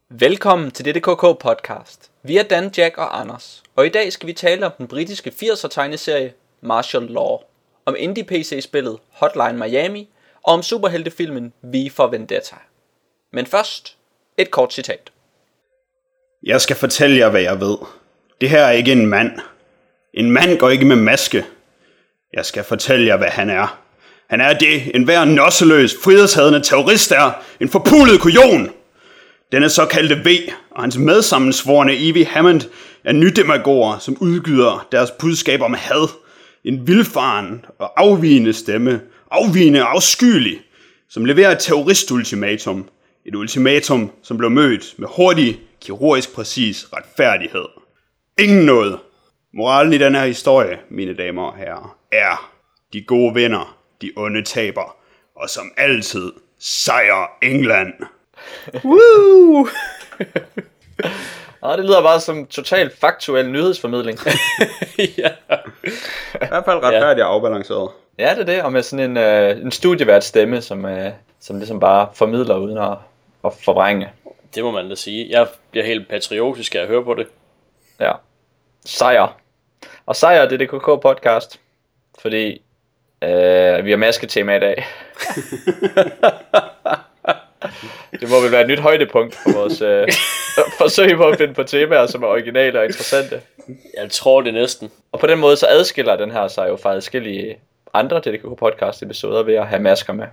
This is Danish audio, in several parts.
Velkommen til dette KK podcast. Vi er Dan, Jack og Anders, og i dag skal vi tale om den britiske 80'er tegneserie Martial Law, om indie PC-spillet Hotline Miami og om superheltefilmen V for Vendetta. Men først, et kort citat. Jeg skal fortælle jer, hvad jeg ved. Det her er ikke en mand. En mand går ikke med maske. Jeg skal fortælle jer, hvad han er. Han er det, enhver nosseløs, frihedshadende terrorist er. En forpulet kujon. Denne såkaldte V og hans medsammensvorne Evie Hammond er nydemagoger, som udgyder deres budskaber om had. En vildfaren og afvigende stemme, afvigende og afskyelig, som leverer et terroristultimatum. Et ultimatum, som blev mødt med hurtig, kirurgisk præcis retfærdighed. Ingen noget. Moralen i den her historie, mine damer og herrer, er: de gode vinder, de onde taber, og som altid, sejr England. Woo! Det lyder bare som totalt faktuel nyhedsformidling. Ja. I hvert fald retfærdigt og afbalanceret. Ja, det er det, og med sådan en studievært stemme, som ligesom bare formidler uden at forvrænge. Det må man da sige. Jeg bliver helt patriotisk af at høre på det. Ja. Sejr. Og sejr, det er det KK podcast. Fordi vi har masketema i dag. Det må vel være et nyt højdepunkt for vores forsøg på at finde på temaer, som er originale og interessante. Jeg tror det næsten. Og på den måde så adskiller den her sig jo fra forskellige andre DDK podcast episoder ved at have masker med.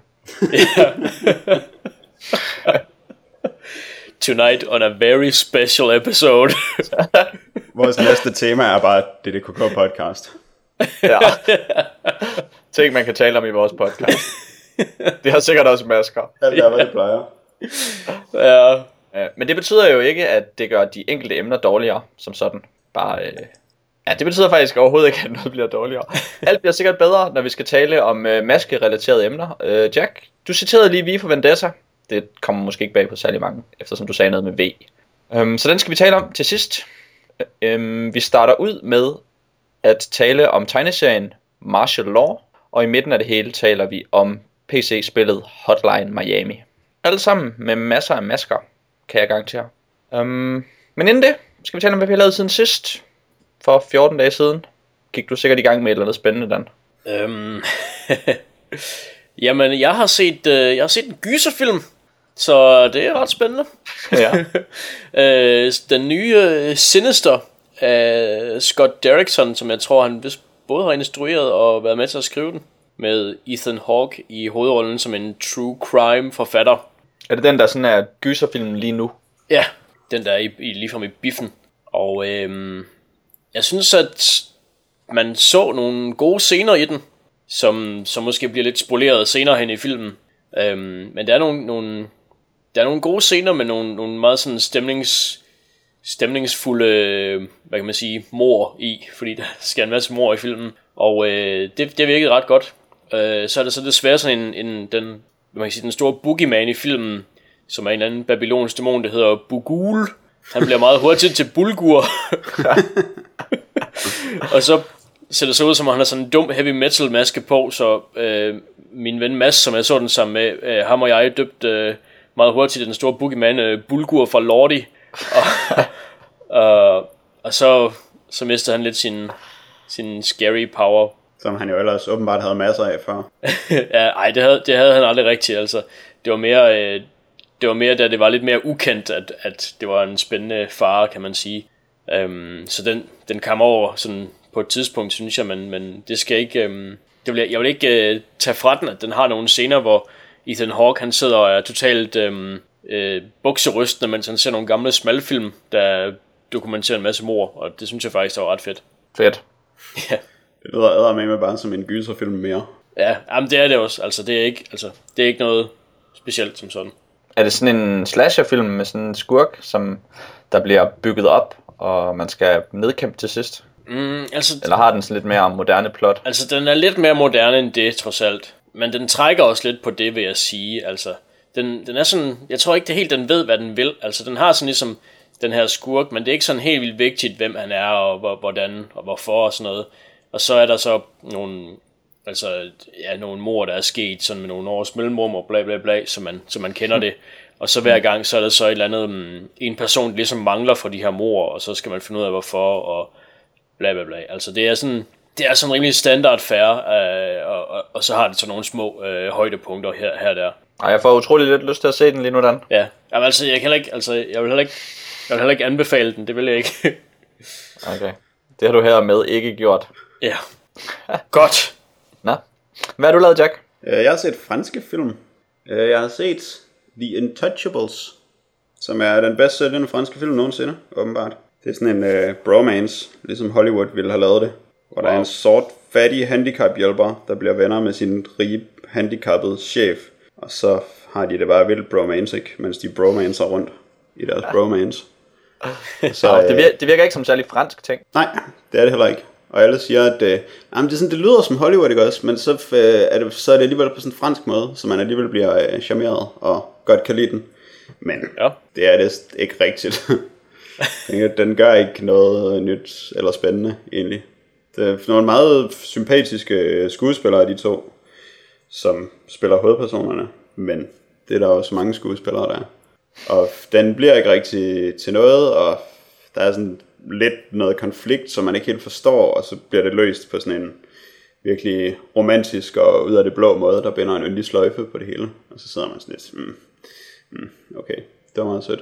Tonight on a very special episode. Vores næste tema er bare DDK podcast. Ja. Ting man kan tale om i vores podcast. Det har sikkert også masker. Alt er, hvad det plejer. Ja. Men det betyder jo ikke, at det gør de enkelte emner dårligere, som sådan. Bare, det betyder faktisk overhovedet ikke, at noget bliver dårligere. Alt bliver sikkert bedre, når vi skal tale om maskerelaterede emner. Jack, du citerede lige V for Vendetta. Det kommer måske ikke bag på særlig mange, eftersom du sagde noget med V. Så den skal vi tale om til sidst. Vi starter ud med at tale om tegneserien Martial Law, og i midten af det hele taler vi om PC-spillet Hotline Miami. Alle sammen med masser af masker, kan jeg garantere. Men inden det, skal vi tale om, hvad vi har lavet siden sidst. For 14 dage siden gik du sikkert i gang med et eller andet spændende, Dan. Jamen, jeg har set en gyserfilm, så det er ret spændende. Ja. Den nye Sinister af Scott Derrickson, som jeg tror, han vist både har instrueret og været med til at skrive den, med Ethan Hawke i hovedrollen som en true crime forfatter. Er det den, der sådan er gyserfilmen lige nu? Ja, den der er ligefrem i biffen. Og jeg synes, at man så nogle gode scener i den, som måske bliver lidt spoleret senere hen i filmen. Men der er nogle gode scener med nogle meget sådan stemningsfulde, hvad kan man sige, mord i, fordi der sker en masse mord i filmen. Og det virkede ret godt. Så er det så desværre sådan den store boogeyman i filmen, som er en eller anden babylonsk dæmon, der hedder Bugul. Han bliver meget hurtigt til Bulgur. Og så ser det så ud, som om han har sådan en dum heavy metal maske på, så min ven Mads, som jeg så den sammen med, ham og jeg døbte meget hurtigt den store boogeyman Bulgur fra Lordi. Og så mister han lidt sin scary power, som han jo ellers åbenbart havde masser af før. Ja, ej, det havde han aldrig rigtigt, altså. Det var mere da det var lidt mere ukendt, at det var en spændende fare, kan man sige. Så den kom over sådan på et tidspunkt, synes jeg, men det skal ikke jeg vil ikke tage fra den, at den har nogle scener, hvor Ethan Hawke, han sidder og er totalt bukserystende, mens han ser nogle gamle smalfilm, der dokumenterer en masse mord, og det synes jeg faktisk var ret fedt. Fedt. Ja. Det lyder med bare som en gyserfilm mere. Ja, jamen det er det også. Altså det er ikke noget specielt som sådan. Er det sådan en slasherfilm med sådan en skurk, som der bliver bygget op, og man skal nedkæmpe til sidst? Eller har den sådan lidt mere moderne plot? Altså den er lidt mere moderne end det, trods alt. Men den trækker også lidt på det, vil jeg sige. Altså den er sådan, jeg tror ikke det helt den ved, hvad den vil. Altså den har sådan ligesom den her skurk, men det er ikke sådan helt vildt vigtigt, hvem han er, og hvordan, og hvorfor, og sådan noget. Og så er der så nogle nogle mord, der er sket sådan med nogle års mellemrum og bla bla bla, så man kender det. Og så hver gang, så er der så et eller andet, en person ligesom mangler for de her mord, og så skal man finde ud af hvorfor, og bla bla bla. Altså det er sådan rimelig standard fair, og så har det så nogle små højdepunkter her og der. Ej, jeg får utrolig lidt lyst til at se den lige nu, Dan. Ja, jamen, altså jeg vil heller ikke anbefale den, det vil jeg ikke. Okay, det har du her med ikke gjort. Ja, godt. Nå, hvad har du lavet, Jack? Jeg har set franske film. Jeg har set The Intouchables, som er den bedst sælgende franske film nogensinde, åbenbart. Det er sådan en bromance, ligesom Hollywood ville have lavet det. Hvor der er en sort, fattig handicaphjælper, der bliver venner med sin rige, handicappede chef. Og så har de det bare vildt bromance, ikke? Mens de bromancer rundt i deres bromance. Så, det virker ikke som særlig fransk ting. Nej, det er det heller ikke. Og alle siger, at det er sådan, det lyder som Hollywood, ikke også? Men så er det alligevel på sådan en fransk måde, så man alligevel bliver charmeret og godt kan lide den. Men det er det ikke rigtigt. Den gør ikke noget nyt eller spændende, egentlig. Det er nogle meget sympatiske skuespillere, de to, som spiller hovedpersonerne. Men det er der jo så mange skuespillere, der er. Og den bliver ikke rigtig til noget, og der er sådan lidt noget konflikt, som man ikke helt forstår, og så bliver det løst på sådan en virkelig romantisk og ud af det blå måde, der binder en yndig sløjfe på det hele. Og så sidder man sådan lidt, okay, det var meget sødt.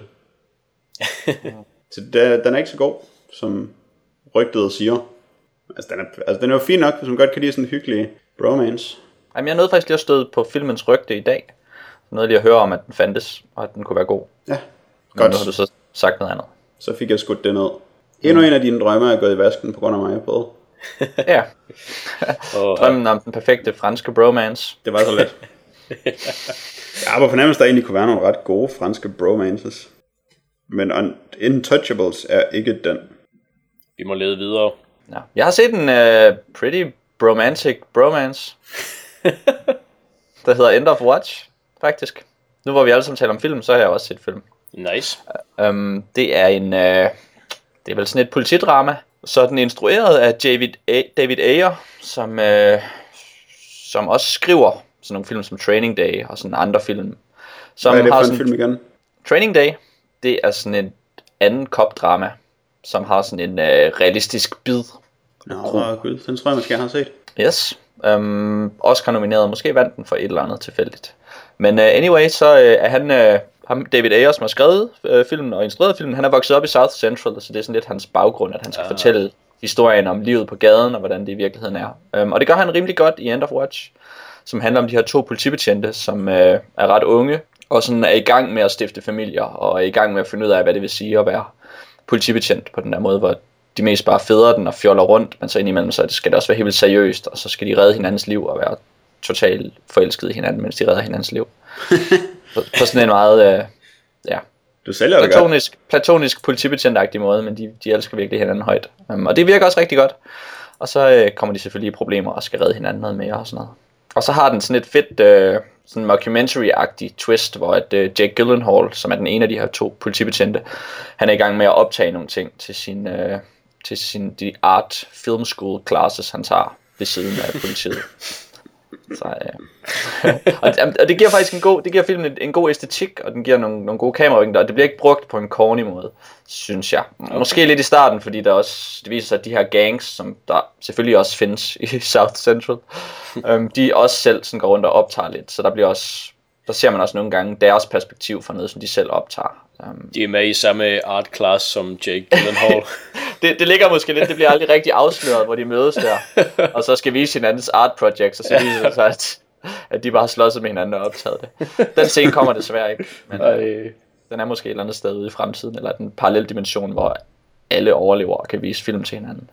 Så den er ikke så god, som rygtet siger. Altså den er jo fin nok, hvis man godt kan lide sådan en hyggelig bromance. Jamen, jeg nåede faktisk lige at støde på filmens rygte i dag. Noget lige at høre om, at den fandtes, og at den kunne være god. Ja, godt. Nu har du så sagt noget andet. Så fik jeg skudt det ned. Endnu en af dine drømme er gået i vasken på grund af mig, Paul. Ja. Drømmen om den perfekte franske bromance. Det var så let. Jeg har på fornemmelse, der egentlig kunne være nogle ret gode franske bromances. Men Intouchables er ikke den. Vi må lede videre. Ja. Jeg har set en pretty romantic bromance, der hedder End of Watch, faktisk. Nu hvor vi alle sammen taler om film, så har jeg også set film. Nice. Det er det er vel sådan et politidrama. Så er den instrueret af David Ayer, som også skriver sådan nogle film som Training Day og sådan andre film. Som hvad er det har for en sådan, film igen? Training Day, det er sådan en anden cop-drama, som har sådan en realistisk bid. Nå, gud, den tror jeg måske jeg har set. Yes. Oscar nomineret, måske vandt den for et eller andet tilfældigt. Men anyway, så er han David Ayer, som har skrevet filmen og instrueret filmen, han er vokset op i South Central, så det er sådan lidt hans baggrund, at han skal fortælle historien om livet på gaden og hvordan det i virkeligheden er. Og det gør han rimelig godt i End of Watch, som handler om de her to politibetjente, som er ret unge og sådan er i gang med at stifte familier og er i gang med at finde ud af, hvad det vil sige at være politibetjent på den der måde, hvor de mest bare fædrer den og fjoller rundt, men så indimellem så skal det også være helt vildt seriøst, og så skal de redde hinandens liv og være totalt forelskede i hinanden, mens de redder hinandens liv. på sådan en meget du sælger det godt. Platonisk politibetjentagtig måde, men de elsker virkelig hinanden højt. Og det virker også rigtig godt. Og så kommer de selvfølgelig i problemer og skal redde hinanden noget mere og sådan noget. Og så har den sådan et fedt sådan mockumentary-agtig twist, hvor at Jake Gyllenhaal, som er den ene af de her to politibetjente, han er i gang med at optage nogle ting til de art film school classes, han tager ved siden af politiet. Så, og det giver faktisk det giver filmen en god æstetik, og den giver nogle gode kameravinkler, og det bliver ikke brugt på en corny måde, synes jeg. Måske lidt i starten, fordi det viser sig, at de her gangs, som der selvfølgelig også findes i South Central, de også selv sådan går rundt og optager lidt, så der ser man også nogle gange deres perspektiv fra noget, som de selv optager. De er med i samme art class som Jake Gyllenhaal. det ligger måske lidt, det bliver aldrig rigtig afsløret, hvor de mødes der, og så skal vise hinandens art projects, og så viser det sig, at de bare slås med hinanden og optaget det. Den scene kommer desværre ikke, men den er måske et eller andet sted ude i fremtiden, eller en parallel dimension, hvor alle overlever og kan vise film til hinanden.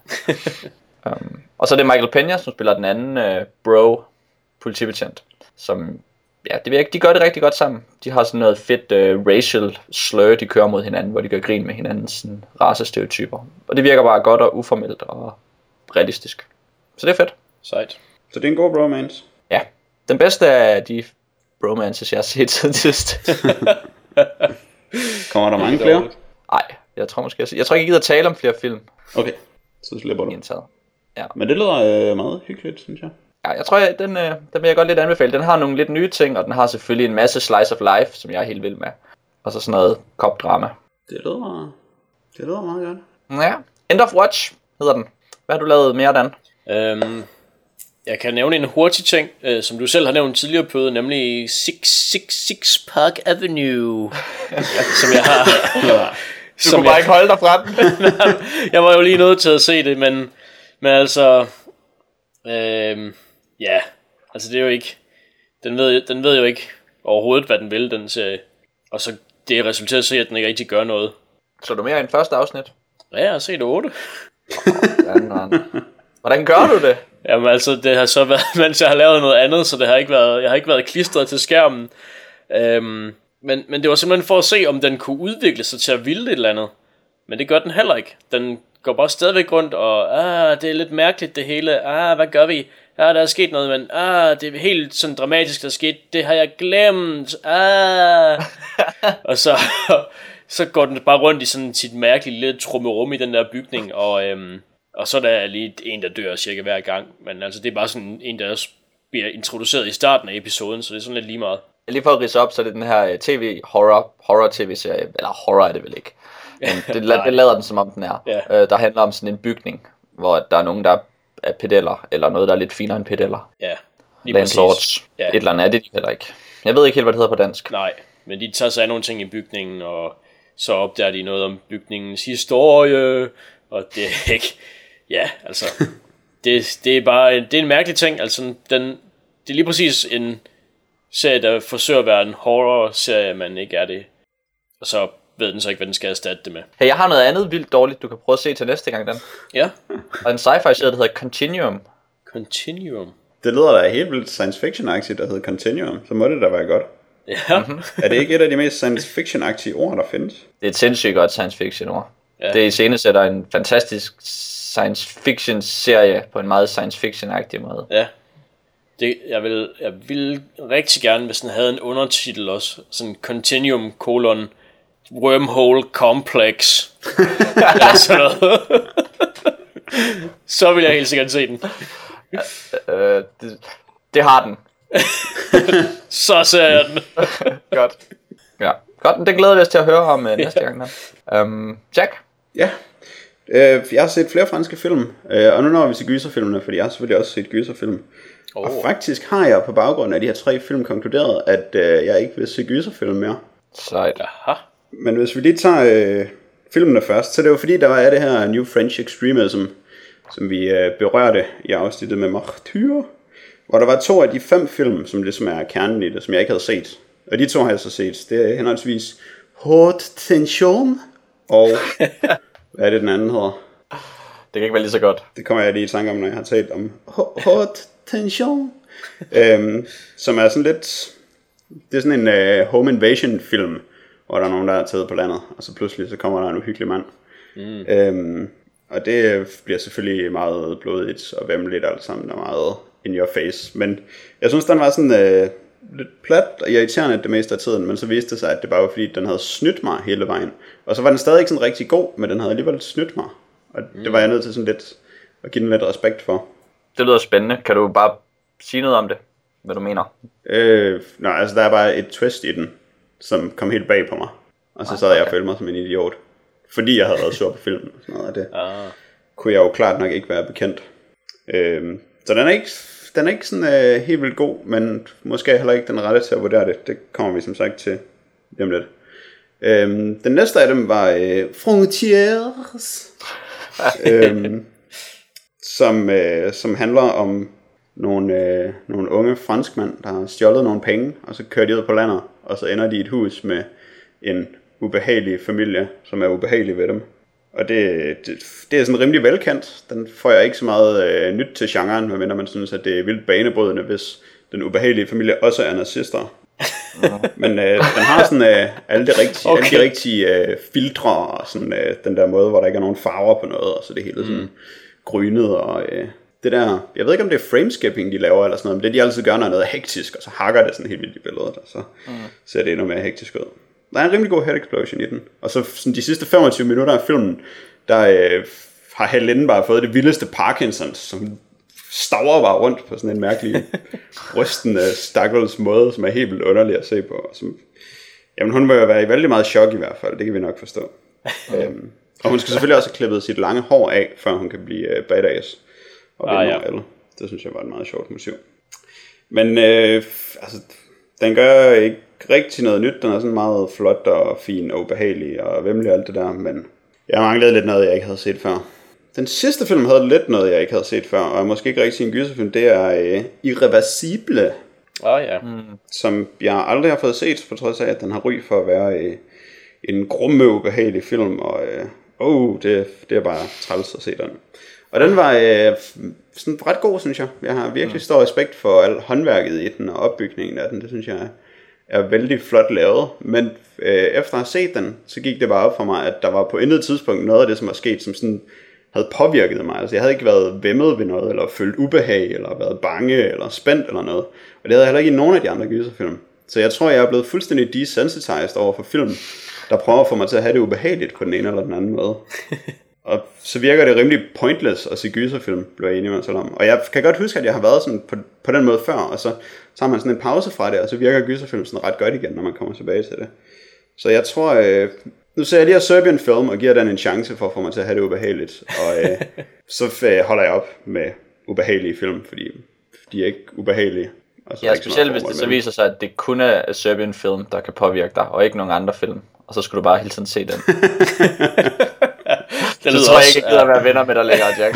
Og så er det Michael Peña, som spiller den anden bro politibetjent, som de gør det rigtig godt sammen. De har sådan noget fedt racial slur, de kører mod hinanden, hvor de gør grin med hinandens sådan, racestereotyper. Og det virker bare godt og uformelt og realistisk. Så det er fedt. Sejt. Så det er en god bromance. Ja. Den bedste af de bromances, jeg har set siden sidst. Kommer der mange flere? Nej, jeg tror måske, jeg tror ikke, jeg gider tale om flere film. Okay, så slipper du. Ja. Men det lyder meget hyggeligt, synes jeg. Ja, jeg tror, den vil jeg godt lidt anbefale. Den har nogle lidt nye ting, og den har selvfølgelig en masse slice of life, som jeg er helt vild med. og så sådan noget kopdrama. Det lyder meget godt. Ja, End of Watch hedder den. Hvad har du lavet mere, Dan? Jeg kan nævne en hurtig ting, som du selv har nævnt tidligere på, nemlig 666 Park Avenue, som jeg har... Du kunne bare ikke holde dig fra den. Jeg var jo lige nødt til at se det, men altså... ja, altså det er jo ikke... Den ved jo ikke overhovedet, hvad den vil, den serie. Og så det resulterer i, at den ikke rigtig gør noget. Så du mere end første afsnit? Ja, jeg har set 8. Hvordan gør du det? Jamen altså, det har så været, mens jeg har lavet noget andet, så jeg har ikke været klistret til skærmen. Men det var simpelthen for at se, om den kunne udvikle sig til at ville et eller andet. Men det gør den heller ikke. Den går bare stadigvæk rundt, og det er lidt mærkeligt det hele. Hvad gør vi? Der er sket noget, men det er helt sådan dramatisk, der er sket. Det har jeg glemt. Og så går den bare rundt i sådan sit mærkelige lille trummerum i den der bygning, og så er der lige en, der dør cirka hver gang. Men altså, det er bare sådan en, der også bliver introduceret i starten af episoden, så det er sådan lidt lige meget. Lige for at ridse op, så er det den her horror-tv-serie, eller horror er det vel ikke, men det lader den som om den er. Ja. Der handler om sådan en bygning, hvor der er nogen, der er pedeller, eller noget, der er lidt finere end pedeller. Ja, lige Landlords. præcis. Ja. Et eller andet er det heller ikke. Jeg ved ikke helt, hvad det hedder på dansk. Nej, men de tager sig af nogle ting i bygningen, og så opdager de noget om bygningens historie, og det er ikke... Ja, altså... Det er bare... Det er en mærkelig ting, altså det er lige præcis en serie, der forsøger at være en horror-serie, men ikke er det. Og så ved den så ikke, hvad den skal erstatte det med. Hey, jeg har noget andet vildt dårligt, du kan prøve at se til næste gang, Dan. Ja. Og en sci-fi-serie, der hedder Continuum. Continuum. Det lyder da helt vildt science fiction-agtigt, der hedder Continuum. Så må det da være godt. Ja. Er det ikke et af de mest science fiction-agtige ord, der findes? Det er et sindssygt godt science fiction ord. Ja. Det iscenesætter en fantastisk science fiction serie på en meget science fiction-agtig måde. Ja. Jeg vil rigtig gerne, hvis den havde en undertitel også. Sådan Continuum : Wormhole Complex. Eller sådan noget. Så vil jeg helt sikkert se den. Det har den. Så ser jeg den. Godt. Ja. Godt, men det glæder vi os til at høre om næste gang. Jack? Ja. Jeg har set flere franske film, og nu når vi til gyserfilmene, fordi jeg har selvfølgelig også set gyserfilm. Og faktisk har jeg på baggrund af de her 3 film konkluderet, at jeg ikke vil se gyserfilm mere. Sejt. Aha. Men hvis vi lige tager filmene først, så det var fordi, der var det her New French Extremism, som vi berørte i afsnittet med Martyr, hvor der var 2 af de 5 film, som ligesom er kernen i det, som jeg ikke havde set. Og de 2 har jeg så set. Det er henholdsvis Haute Tension og... Hvad er det den anden hedder? Det kan ikke være lige så godt. Det kommer jeg lige i tanke om, når jeg har talt om Haute Tension. Som er sådan lidt... Det er sådan en home invasion film, hvor der er nogen, der er taget på landet, og så pludselig så kommer der en uhyggelig mand. Og det bliver selvfølgelig meget blodigt og væmmeligt alt sammen, og meget in your face. Men jeg synes, den var sådan lidt plat og irriterende det meste af tiden, men så viste det sig, at det bare var fordi, den havde snydt mig hele vejen. Og så var den stadig ikke sådan rigtig god, men den havde alligevel snydt mig. Og det var jeg nødt til sådan lidt at give den lidt respekt for. Det lyder spændende. Kan du bare sige noget om det? Hvad du mener? Nej, altså der er bare et twist i den, som kom helt bag på mig. Og så sad jeg og følte mig som en idiot. Fordi jeg havde været sur på filmen og sådan noget, og det kunne jeg jo klart nok ikke være bekendt. Så den er ikke sådan helt vildt god, men måske heller ikke den rette til at vurdere det. Det kommer vi som sagt til lige om lidt. Den næste af dem var Frontières, som handler om nogle unge franskmænd, der har stjålet nogle penge, og så kører de ud på landet, og så ender de i et hus med en ubehagelig familie, som er ubehagelig ved dem. Og det er sådan rimelig velkendt. Den får jeg ikke så meget nyt til genren, medmindre man synes, at det er vildt banebrydende, hvis den ubehagelige familie også er nazister. Men den har sådan alle de rigtige filtre og sådan den der måde, hvor der ikke er nogen farver på noget, og så det hele sådan grynet og det der, jeg ved ikke om det er frameskipping de laver eller sådan noget, men det de altid gør, når noget er hektisk, og så hakker det sådan helt vildt i billedet, og så ser det endnu mere hektisk ud. Der er en rimelig god head explosion i den, og så sådan de sidste 25 minutter af filmen, der har Helen bare fået det vildeste Parkinsons, som staver bare rundt på sådan en mærkelig rystende stakkels måde, som er helt vildt underlig at se på, og som Jamen hun må jo være i vældig meget chok i hvert fald, det kan vi nok forstå. Og hun skal selvfølgelig også have klippet sit lange hår af, før hun kan blive badass. Og ja. Det synes jeg var et meget sjovt motiv. Men altså, den gør ikke rigtig noget nyt. Den er sådan meget flot og fin og ubehagelig og væmmelig og alt det der. Men jeg manglede lidt noget, jeg ikke havde set før. Den sidste film havde lidt noget, jeg ikke havde set før. Og måske ikke rigtig en gyserfilm. Det er Irreversible. Ja. Som jeg aldrig har fået set, på trods af, at den har ry for at være en grumme, ubehagelig film. Og det er bare træls at se den. Og den var sådan ret god, synes jeg. Jeg har virkelig stor respekt for al håndværket i den og opbygningen af den. Det synes jeg er vældig flot lavet. Men efter at have set den, så gik det bare op for mig, at der var på intet tidspunkt noget af det, som var sket, som sådan havde påvirket mig. Altså jeg havde ikke været væmmet ved noget, eller følt ubehag, eller været bange, eller spændt, eller noget. Og det havde jeg heller ikke i nogen af de andre gyserfilm. Så jeg tror, jeg er blevet fuldstændig desensitized over for film, der prøver at få mig til at have det ubehageligt på den ene eller den anden måde. Og så virker det rimelig pointless at se gyserfilm, blev jeg enig med selv om. Og jeg kan godt huske, at jeg har været sådan på den måde før, og så har man sådan en pause fra det, og så virker gyserfilm sådan ret godt igen, når man kommer tilbage til det. Så jeg tror, nu ser jeg lige Serbian Film og giver den en chance for at få mig til at have det ubehageligt. Og så holder jeg op med ubehagelige film, fordi de er ikke ubehagelige. Ja, specielt hvis det så viser sig, at det kun er Serbian Film, der kan påvirke dig, og ikke nogen andre film. Og så skulle du bare hele tiden se den. Det tror jeg ikke gider at være venner med dig længere, Jack.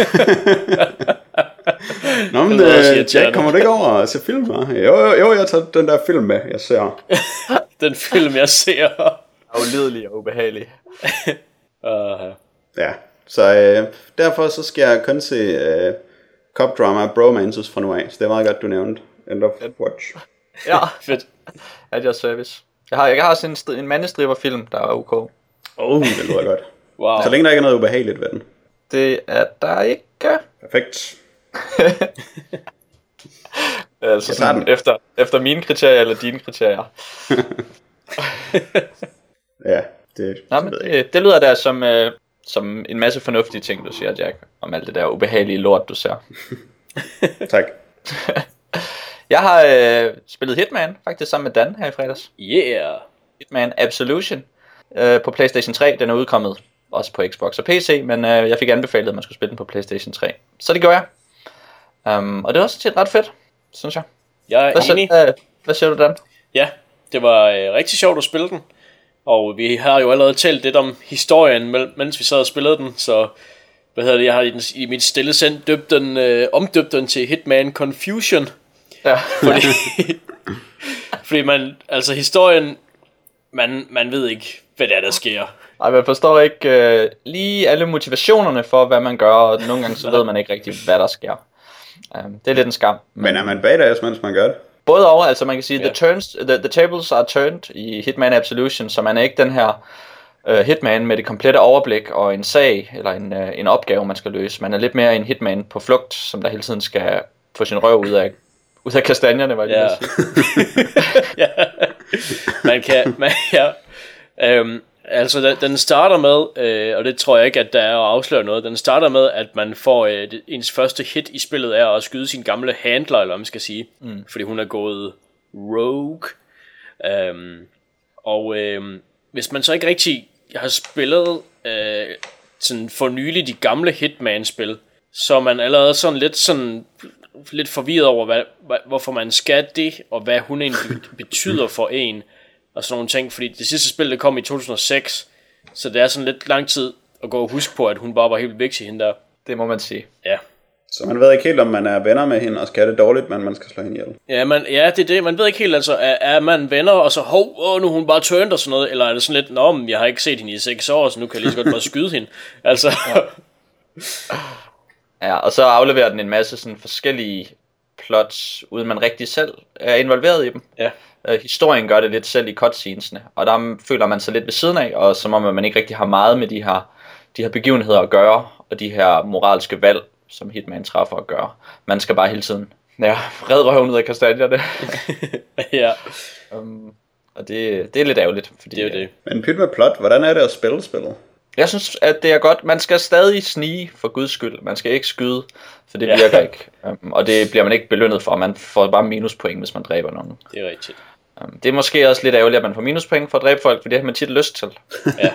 Nå, men Jack, kommer du ikke over og se film? Jo, jeg tager den der film med, jeg ser. Den film, jeg ser. Ulidelig og ubehagelig. Ja, så derfor så skal jeg kun se cop drama Bromances fra nu af. Så det er meget godt, du nævnte. End of watch. Ja, fedt. At your service. Jeg har sådan en mandestriberfilm, der er ok. Det lyder godt. Wow. Så længe der ikke er noget ubehageligt ved den. Det er der ikke. Perfekt. Altså sådan, efter mine kriterier eller dine kriterier. Ja, det lyder da som en masse fornuftige ting, du siger, Jack. Om alt det der ubehagelige lort, du ser. Tak. Jeg har spillet Hitman faktisk sammen med Dan her i fredags. Yeah. Hitman Absolution på PlayStation 3. Den er udkommet også på Xbox og PC, men jeg fik anbefalet, at man skulle spille den på PlayStation 3. Så det gjorde jeg. Og det var også ret fedt, synes jeg. Jeg er enig. Hvad siger du, Dan? Ja, det var rigtig sjovt at spille den. Og vi har jo allerede talt lidt om historien, mens vi sad og spillede den. Så jeg har i mit stille sind omdøbt den til Hitman Confusion. Ja. Fordi man, altså historien, man ved ikke, hvad det er, der sker. Nej, man forstår ikke lige alle motivationerne for, hvad man gør, og nogle gange så ved man ikke rigtig, hvad der sker. Det er lidt en skam. Men er man badass, mens man gør det? Både over, altså man kan sige, the tables are turned i Hitman Absolution, så man er ikke den her hitman med det komplette overblik og en sag, eller en opgave, man skal løse. Man er lidt mere en hitman på flugt, som der hele tiden skal få sin røv ud af kastanjerne, var det ja. Ja. Altså den starter med, og det tror jeg ikke, at der er at afsløre noget. Den starter med, at man får ens første hit i spillet er at skyde sin gamle handler, eller hvad man skal sige, fordi hun er gået rogue. Hvis man så ikke rigtig har spillet sådan for nylig de gamle Hitman-spil, så er man allerede lidt forvirret over, hvorfor man skal det, og hvad hun egentlig betyder for en, og sådan nogle ting, fordi det sidste spil, det kom i 2006, så det er sådan lidt lang tid at gå og huske på, at hun bare var helt vigtig hende der. Det må man sige. Ja. Så man ved ikke helt, om man er venner med hende, og skal det dårligt, men man skal slå hende ihjel. Ja, det er det. Man ved ikke helt, altså, er man venner, og så, nu er hun bare turned og sådan noget, eller er det sådan lidt, jeg har ikke set hende i 6 år, så nu kan jeg lige så godt bare skyde hende. Altså. Ja, og så afleverer den en masse sådan forskellige plots, uden man rigtig selv er involveret i dem. Ja. Historien gør det lidt selv i cutscenesene, og der føler man sig lidt ved siden af, og som om man ikke rigtig har meget med de her begivenheder at gøre, og de her moralske valg, som Hitman træffer at gøre. Man skal bare hele tiden redde røven ud af kastanjerne. Ja. Og det er lidt ærgerligt, fordi det er det. Men pyt med plot, hvordan er det at spille spillet? Jeg synes, at det er godt. Man skal stadig snige for guds skyld. Man skal ikke skyde, for det virker ikke. Og det bliver man ikke belønnet for. Man får bare minuspoint, hvis man dræber nogen. Det er rigtigt. Det er måske også lidt ærgerligt, at man får minuspoint for at dræbe folk, for det har man tit lyst til. Ja.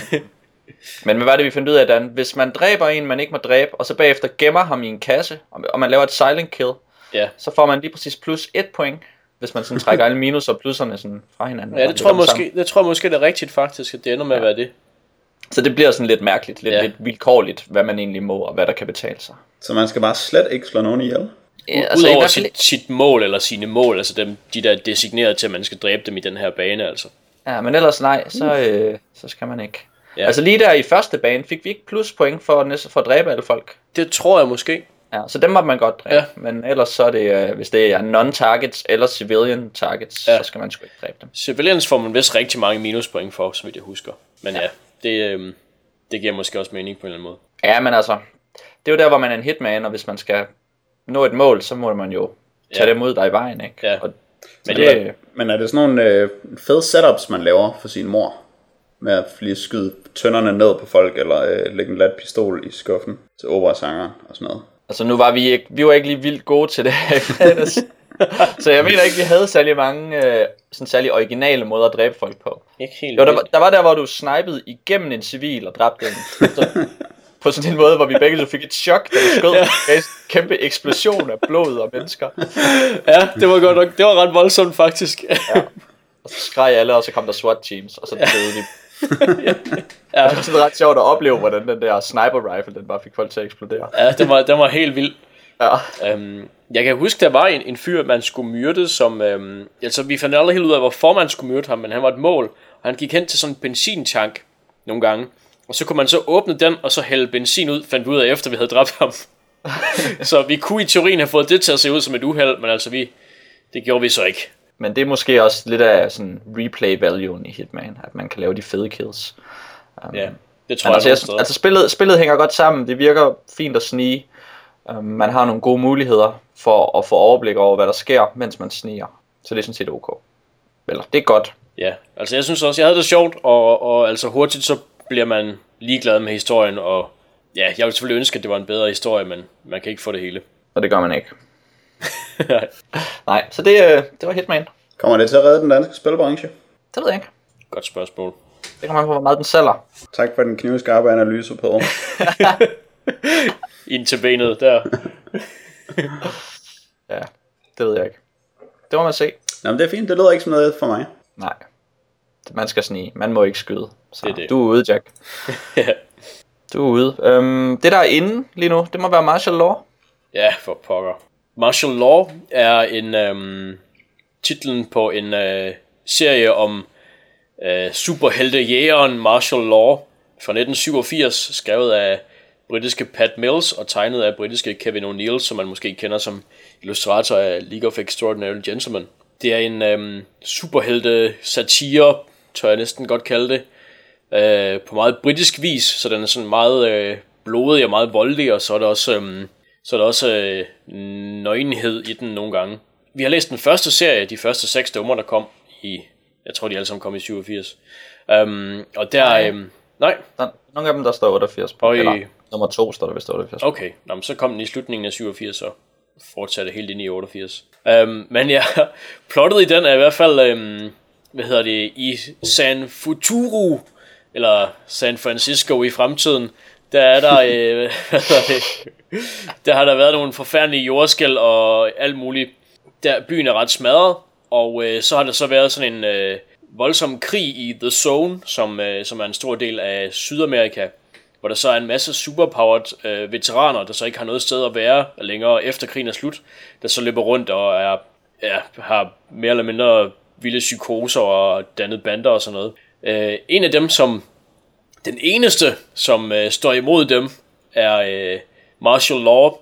Men hvad var det, vi fandt ud af, Dan? Hvis man dræber en, man ikke må dræbe, og så bagefter gemmer ham i en kasse, og man laver et silent kill, så får man lige præcis plus 1 point, hvis man sådan trækker alle minus og plusserne sådan fra hinanden. Ja, det tror jeg måske det er rigtigt faktisk, at det ender med at være det. Så det bliver sådan lidt mærkeligt, lidt vilkårligt, hvad man egentlig må, og hvad der kan betale sig. Så man skal bare slet ikke slå nogen ihjel? Ja, altså udover sit mål, eller sine mål, altså de der er designeret til, at man skal dræbe dem i den her bane, altså. Ja, men ellers nej, så skal man ikke. Ja. Altså lige der i første bane, fik vi ikke pluspoint for at dræbe alle folk? Det tror jeg måske. Ja, så dem må man godt dræbe, men ellers så er det, hvis det er non-targets eller civilian targets, så skal man sgu ikke dræbe dem. Civilians får man vist rigtig mange minuspoint for, så vidt jeg husker. Men det giver måske også mening på en eller anden måde. Ja, men altså, det er jo der, hvor man er en hitman, og hvis man skal nå et mål, så må man jo tage dem ud der i vejen, ikke? Ja. Men er det sådan nogle fede setups, man laver for sin mor? Med at lige skyde tønderne ned på folk, eller lægge en lat pistol i skuffen til operasangeren og sådan noget? Altså nu var vi var ikke lige vildt gode til det her. Så jeg mener ikke, vi havde særlig mange sådan særlig originale måder at dræbe folk på. Ikke helt. Jo, der var der, hvor du snipede igennem en civil og dræbte en. På sådan en måde, hvor vi begge så fik et chok, da du skød en kæmpe eksplosion af blod og mennesker. Ja, det var godt nok. Det var ret voldsomt faktisk. Ja. Og så skreg alle, og så kom der SWAT teams, og så døde de. Ja. Det var sådan ret sjovt at opleve, hvordan den der sniper rifle, den bare fik folk til at eksplodere. Ja, den var helt vild. Ja. Jeg kan huske, der var en fyr, man skulle myrde, som... altså, vi fandt aldrig helt ud af, hvorfor man skulle myrde ham, men han var et mål, og han gik hen til sådan en benzintank nogle gange. Og så kunne man så åbne den, og så hælde benzin ud, fandt vi ud af, efter vi havde dræbt ham. Så vi kunne i teorien have fået det til at se ud som et uheld, men altså det gjorde vi så ikke. Men det er måske også lidt af sådan replay-valuen i Hitman, at man kan lave de fede kills. Ja, det tror jeg altså spillet hænger godt sammen, det virker fint at snige. Man har nogle gode muligheder for at få overblik over, hvad der sker, mens man sniger. Så det er sådan set ok. Eller, det er godt. Ja, altså jeg synes også, jeg havde det sjovt, og altså hurtigt så bliver man ligeglad med historien, og ja, jeg ville selvfølgelig ønske, at det var en bedre historie, men man kan ikke få det hele. Og det gør man ikke. Nej, så det var Hitman. Kommer det til at redde den danske spilbranche? Det ved jeg ikke. Godt spørgsmål. Det kommer an på, hvor meget den sælger. Tak for den knivskarpe analyse på. Ind til benet der. Ja, det ved jeg ikke. Det må man se. Nå, men det er fint, det lyder ikke som noget for mig. Nej, man skal snige. Man må ikke skyde. Så det. Du er ude, Jack. Du er ude. Det der er inde lige nu, det må være martial law. Ja, for pokker. Martial Law er en titlen på en serie om superheltejægeren Martial Law fra 1987, skrevet af britiske Pat Mills og tegnet af britiske Kevin O'Neill, som man måske kender som illustrator af League of Extraordinary Gentlemen. Det er en superhelte-satire, tør jeg næsten godt kalde det, på meget britisk vis, så den er sådan meget blodig og meget voldelig, og så er der også nøgenhed i den nogle gange. Vi har læst den første serie, de første 6 numre, der kom i, jeg tror de alle sammen kom i 87. Og der nej. Nogle af dem der står 88 på, eller nummer 2 står der vist 88. Okay, så kom den i slutningen af 87 og fortsatte helt ind i 88. Men ja, plottet i den er i hvert fald, i San Futuro, eller San Francisco i fremtiden, der er der, der har der været nogle forfærdelige jordskælv og alt muligt. Der byen er ret smadret, og så har der så været sådan en voldsom krig i The Zone, som er en stor del af Sydamerika, hvor der så er en masse superpowered veteraner, der så ikke har noget sted at være længere efter krigen er slut, der så løber rundt og har mere eller mindre vilde psykoser og dannet bander og sådan noget. En af dem, som den eneste, som står imod dem, er Martial Law,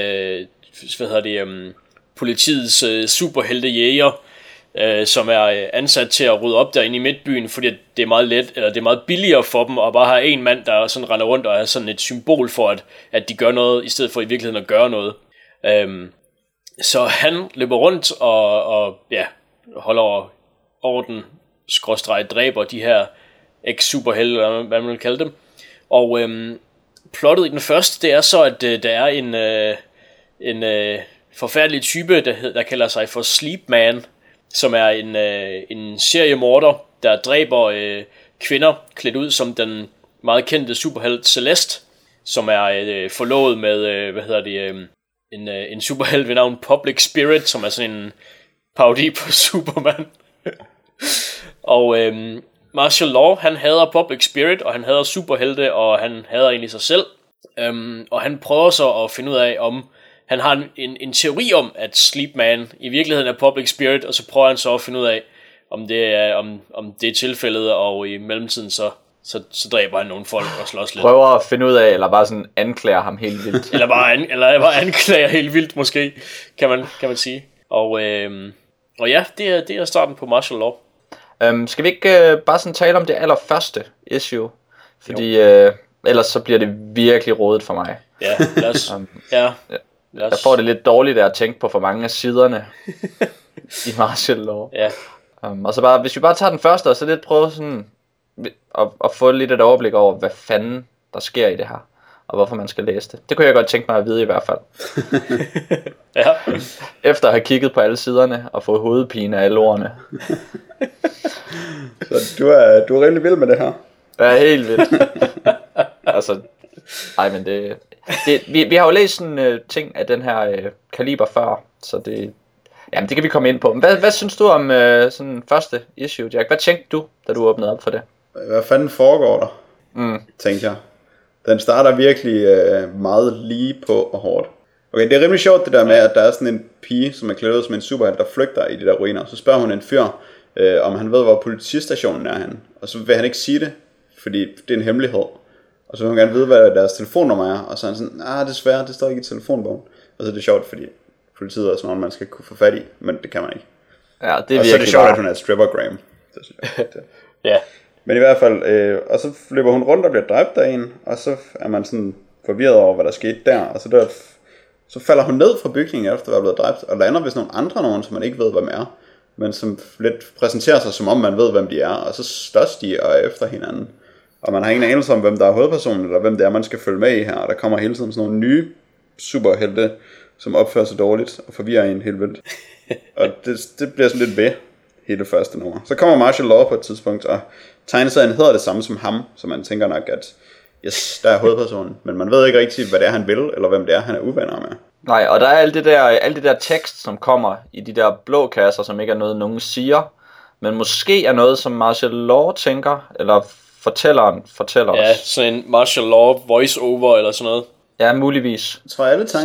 politiets superheltejæger, som er ansat til at rydde op derinde i midtbyen, fordi det er meget let, eller det er meget billigere for dem at bare have en mand, der sådan render rundt og er sådan et symbol for, at de gør noget, i stedet for i virkeligheden at gøre noget. Så han løber rundt og holder orden, dræber de her ex-superhelte, eller hvad man vil kalde dem. Og plottet i den første, det er så, at der er en forfærdelig type, der kalder sig for Sleep Man, som er en seriemorder, der dræber kvinder klædt ud som den meget kendte superhelt Celeste, som er forlovet med, en superhelt ved navn Public Spirit, som er sådan en parodi på Superman. Og Martial Law, han hader Public Spirit, og han hader superhelte, og han hader egentlig sig selv. Og han prøver så at finde ud af, om han har en teori om, at Sleepman i virkeligheden er Public Spirit, og så prøver han så at finde ud af, om det er tilfældet, og i mellemtiden så dræber han nogle folk og slås lidt. Prøver at finde ud af, eller bare sådan anklager ham helt vildt. eller bare anklager helt vildt måske, kan man sige. Og ja, det er starten på Martial Law. Skal vi ikke bare sådan tale om det allerførste issue? Fordi ellers så bliver det virkelig rodet for mig. Ja, lad os. Jeg får det lidt dårligt af at tænke på for mange af siderne i Martial Law. Ja. Og så bare, hvis vi bare tager den første, og så lidt prøve sådan at få lidt et overblik over, hvad fanden der sker i det her, og hvorfor man skal læse det. Det kunne jeg godt tænke mig at vide i hvert fald. Ja. Efter at have kigget på alle siderne og fået hovedpine af alle ordene. Så du er rigtig vild med det her? Ja, helt vildt. Altså, ej, men vi har jo læst sådan ting af den her kaliber før, så det kan vi komme ind på. Hvad synes du om sådan første issue, Jack? Hvad tænkte du, da du åbnede op for det? Hvad fanden foregår der? Tænkte jeg. Den starter virkelig meget lige på og hårdt. Okay, det er rimelig sjovt det der med, at der er sådan en pige, som er klædt ud som en superhelt, der flygter i de der ruiner. Så spørger hun en fyr, om han ved, hvor politistationen er henne. Og så vil han ikke sige det, fordi det er en hemmelighed. Og så vil hun gerne vide, hvad deres telefonnummer er. Og så er han sådan, desværre, det står ikke i telefonbogen. Og så er det sjovt, fordi politiet er sådan noget, man skal kunne få fat i, men det kan man ikke. Ja, det er og så er det sjovt, at hun er et strippergram. Ja. Men i hvert fald, og så løber hun rundt og bliver dræbt af en, og så er man sådan forvirret over, hvad der skete der. Og så falder hun ned fra bygningen efter at være blevet dræbt, og lander ved sådan nogle andre, som man ikke ved, hvem er, men som lidt præsenterer sig, som om man ved, hvem de er, og så slås de og efter hinanden. Og man har ingen anelse om, hvem der er hovedpersonen, eller hvem det er, man skal følge med i her. Og der kommer hele tiden sådan nogle nye superhelte, som opfører sig dårligt og forvirrer en helt vildt. Og det bliver sådan lidt ved hele første nummer. Så kommer Martial Law på et tidspunkt, og tegneserien hedder det samme som ham, så man tænker nok, at yes, der er hovedpersonen. Men man ved ikke rigtig, hvad det er, han vil, eller hvem det er, han er uvenner med. Nej, og der er alt det der tekst, som kommer i de der blå kasser, som ikke er noget, nogen siger, men måske er noget, som Martial Law tænker, eller fortælleren fortæller os. Ja, sådan en Martial Law voice-over eller sådan noget. Ja, muligvis. Jeg tror,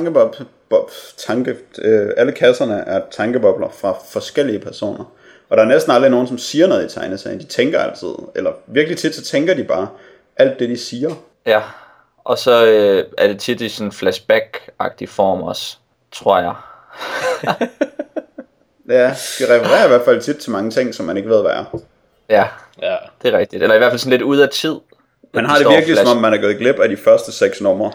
alle kasserne er tankebobler fra forskellige personer. Og der er næsten aldrig nogen, som siger noget i tegneserien. De tænker altid, eller virkelig tit, så tænker de bare alt det, de siger. Ja, og så er det tit i sådan en flashback-agtig form også, tror jeg. Ja, de refererer i hvert fald tit til mange ting, som man ikke ved, hvad er. Ja, det er rigtigt. Eller i hvert fald sådan lidt ud af tid. Man har det virkelig, som om man er gået glip af de første 6 numre.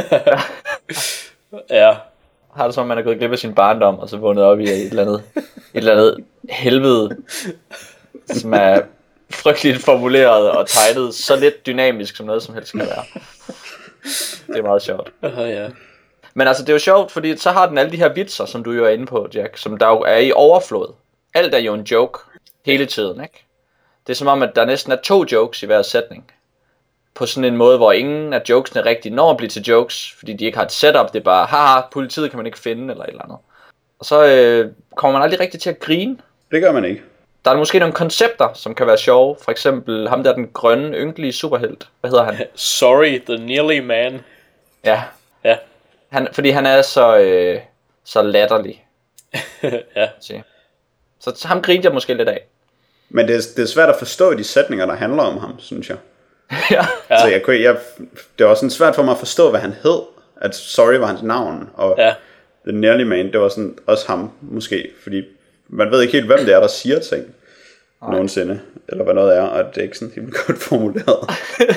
Ja. Har det som om man er gået glip af sin barndom, og så vundet op i et eller andet helvede, som er frygteligt formuleret og tegnet så lidt dynamisk, som noget som helst kan være. Det er meget sjovt. Ja. Men altså, det er jo sjovt, fordi så har den alle de her vitser, som du jo er inde på, Jack, som der jo er i overflod. Alt er jo en joke hele tiden, ikke? Det er som om, at der næsten er 2 jokes i hver sætning. På sådan en måde, hvor ingen af jokesene rigtig når at blive til jokes, fordi de ikke har et setup. Det er bare, haha, politiet kan man ikke finde, eller et eller andet. Og så kommer man aldrig rigtig til at grine. Det gør man ikke. Der er måske nogle koncepter, som kan være sjove. For eksempel ham der, den grønne, ynkelige superhelt. Hvad hedder han? Sorry, the nearly man. Ja. Ja. Fordi han er så latterlig. Ja. Så ham grinte jeg måske lidt af. Men det er svært at forstå de sætninger, der handler om ham, synes jeg. Ja. Så det var sådan svært for mig at forstå, hvad han hed. At Sorry var hans navn. Og The Nearly Man, det var sådan også ham, måske. Fordi man ved ikke helt, hvem det er, der siger ting. Nogensinde. Eller hvad noget er, og det er ikke sådan helt godt formuleret.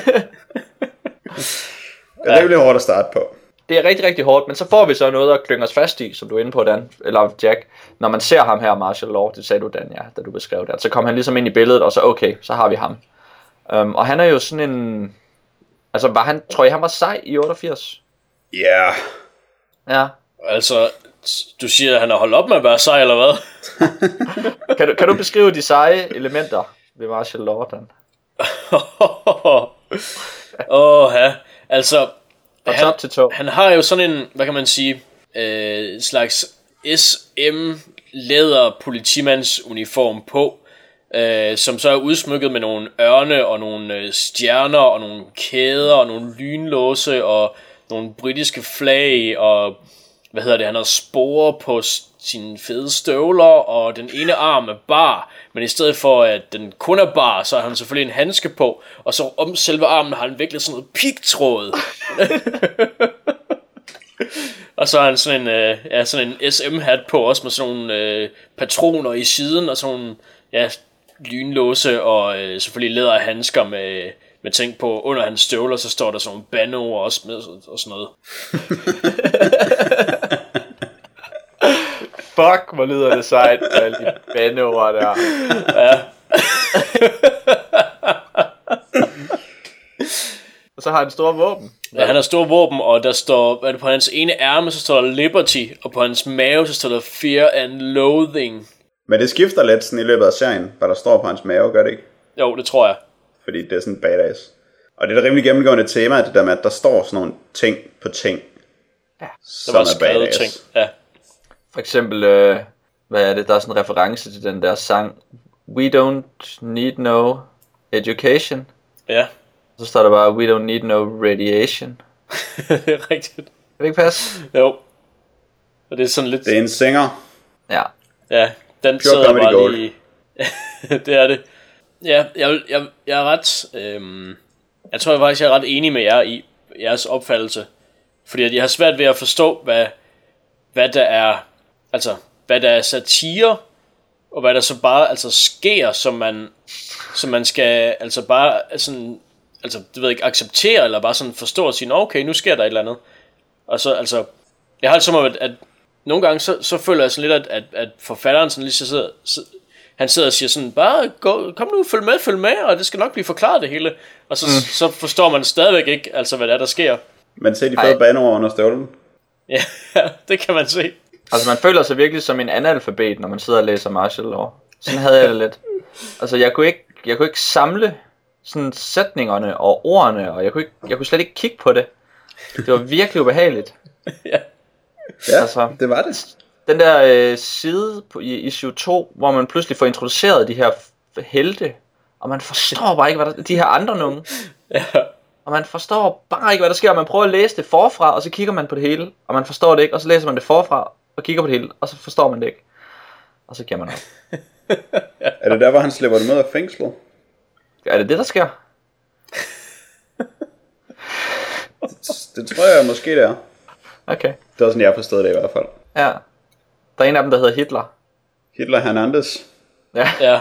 Det bliver hårdt at starte på. Det er rigtig, rigtig hårdt, men så får vi så noget at klynge os fast i, som du er inde på, Dan, eller Jack. Når man ser ham her, Martial Law, det sagde du, Dan, ja, da du beskrev det. Så kom han ligesom ind i billedet, og så okay, så har vi ham. Og han er jo sådan en... Altså, tror I, han var sej i 88? Ja. Ja. Altså, Du siger, at han har holdt op med at være sej, eller hvad? Kan du beskrive de seje elementer ved Martial Law, Dan? Ja. Altså, top til tå. Han har jo sådan en, hvad kan man sige, slags SM læder politimands uniform på, som så er udsmykket med nogle ørne og nogle stjerner og nogle kæder og nogle lynlåse og nogle britiske flag og han har sporer på sine fede støvler, og den ene arm er bar, men i stedet for at den kun er bar, så har han selvfølgelig en handske på, og så om selve armen har han virkelig sådan noget pigtråd. Og så har han sådan en SM-hat på, også med sådan nogle patroner i siden, og sådan nogle lynlåse, og selvfølgelig læderhandsker med ting på. Under hans støvler, så står der sådan nogle bandeord også med, og sådan noget. Fuck, hvor lyder det sejt med alle de bandeord der. Ja. Og så har han store våben. Ja, han har store våben, og der står, på hans ene ærme, så står der Liberty, og på hans mave, så står der Fear and Loathing. Men det skifter lidt sådan i løbet af serien, hvad der står på hans mave, gør det ikke? Jo, det tror jeg. Fordi det er sådan badass. Og det er et rimelig gennemgående tema, det der med, at der står sådan nogle ting på ting. Ja, der var skrevet ting. Ja. For eksempel, hvad er det, der er sådan en reference til den der sang, We don't need no education. Ja. Så står der bare, we don't need no radiation. Det er rigtigt. Kan det ikke passe? Jo. Og det er sådan lidt... Det er en singer. Ja. Ja, den Pure sidder comedy bare gold. lige... Det er det. Ja, jeg er ret... jeg tror faktisk, jeg er ret enig med jer i jeres opfattelse. Fordi at jeg har svært ved at forstå, hvad der er... Altså, hvad der er satire, og hvad der så bare altså sker, som man skal altså bare sådan... Altså, det ved jeg ikke, acceptere, eller bare sådan forstå og sige, okay, nu sker der et eller andet. Og så, altså... Jeg har det som om, at nogle gange, så føler jeg sådan lidt, at forfatteren sådan lige han sidder og siger sådan, bare kom nu, følg med, og det skal nok blive forklaret det hele. Og så forstår man stadigvæk ikke, altså hvad der sker. Man ser de fede bandeord under støvlen. Ja, det kan man se. Altså man føler sig virkelig som en analfabet, når man sidder og læser Martial Law. Sådan havde jeg det lidt. Altså jeg kunne ikke samle sådan sætningerne og ordene, og jeg kunne slet ikke kigge på det. Det var virkelig ubehageligt. Ja. Ja, altså, det var det. Den der side i issue 2, hvor man pludselig får introduceret de her helte, og man forstår bare ikke, hvad de her andre nogen. Ja. Og man forstår bare ikke, hvad der sker, og man prøver at læse det forfra, og så kigger man på det hele, og man forstår det ikke, og så læser man det forfra, og kigger på det hele, og så forstår man det ikke. Og så giver man op. Er det der, hvor han slipper dem ud af fængslet? Er det det, der sker? Det tror jeg måske, det er. Okay. Det er sådan, jeg har forstået det i hvert fald. Ja. Der er en af dem, der hedder Hitler. Hitler Hernandez. Ja. Ja.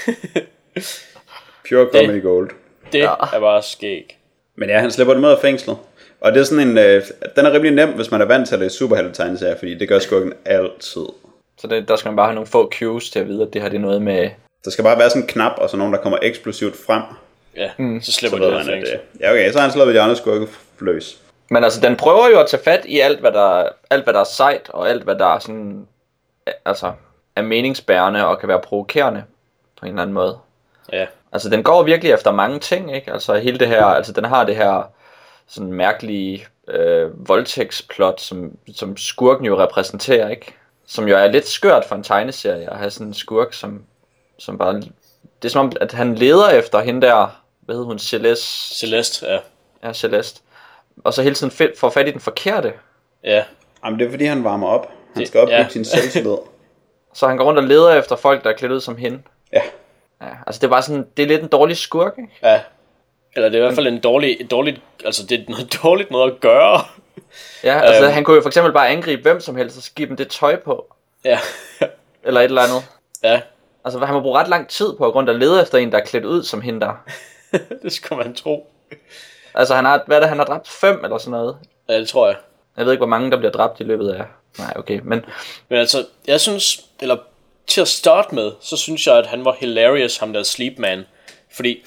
Pure comedy gold. Det er bare skæg. Men ja, han slipper dem ud af fængslet. Og det er sådan en, den er rimelig nem, hvis man er vant til at læse superhelte-tegneserier, fordi det gør skurken altid. Så der skal man bare have nogle få cues til at vide, at det her det er noget med... Der skal bare være sådan en knap, og så nogen, der kommer eksplosivt frem. Ja, så slipper Så det ved ud man, af at ja, okay, så har han sluppet de andre skurke løs. Men altså, den prøver jo at tage fat i alt, hvad der er sejt, og alt, hvad der er sådan... Altså, er meningsbærende og kan være provokerende på en eller anden måde. Ja. Altså, den går virkelig efter mange ting, ikke? Altså, hele det her... Altså, den har det her sådan mærkelige voldtægtsplot, som skurken jo repræsenterer, ikke? Som jo er lidt skørt for en tegneserie at have sådan en skurk, som bare... Det er som om, at han leder efter hende der... Hvad hedder hun? Celeste, ja. Ja, Celeste. Og så hele tiden får fat i den forkerte. Ja. Jamen, det er fordi, han varmer op. Han skal opbygge sin selvtillid. Så han går rundt og leder efter folk, der er klædt ud som hende. Ja. Ja, altså det er bare sådan, det er lidt en dårlig skurk, ikke? Ja. Eller det er i hvert fald en dårlig, altså det er noget dårligt noget at gøre. Ja, altså han kunne jo for eksempel bare angribe hvem som helst, og så give dem det tøj på. Ja. Eller et eller andet. Ja. Altså han må bruge ret lang tid på at gå rundt og lede efter en, der er klædt ud som hende der. Det skulle man tro. Altså han har dræbt 5 eller sådan noget. Ja, det tror jeg. Jeg ved ikke, hvor mange der bliver dræbt i løbet af... Nej, okay, men altså, jeg synes, eller til at starte med, så synes jeg, at han var hilarious, ham der Sleepman. Fordi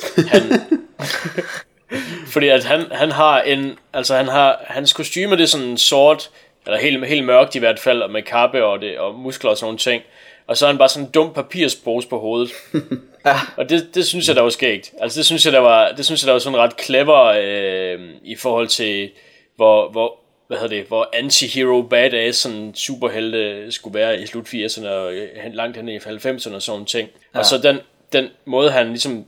han... fordi at han har en... Altså, hans kostyme, det er sådan en sort eller helt mørkt i hvert fald, og med kappe og muskler og sådan nogle ting. Og så er han bare sådan en dum papirspose på hovedet. Og det synes jeg, der var skægt. Altså det synes jeg, der var sådan ret clever i forhold til, hvor anti-hero badass sådan superhelte skulle være i slut 80'erne og langt hen i 90'erne og sådan ting. Ja. Og så den måde, han ligesom,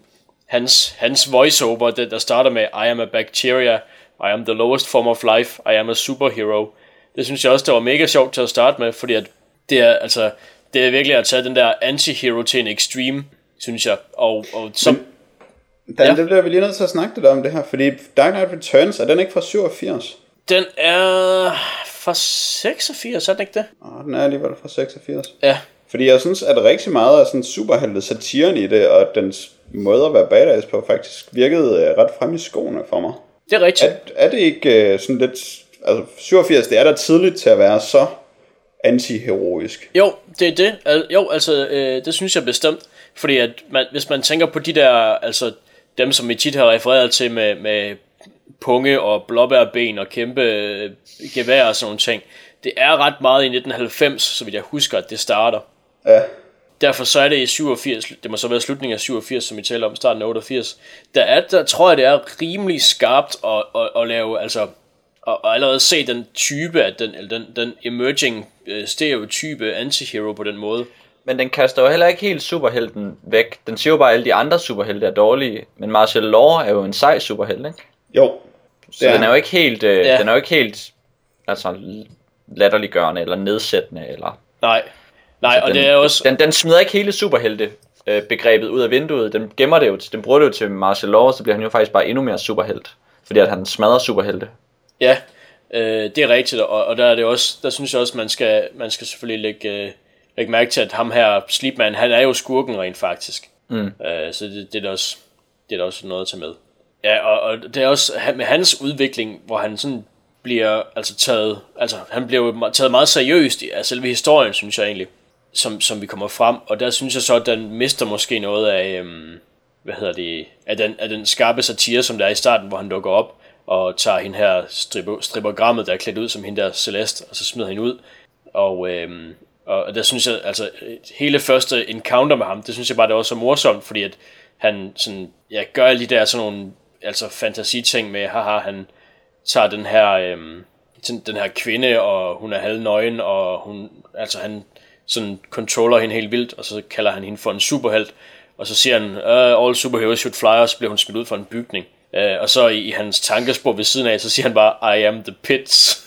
hans voiceover, der starter med, I am a bacteria, I am the lowest form of life, I am a superhero. Det synes jeg også, det var mega sjovt til at starte med, fordi at det er virkelig at tage den der anti-hero til en extreme, synes jeg. Og så... Dan, det bliver vi lige nødt til at snakke lidt om det her, fordi Dark Knight Returns, er den ikke fra 87? Den er fra 86, er den ikke det? Den er alligevel fra 86. Ja. Fordi jeg synes, at rigtig meget af sådan superhelte satiren i det, og dens måde at være badass på, faktisk virkede ret frem i skoene for mig. Det er rigtigt. Er det ikke sådan lidt... Altså 87, det er da tidligt til at være så anti-heroisk. Jo, det er det. Det synes jeg bestemt. Fordi at hvis man tænker på de der, altså dem som vi tit har refereret til med punge og blåbærben og kæmpe gevær og sådan nogle ting. Det er ret meget i 1990, så vidt jeg husker, at det starter. Ja. Derfor så er det i 87, det må så være slutningen af 87, som vi taler om, starten af 88. Der tror jeg, det er rimelig skarpt at lave, altså, og allerede se den type af den emerging stereotype antihero på den måde. Men den kaster jo heller ikke helt superhelten væk. Den siger jo bare, at alle de andre superhelte er dårlige. Men Martial Law er jo en sej superhelt, ikke? Jo. Så den er jo ikke helt, den er jo ikke helt altså, latterliggørende eller nedsættende. Eller... Nej, altså, og det er også... Den smider ikke hele superhelte begrebet ud af vinduet. Den gemmer det jo, den bruger det jo til Martial Law, så bliver han jo faktisk bare endnu mere superhelt. Fordi at han smadrer superhelte. Ja, det er rigtigt, og der er det også, der synes jeg også, man skal selvfølgelig lægge mærke til, at ham her, Sleepman, han er jo skurken rent faktisk. Så det er da også noget at tage med. Ja, og det er også med hans udvikling, hvor han sådan bliver han bliver jo taget meget seriøst af selve historien, synes jeg egentlig, som vi kommer frem, og der synes jeg så, at den mister måske noget af, af den skarpe satire, som der er i starten, hvor han dukker op og tager hende her strippergrammet, der er klædt ud som hende der Celeste, og så smider hende ud, og der synes jeg, altså hele første encounter med ham, det synes jeg bare, det var så morsomt, fordi at han sådan, gør alle de der sådan nogle, altså fantasiting med, han tager den her kvinde, og hun er halvnøgen, og han sådan controller hende helt vildt, og så kalder han hende for en superhelt, og så siger han, all superheroes should fly, og så bliver hun smidt ud fra en bygning. Og så i hans tankespor ved siden af, så siger han bare, I am the pits.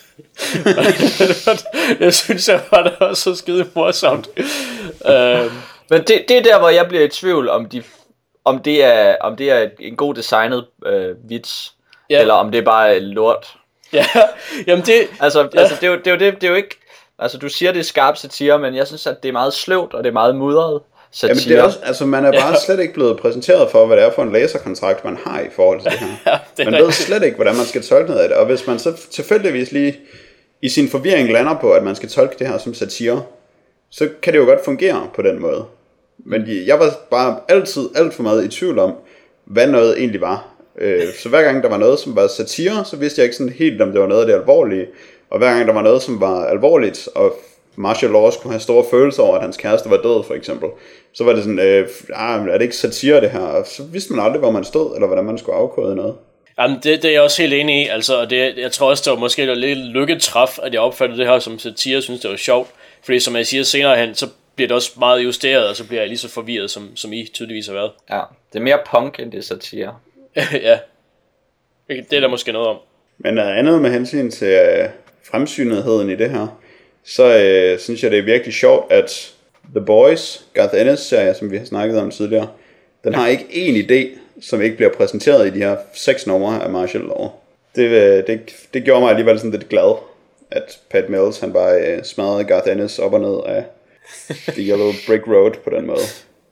Jeg synes, jeg var da også så skide morsomt. Men det er der, hvor jeg bliver i tvivl, om det er en god designet vits, eller om det er bare lort. Ja, jamen det... Altså det er jo ikke... Altså du siger, det er skarp satire, men jeg synes, at det er meget sløvt, og det er meget mudret satire. Jamen det er også, altså man er bare slet ikke blevet præsenteret for, hvad det er for en laserkontrakt, man har i forhold til det her. Man ved slet ikke, hvordan man skal tolke noget af det, og hvis man så tilfældigvis lige i sin forvirring lander på, at man skal tolke det her som satire, så kan det jo godt fungere på den måde. Men jeg var bare altid alt for meget i tvivl om, hvad noget egentlig var. Så hver gang der var noget, som var satire, så vidste jeg ikke sådan helt, om det var noget af det alvorlige. Og hver gang der var noget, som var alvorligt, og Martial Law skulle have store følelser over, at hans kæreste var død, for eksempel, så var det sådan, er det ikke satire det her? Og så vidste man aldrig, hvor man stod, eller hvordan man skulle afkode noget. Jamen, det er jeg også helt enig i. Altså, jeg tror også, det var måske et lidt lykketræf, at jeg opfattede det her som satire, synes det var sjovt. Fordi som jeg siger senere hen, så bliver det også meget justeret, og så bliver jeg lige så forvirret, som I tydeligvis har været. Ja, det er mere punk, end det er satire. Ja, det er der måske noget om. Men andet med hensyn til fremsynetheden i det her, så synes jeg, det er virkelig sjovt, at The Boys, Garth Ennis-serie, som vi har snakket om tidligere, den har ikke én idé, som ikke bliver præsenteret i de her 6 numre af Martial Law. Det gjorde mig alligevel sådan lidt glad, at Pat Mills, han bare smadrede Garth Ennis op og ned af The Yellow Brick Road på den måde.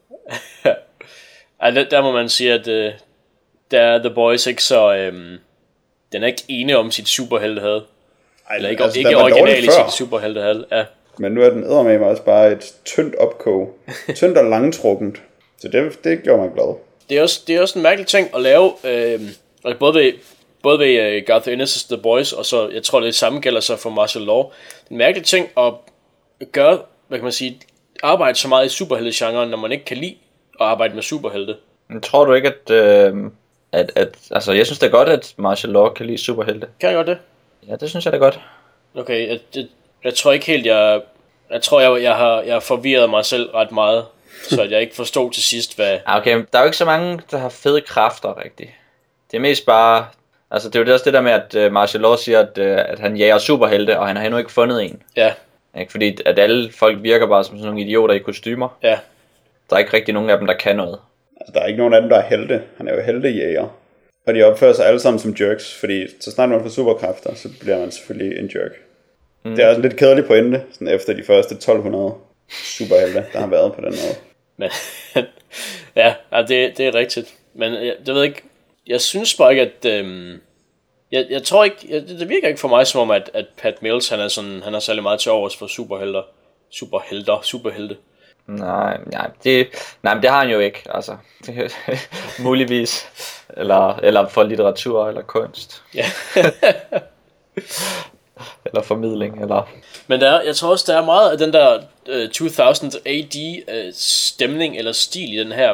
Ej, der må man sige, at der er The Boys ikke så... den er ikke ene om sit superheltehad. Eller ikke, altså, ikke original i sit superheltehad. Ja. Men nu er den eddermame også bare et tyndt opkog. Tyndt og langtrukkent. Så det gjorde mig glad. Det er også en mærkelig ting at lave, både både ved Garth Ennis' The Boys, og så, jeg tror det samme gælder så for Martial Law. Det er en mærkelig ting at gøre, hvad kan man sige, arbejde så meget i superhelte-genren, når man ikke kan lide at arbejde med superhelte. Men tror du ikke, at altså, jeg synes det er godt, at Martial Law kan lide superhelte. Kan jeg godt det? Ja, det synes jeg da godt. Okay, jeg tror ikke helt, jeg tror, jeg har forvirret mig selv ret meget, så jeg ikke forstod til sidst, hvad... Okay, der er jo ikke så mange, der har fede kræfter, rigtigt. Det er mest bare... Altså, det er jo også det der med, at Martial Law siger, at han jager superhelte, og han har endnu ikke fundet en. Ja. Ikke? Fordi at alle folk virker bare som sådan nogle idioter i kostymer. Ja. Der er ikke rigtig nogen af dem, der kan noget. Altså, der er ikke nogen af dem, der er helte. Han er jo heltejæger. Og de opfører sig alle sammen som jerks, fordi så snart man får superkræfter, så bliver man selvfølgelig en jerk. Det er også en lidt kedelig pointe, sådan efter de første 1200 superhelte, der har været på den måde. Men, ja, det er rigtigt. Men jeg ved ikke, jeg synes bare ikke, at... Jeg tror ikke, det virker ikke for mig som om, at Pat Mills, han har særlig meget til overs for superhelte. Nej, men det har han jo ikke, altså. Muligvis. Eller for litteratur, eller kunst. Ja. Eller formidling, eller... Men jeg tror også, der er meget af den der 2000 AD stemning eller stil i den her,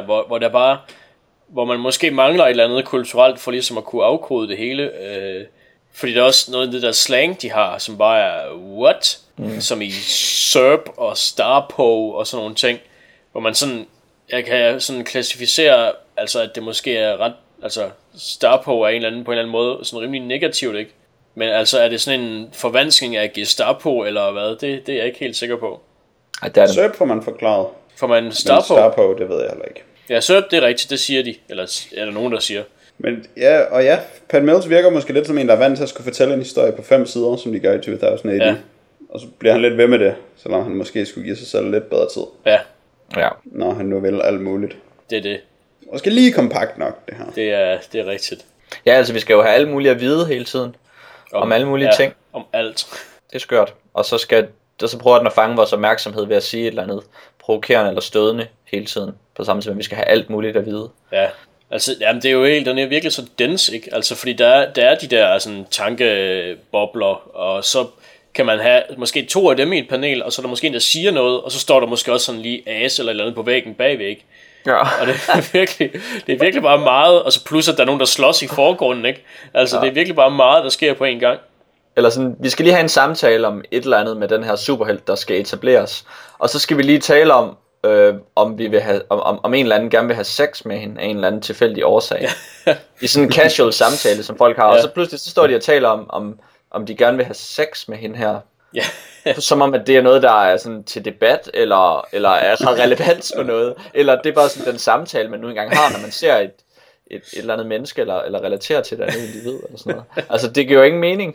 hvor man måske mangler et eller andet kulturelt for ligesom at kunne afkode det hele. Fordi der er også noget af det der slang, de har, som bare er what? Som i SERP og STARPO og sådan nogle ting. Hvor man sådan, jeg kan sådan klassificere, altså at det måske er ret, altså STARPO er på en eller anden måde sådan rimelig negativt, ikke? Men altså er det sådan en forvanskning af Gestapo eller hvad? Det er jeg ikke helt sikker på. Ej, det er det. SERP får man forklaret. Får man STARPO? Men STARPO, det ved jeg heller ikke. Ja, SERP, det er rigtigt, det siger de. Eller er der nogen, der siger. Men ja, Pat Mills virker måske lidt som en, der er vant til at skulle fortælle en historie på 5 sider, som de gør i 2000 AD. Ja. Og så bliver han lidt ved med det, selvom han måske skulle give sig selv lidt bedre tid. Ja. Når han nu vil alt muligt. Det er det. Måske lige kompakt nok, det her. Det er rigtigt. Ja, altså vi skal jo have alt muligt at vide hele tiden. Om alle mulige ting. Om alt. Det er skørt. Og så prøver den at fange vores opmærksomhed ved at sige et eller andet provokerende eller stødende hele tiden. På samme tid, at vi skal have alt muligt at vide. Ja. Altså, jamen det er jo den er virkelig så dens, ikke? Altså, fordi der er de der sådan tankebobler, og så kan man have måske 2 af dem i et panel, og så er der måske en, der siger noget, og så står der måske også sådan lige as eller et eller andet på væggen bagved, ikke? Ja. Og det er virkelig bare meget, og så plus at der er nogen, der slås i forgrunden, ikke? Altså, det er virkelig bare meget, der sker på en gang. Eller sådan, vi skal lige have en samtale om et eller andet med den her superhelt, der skal etableres. Og så skal vi lige tale om, om vi vil have, om en eller anden gerne vil have sex med hende af en eller anden tilfældig årsag. I sådan en casual samtale, som folk har. Og så pludselig så står de og taler om de gerne vil have sex med hende her. Som om at det er noget, der er sådan til debat, eller har relevans for noget. Eller det er bare sådan den samtale, man nu engang har, når man ser et eller andet menneske, eller relaterer til et andet individ, eller sådan noget. Altså, det giver jo ingen mening.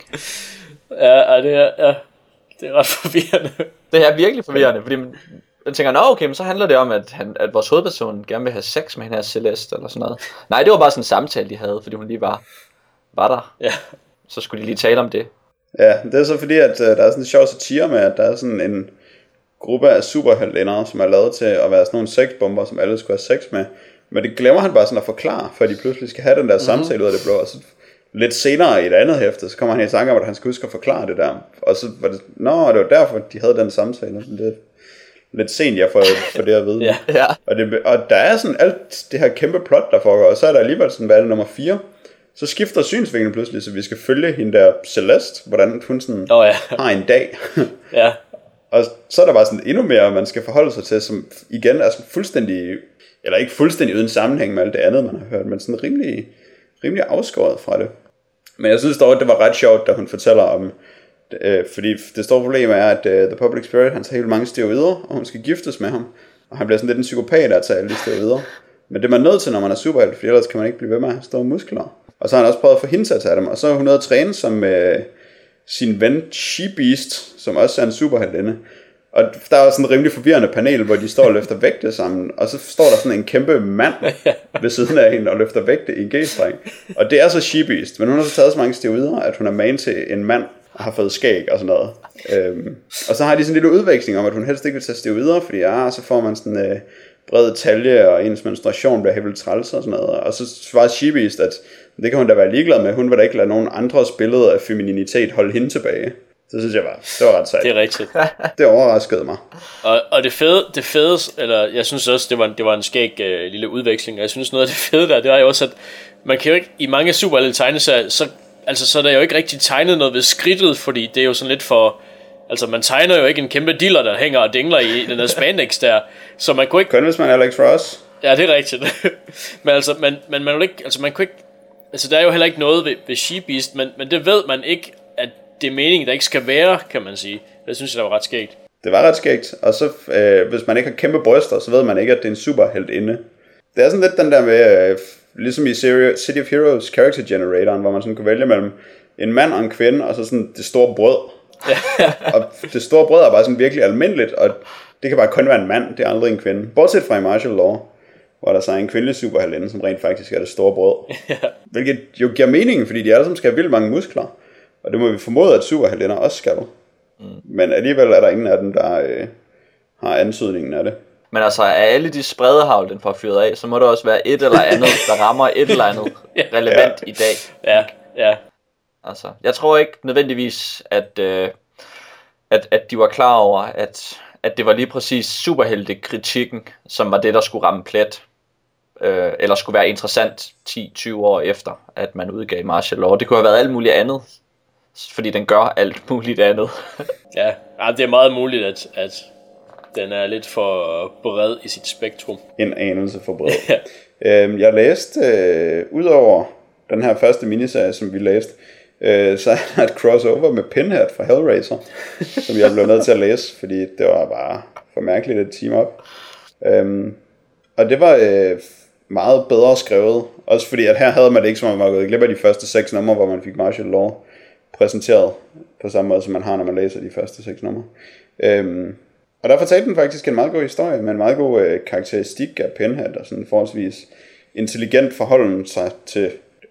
Ja, det er ret forvirrende. Det er virkelig forvirrende, fordi man tænker, okay, men så handler det om, at vores hovedperson gerne vil have sex med hende her Celeste, eller sådan noget. Nej, det var bare sådan en samtale, de havde, fordi hun lige var der. Ja. Så skulle de lige tale om det. Ja, det er så fordi, at der er sådan en sjov satire med, at der er sådan en gruppe af superheltindere, som er lavet til at være sådan nogle sexbomber, som alle skulle have sex med. Men det glemmer han bare sådan at forklare, for de pludselig skal have den der samtale ud af det blå, og så lidt senere i et andet hæfte, så kommer han i tanke om, at han skal huske at forklare det der. Og så var det, det var derfor, de havde den samtale. Det er lidt sent, jeg får det at vide. Ja. Og der er sådan alt det her kæmpe plot, der foregår, og så er der alligevel sådan, hvad er det, nummer 4? Så skifter synsvinklen pludselig, så vi skal følge hende der Celeste, hvordan hun sådan har en dag. Ja. Og så er der bare sådan endnu mere, man skal forholde sig til, som igen er sådan fuldstændig, eller ikke fuldstændig uden sammenhæng med alt det andet, man har hørt, men sådan rimelig afskåret fra det. Men jeg synes dog, at det var ret sjovt, da hun fortæller om, fordi det store problem er, at The Public Spirit, han tager helt mange steroider, og hun skal giftes med ham. Og han bliver sådan lidt en psykopat at tage alle de steroider. Men det er man nødt til, når man er superhelt, for ellers kan man ikke blive ved med at have store muskler. Og så har han også prøvet at få hende til at tage dem. Og så er hun nødt at træne som sin ven She-Beast, som også er en superheltinde. Og der er sådan en rimelig forvirrende panel, hvor de står og løfter vægte sammen. Og så står der sådan en kæmpe mand ved siden af hende og løfter vægte i en G-streng. Og det er så She-Beast. Men hun har så taget så mange steroider, at hun er man til en mand og har fået skæg og sådan noget. Og så har de sådan en lille udveksling om, at hun helst ikke vil tage steroider, fordi så får man sådan bred talje, og ens menstruation bliver helt vildt træls og sådan noget. Og så svarer She-Beast, at det kan hun da være ligeglad med. Hun vil da ikke lade nogen andres billeder af femininitet holde hende tilbage. Så synes jeg bare, det var ret sejt. Det er rigtigt. Det overraskede mig. Og det fede, eller jeg synes også, det var en skæg lille udveksling, og jeg synes noget af det fede der, det er jo også, at man kan jo ikke, i mange superhelte tegneserier, så er der jo ikke rigtig tegnet noget ved skridtet, fordi det er jo sådan lidt for, altså man tegner jo ikke en kæmpe diller, der hænger og dingler i den der spandex der, så man kunne ikke... Kun hvis man er Alex Ross. Ja, det er rigtigt. Men altså, man vil ikke, altså man kunne ikke, altså der er jo heller ikke noget ved She-Beast, men det ved man ikke, at det er meningen, der ikke skal være, kan man sige. Det synes jeg, der var ret skægt. Det var ret skægt, og så hvis man ikke har kæmpe bryster, så ved man ikke, at det er en superheltinde. Det er sådan lidt den der med, ligesom i City of Heroes Character Generatoren, hvor man sådan kan vælge mellem en mand og en kvinde, og så sådan det store brød. Og det store brød er bare sådan virkelig almindeligt, og det kan bare kun være en mand, det er aldrig en kvinde. Bortset fra i Martial Law, hvor der så er en kvindelig superheltinde, som rent faktisk er det store brød. Hvilket jo giver mening, fordi de alle sammen skal have vildt mange muskler. Og det må vi formode, at superheldinder også skal. Men alligevel er der ingen af dem, der har ansøgningen af det. Men altså, af alle de spredehavl, den får fyret af, så må der også være et eller andet, der rammer et eller andet relevant i dag. Ja. Altså, jeg tror ikke nødvendigvis, at de var klar over, at det var lige præcis superheltekritikken, som var det, der skulle ramme plet. Eller skulle være interessant 10-20 år efter, at man udgav Martial Law. Det kunne have været alt muligt andet, fordi den gør alt muligt andet. Ja, det er meget muligt, at den er lidt for bred i sit spektrum. En anelse for bred. Jeg læste, udover den her første miniserie, som vi læste, så er der et crossover med Pinhead fra Hellraiser, som jeg blev nødt til at læse, fordi det var bare for mærkeligt et team op. Og det var meget bedre skrevet, også fordi at her havde man det ikke, som man var gået glip af de første 6 numre, hvor man fik Martial Law præsenteret på samme måde, som man har, når man læser de første 6 numre. Og der fortalte den faktisk en meget god historie, med en meget god karakteristik af Pinhead, og sådan forholdsvis intelligent forholden sig til,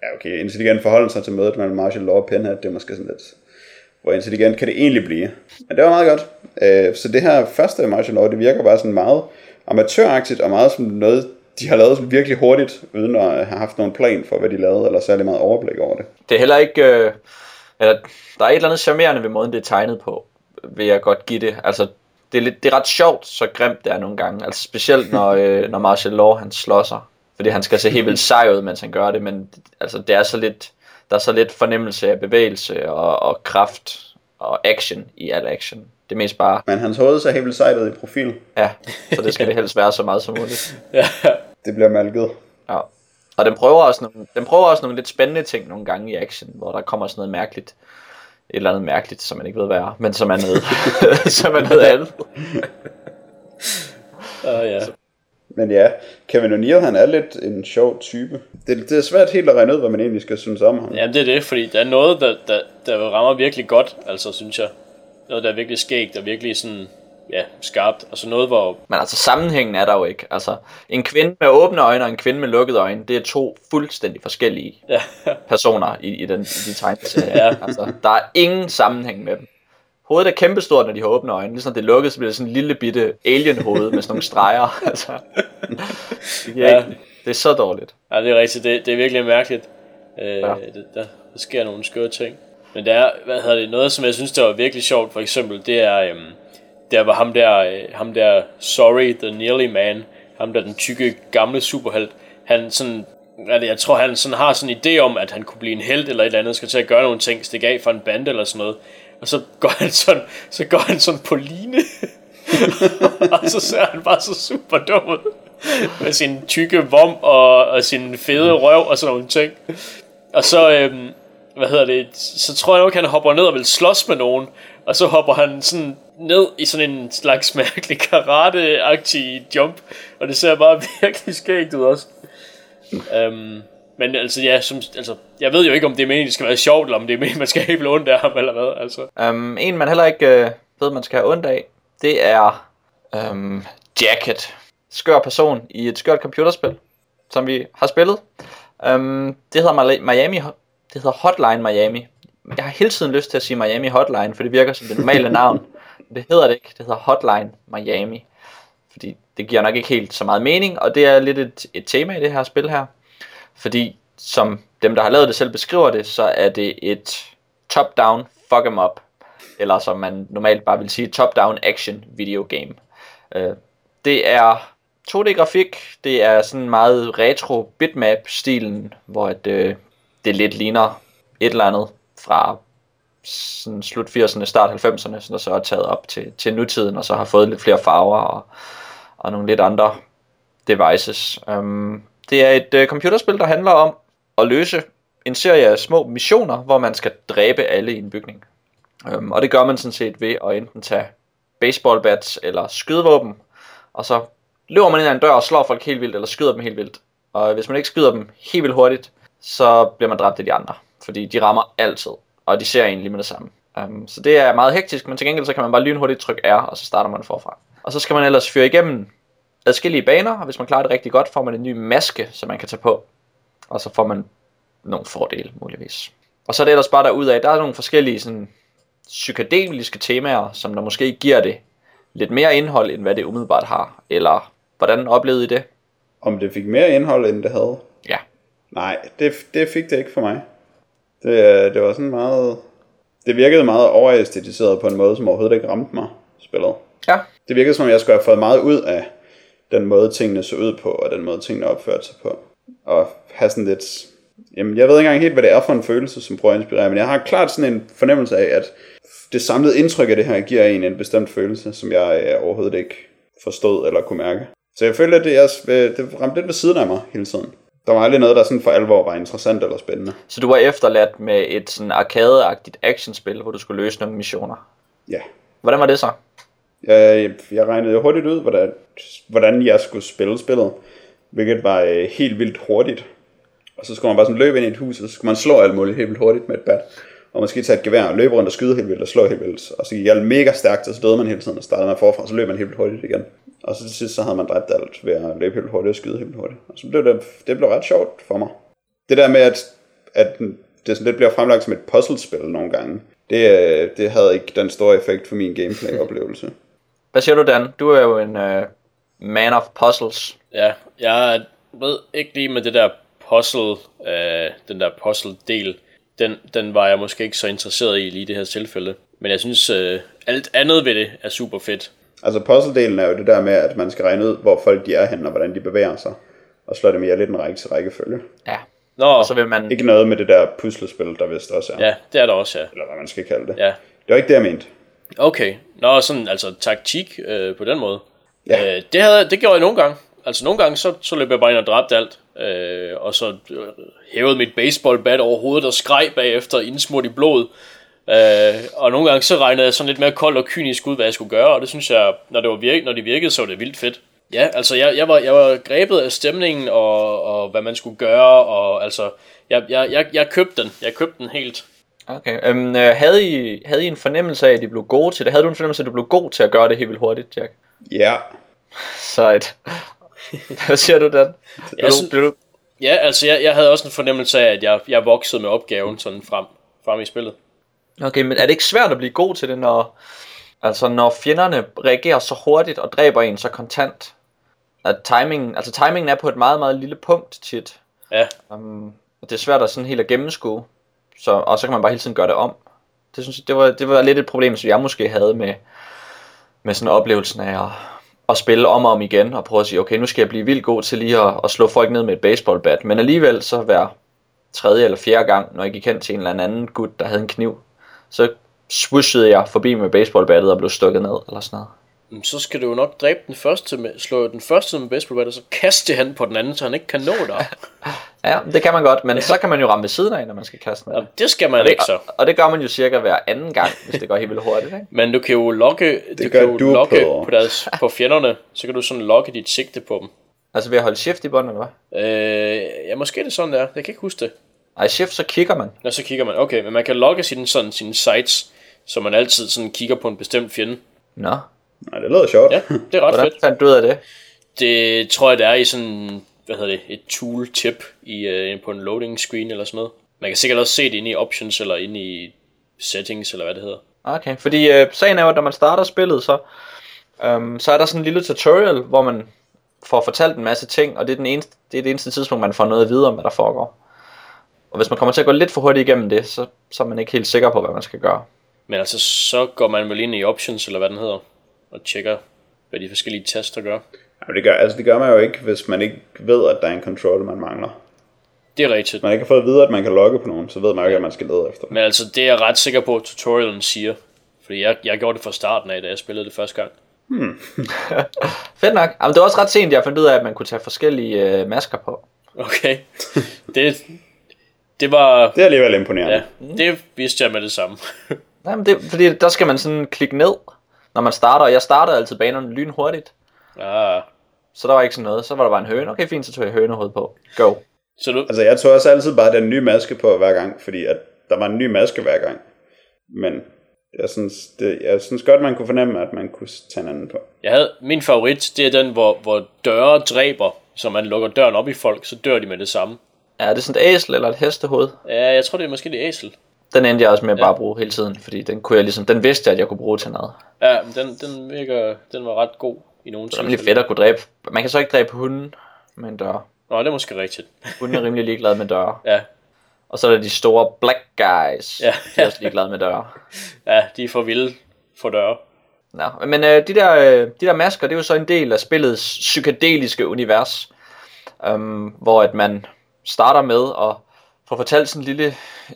mødet mellem Martial Law og Pinhead. Det er måske sådan lidt, hvor intelligent kan det egentlig blive. Men det var meget godt. Så det her første Martial Law, det virker bare sådan meget amatøragtigt, og meget som noget, de har lavet sådan virkelig hurtigt, uden at have haft nogen plan for, hvad de lavede, eller særlig meget overblik over det. Det er heller ikke, der er et eller andet charmerende ved måden, det er tegnet på, vil jeg godt give det. Altså, det er ret sjovt, så grimt det er nogle gange. Altså specielt når Martial Law han slår sig, fordi han skal se helt vildt sej ud, mens han gør det, men altså det er så lidt, der er så lidt fornemmelse af bevægelse og kraft og action i al action. Det er mest bare... Men hans hoved ser helt vildt sejt ud i profil. Ja, så det skal det helst være så meget som muligt. Ja. Det bliver malket. Ja. Og den prøver også nogle lidt spændende ting nogle gange i action, hvor der kommer sådan noget mærkeligt. Et eller andet mærkeligt, som man ikke ved hvad er, men som er noget, som er noget andet. Ja. Men ja, Kevin O'Neill, han er lidt en sjov type. Det er svært helt at regne ud, hvad man egentlig skal synes om ham. Jamen det er det, fordi der er noget, der rammer virkelig godt, altså synes jeg. Noget, der er virkelig skægt, og virkelig sådan, ja, skarpt. Altså noget, hvor... Men altså sammenhængen er der jo ikke. Altså en kvinde med åbne øjne og en kvinde med lukkede øjne, det er 2 fuldstændig forskellige personer i de tegneserier. Ja. Altså der er ingen sammenhæng med dem. Hovedet er kæmpestort, når de har åbne øjne. Ligesom det er lukket, så bliver det sådan en lille bitte alien-hoved med sådan nogle streger. Altså, det er så dårligt. Ja, det er rigtigt. Det er virkelig mærkeligt. Der sker nogle skøre ting. Men der er, noget, som jeg synes, der var virkelig sjovt, for eksempel, det er, der var ham der, Sorry, the Nearly Man, ham der, den tykke, gamle superhelt, han sådan, jeg tror, han sådan har sådan en idé om, at han kunne blive en helt eller et eller andet, skal til at gøre nogle ting, stikke af for en bande eller sådan noget, og så går han sådan på line, og så ser han bare så super dum ud, med sin tykke vom og sin fede røv og sådan nogle ting, og så, så tror jeg nok, han hopper ned og vil slås med nogen, og så hopper han sådan ned i sådan en slags mærkelig karate-agtig jump, og det ser bare virkelig skægt ud også. Men altså, ja, jeg ved jo ikke, om det er meningen, det skal være sjovt, eller om det er meningen, man skal have ondt af ham, eller hvad, altså. En, man heller ikke ved, man skal have ondt af, det er Jacket. Skør person i et skørt computerspil, som vi har spillet. Det hedder Miami. Det hedder Hotline Miami. Jeg har hele tiden lyst til at sige Miami Hotline, for det virker som det normale navn. Men det hedder det ikke. Det hedder Hotline Miami. fordi det giver nok ikke helt så meget mening, og det er lidt et tema i det her spil her. Fordi som dem, der har lavet det selv beskriver det, så er det et top-down fuck 'em up, eller som man normalt bare vil sige, top-down action video game. Det er 2D-grafik, det er sådan meget retro bitmap-stilen, hvor det lidt ligner et eller andet fra sådan slut 80'erne, start 90'erne, der så er taget op til nutiden, og så har fået lidt flere farver og nogle lidt andre devices. Det er et computerspil, der handler om at løse en serie af små missioner, hvor man skal dræbe alle i en bygning. Og det gør man sådan set ved at enten tage baseballbats eller skydevåben, og så løber man ind ad en dør og slår folk helt vildt, eller skyder dem helt vildt. Og hvis man ikke skyder dem helt vildt hurtigt, så bliver man dræbt af de andre, fordi de rammer altid, og de ser egentlig med det samme. Så det er meget hektisk, men til gengæld så kan man bare lynhurtigt trykke R, og så starter man forfra. Og så skal man ellers fyre igennem adskillige baner, og hvis man klarer det rigtig godt, får man en ny maske, som man kan tage på. Og så får man nogle fordele, muligvis. Og så er det ellers bare derudad, der er nogle forskellige sådan, psykedeliske temaer, som der måske giver det lidt mere indhold, end hvad det umiddelbart har. Eller hvordan oplevede I det? Om det fik mere indhold, end det havde? Ja. Nej, det fik det ikke for mig. Det var sådan meget... Det virkede meget overæstetiseret på en måde, som overhovedet ikke ramte mig, spillet. Ja. Det virkede som, jeg skulle have fået meget ud af den måde, tingene så ud på, og den måde, tingene opførte sig på. Og have sådan lidt... Jamen, jeg ved ikke engang helt, hvad det er for en følelse, som prøver at inspirere, men jeg har klart sådan en fornemmelse af, at det samlede indtryk af det her giver en bestemt følelse, som jeg overhovedet ikke forstod eller kunne mærke. Så jeg følte, at det ramte lidt ved siden af mig hele tiden. Der var aldrig noget, der sådan for alvor var interessant eller spændende. Så du var efterladt med et sådan arcade-agtigt actionspil, hvor du skulle løse nogle missioner? Ja. Hvordan var det så? Jeg regnede hurtigt ud, hvordan jeg skulle spille spillet, hvilket var helt vildt hurtigt. Og så skulle man bare sådan løbe ind i et hus, og så skulle man slå alt muligt helt vildt hurtigt med et bat. Og måske tage et gevær og løbe rundt og skyde helt vildt og slå helt vildt. Og så gik alt mega stærkt, og så døde man hele tiden og startede man forfra, og så løb man helt vildt hurtigt igen. Og så til sidst så havde man dræbt alt ved at løbe helt vildt hurtigt og skyde helt vildt hurtigt. Og så blev det blev ret sjovt for mig. Det der med, at det sådan lidt bliver fremlagt som et puzzlespil nogle gange, det havde ikke den store effekt for min gameplay-oplevelse. Hvad siger du, Dan? Du er jo en man of puzzles. Ja, jeg ved ikke lige med det der puzzle, den der puzzle-del, den var jeg måske ikke så interesseret i lige i det her tilfælde. Men jeg synes, alt andet ved det er super fedt. Altså puzzle-delen er jo det der med, at man skal regne ud, hvor folk de er henne, og hvordan de bevæger sig. Og slå dem i lidt en rækkefølge. Ja. Nå. Og så vil man... Ikke noget med det der puslespil, der vist også er. Ja, det er der også, ja. Eller hvad man skal kalde det. Ja. Det var ikke det, jeg mente. Okay. Nå, sådan altså taktik på den måde. Ja. Det gjorde jeg nogle gange. Altså nogle gange, så løb jeg bare ind og dræbte alt. Og så hævede mit baseballbat over hovedet og skreg bagefter, indsmurt i blod. Og nogle gange så regnede jeg sådan lidt mere koldt og kynisk ud, hvad jeg skulle gøre. Og det synes jeg, når det virkede, så var det vildt fedt. Ja, altså jeg var grebet af stemningen og hvad man skulle gøre. Og altså, jeg købte den. Jeg købte den helt. Okay. Havde I en fornemmelse af, at I blev gode til det? Havde du en fornemmelse af, at du blev god til at gøre det helt vildt hurtigt, Jack? Ja. Sejt. Hvad siger du, Dan? Ja, altså jeg havde også en fornemmelse af, at jeg voksede med opgaven sådan frem i spillet. Okay, men er det ikke svært at blive god til det, når fjenderne reagerer så hurtigt og dræber en så kontant? At timingen er på et meget, meget lille punkt tit. Ja. Det er svært at sådan helt at gennemskue. Og så kan man bare hele tiden gøre det om. Det synes jeg, det var lidt et problem, som jeg måske havde med sådan oplevelsen af at spille om og om igen, og prøve at sige, okay, nu skal jeg blive vildt god til lige at slå folk ned med et baseballbat, men alligevel så hver tredje eller fjerde gang, når jeg gik hen til en eller anden gut, der havde en kniv, så swooshede jeg forbi med baseballbattet og blev stukket ned, eller sådan noget. Så skal du jo nok dræbe slå den første med baseballbattet, og så kaste han på den anden, så han ikke kan nå dig. Ja, det kan man godt, men så kan man jo ramme ved siden af, når man skal kaste med det. Det skal man ikke så. Og det gør man jo cirka hver anden gang, hvis det går helt vildt hurtigt, ikke? Men du kan jo logge på fjenderne, så kan du sådan logge dit sigte på dem. Altså ved at holde shift i bunden, eller hvad? Ja, måske er det sådan der. Jeg kan ikke huske det. Ej, shift, så kigger man. Nå, så kigger man. Okay, men man kan logge sine sites, så man altid sådan kigger på en bestemt fjende. Nå. Nej, det lyder sjovt. Ja, det er ret Hvordan fedt. fandt du ud af det? Det tror jeg, det er i sådan, et tool-tip på en loading screen eller sådan noget. Man kan sikkert også se det inde i options eller inde i settings eller hvad det hedder. Okay, fordi sagen er jo, at når man starter spillet, så Så er der sådan en lille tutorial, hvor man får fortalt en masse ting, og det er det eneste tidspunkt, man får noget at vide om, hvad der foregår. Og hvis man kommer til at gå lidt for hurtigt igennem det, så er man ikke helt sikker på, hvad man skal gøre. Men altså, så går man vel ind i options, eller hvad den hedder, og tjekker, hvad de forskellige taster gør. Ja, det gør man jo ikke, hvis man ikke ved, at der er en controller, man mangler. Det er rigtigt. Hvis man ikke har fået at vide, at man kan logge på nogen, så ved man jo ikke, at man skal lede efter. Men altså, det er jeg ret sikker på, at tutorialen siger. Fordi jeg gjorde det fra starten af, da jeg spillede det første gang. Fedt nok. Jamen, det var også ret sent, jeg fandt ud af, at man kunne tage forskellige masker på. Okay. Det var... Det er alligevel imponerende. Ja, det vidste jeg med det samme. Jamen, fordi der skal man sådan klikke ned, når man starter. Og jeg startede altid banerne lynhurtigt. Så der var ikke sådan noget. Så var der bare en høne. Okay, fint, så tog jeg hønehovedet på. Go. Altså, jeg tog også altid bare den nye maske på hver gang, fordi at der var en ny maske hver gang. Men jeg synes godt, man kunne fornemme, at man kunne tage en anden på. Min favorit, det er den, hvor døre dræber, så man lukker døren op i folk, så dør de med det samme. Ja, det er sådan et æsel eller et hestehoved. Ja, jeg tror, det er måske det æsel. Den endte jeg også med bare at bruge hele tiden, fordi den vidste jeg, at jeg kunne bruge til noget. Ja, den var ret god i nogle tilfælde. Det er rimelig fedt at kunne dræbe. Man kan så ikke dræbe hunden med en dør. Nå, det er måske rigtigt. Hunden er rimelig ligeglad med døre. Ja. Og så er der de store black guys. Ja. De er også ligeglade med døre. Ja, de er for vilde for døre. Nå, men de der masker, det er jo så en del af spillets psykedeliske univers. Hvor at man starter med at få fortalt sådan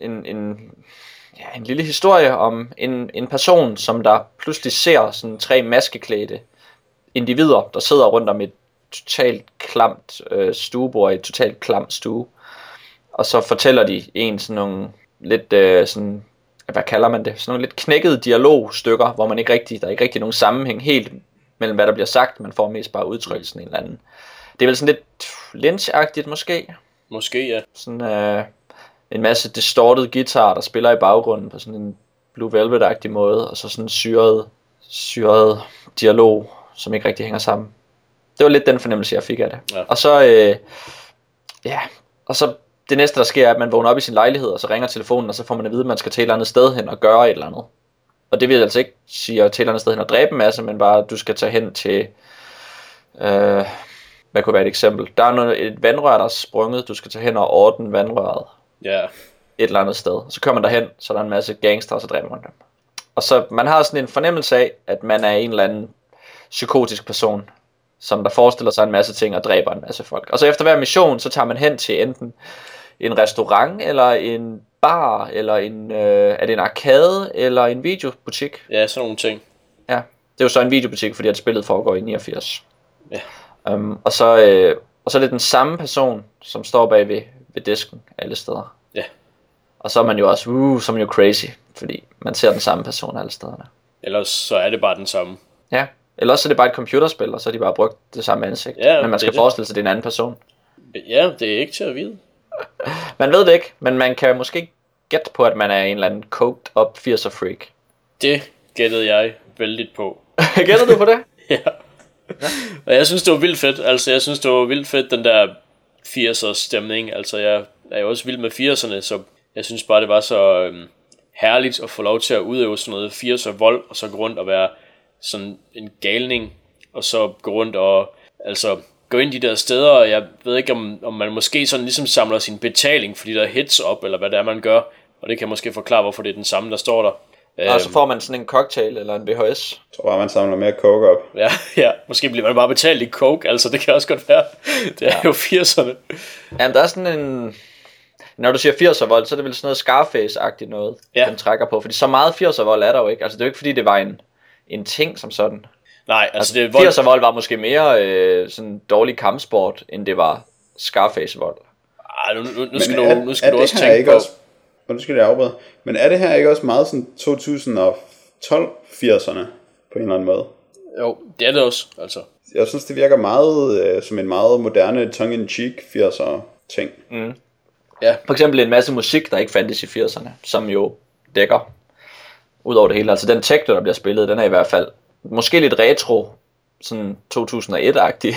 en lille historie om en person, som der pludselig ser sådan 3 maskeklædte individer, der sidder rundt om et totalt klamt stuebord i et totalt klamt stue. Og så fortæller de en sådan nogle lidt sådan, hvad kalder man det? Sådan nogle lidt knækkede dialogstykker, hvor der er ikke rigtig nogen sammenhæng helt mellem hvad der bliver sagt. Man får mest bare udtrykt sådan en eller anden. Det er vel sådan lidt Lynch-agtigt måske. Måske, ja. Sådan en masse distorted guitar, der spiller i baggrunden på sådan en Blue Velvet-agtig måde, og så sådan syret dialog, som ikke rigtig hænger sammen. Det var lidt den fornemmelse, jeg fik af det. Ja. Og så det næste, der sker, er, at man vågner op i sin lejlighed, og så ringer telefonen, og så får man at vide, at man skal til et eller andet sted hen og gøre et eller andet. Og det vil altså ikke sige at til et eller andet sted hen og dræbe en masse, men bare, at du skal tage hen til... hvad kunne være et eksempel? Der er et vandrør, der er sprunget. Du skal tage hen og ordne vandrøret. Ja. Et eller andet sted. Så kører man derhen, så er der en masse gangster, og så dræber man dem. Og så man har sådan en fornemmelse af, at man er en eller anden psykotisk person, som der forestiller sig en masse ting og dræber en masse folk. Og så efter hver mission, så tager man hen til enten en restaurant, eller en bar, eller er det en arcade, eller en videobutik. Ja, sådan nogle ting. Ja, det er jo så en videobutik, fordi at spillet foregår i 89. Ja. Og så er det den samme person, som står bag ved disken alle steder. Ja. Og så er man jo også, så er man jo crazy, fordi man ser den samme person alle stederne. Ellers så er det bare den samme. Ja, eller også er det bare et computerspil, og så har de bare brugt det samme ansigt. Ja, men man skal forestille sig, at det er en anden person. Ja, det er ikke til at vide. Man ved det ikke, men man kan måske gætte på, at man er en eller anden coked up 80'er freak. Det gættede jeg vældig på. Gættede du på det? Ja. Og jeg synes det var vildt fedt. Altså jeg synes det var vildt fedt, den der 80'er stemning. Altså jeg er jo også vild med 80'erne, så jeg synes bare det var så herligt at få lov til at udøve sådan noget 80'er vold, og så gå rundt og være sådan en galning, og så gå rundt og altså gå ind i de der steder, og jeg ved ikke om man måske sådan ligesom samler sin betaling, fordi der er hits op, eller hvad det er man gør, og det kan måske forklare hvorfor det er den samme der står der. Og så får man sådan en cocktail eller en VHS. Jeg tror bare man samler mere coke op. Ja, måske bliver man bare betalt i coke, altså det kan også godt være. Det er jo 80'erne. Jamen der er sådan en... Når du siger 80'er vold, så er det vel sådan noget Scarface-agtigt noget, den trækker på. Fordi så meget 80'er vold er der jo ikke. Altså det er jo ikke fordi det var en ting som sådan. Nej, altså det vold... 80'er vold var måske mere sådan dårlig kampsport, end det var Scarface vold. Ej, nu skal du også tænke på... Og nu skal jeg afbryde. Men er det her ikke også meget sådan 2012 80'erne på en eller anden måde? Jo, det er det også, altså. Jeg synes det virker meget som en meget moderne tongue-in-cheek 80'er ting. Mm. Ja, for eksempel en masse musik der ikke fandtes i 80'erne, som jo dækker ud over det hele. Altså den techno der bliver spillet, den er i hvert fald måske lidt retro, sådan 2001-agtig.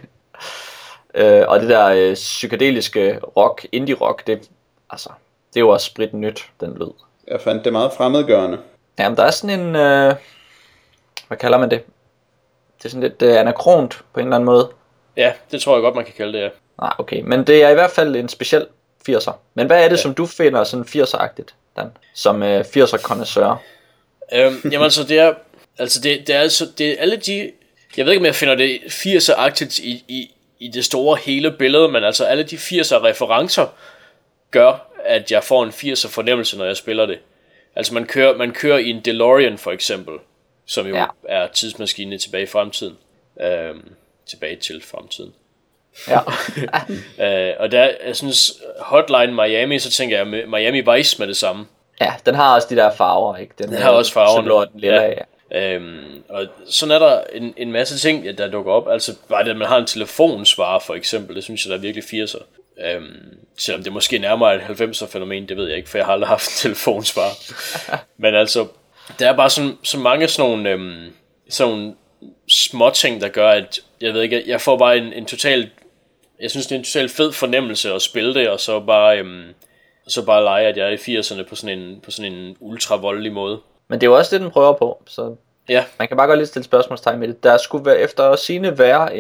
Og det der psykedeliske rock, indie rock, det er jo også sprit nyt, den lyd. Jeg fandt det meget fremmedgørende. Jamen, der er sådan en... hvad kalder man det? Det er sådan lidt anakront på en eller anden måde. Ja, det tror jeg godt, man kan kalde det, ja. Nej, okay. Men det er i hvert fald en speciel 80'er. Men hvad er det, som du finder sådan 80'er-agtigt, Dan? Som 80'er-konnoisseur? Jamen altså, det er alle de... Jeg ved ikke, om jeg finder det 80'er-agtigt i det store hele billede, men altså alle de 80'er-referencer gør, at jeg får en 80'er-fornemmelse, når jeg spiller det. Altså man kører i en DeLorean for eksempel, som jo er tidsmaskinen tilbage i fremtiden. Tilbage til fremtiden. Ja. Og der, jeg synes, Hotline Miami, så tænker jeg Miami Vice med det samme. Ja, den har også de der farver, ikke? Den har også farverne. Den lilla, ja. Og sådan er der en masse ting, der dukker op. Altså bare det, at man har en telefonsvarer for eksempel, det synes jeg, der er virkelig 80'er. Selvom det måske nærmere et 90'er fænomen, det ved jeg ikke, for jeg har aldrig haft en telefonsvarer. Men altså, der er bare så mange sådan nogle små ting, der gør, at jeg ved ikke, jeg får bare en total, jeg synes det er en total fed fornemmelse at spille det, og så bare lege, at jeg er i 80'erne på sådan en ultra voldelig måde. Men det er jo også det, den prøver på, så ja. Man kan bare godt lidt stille spørgsmålstegn med det. Der skulle være, efter sigende være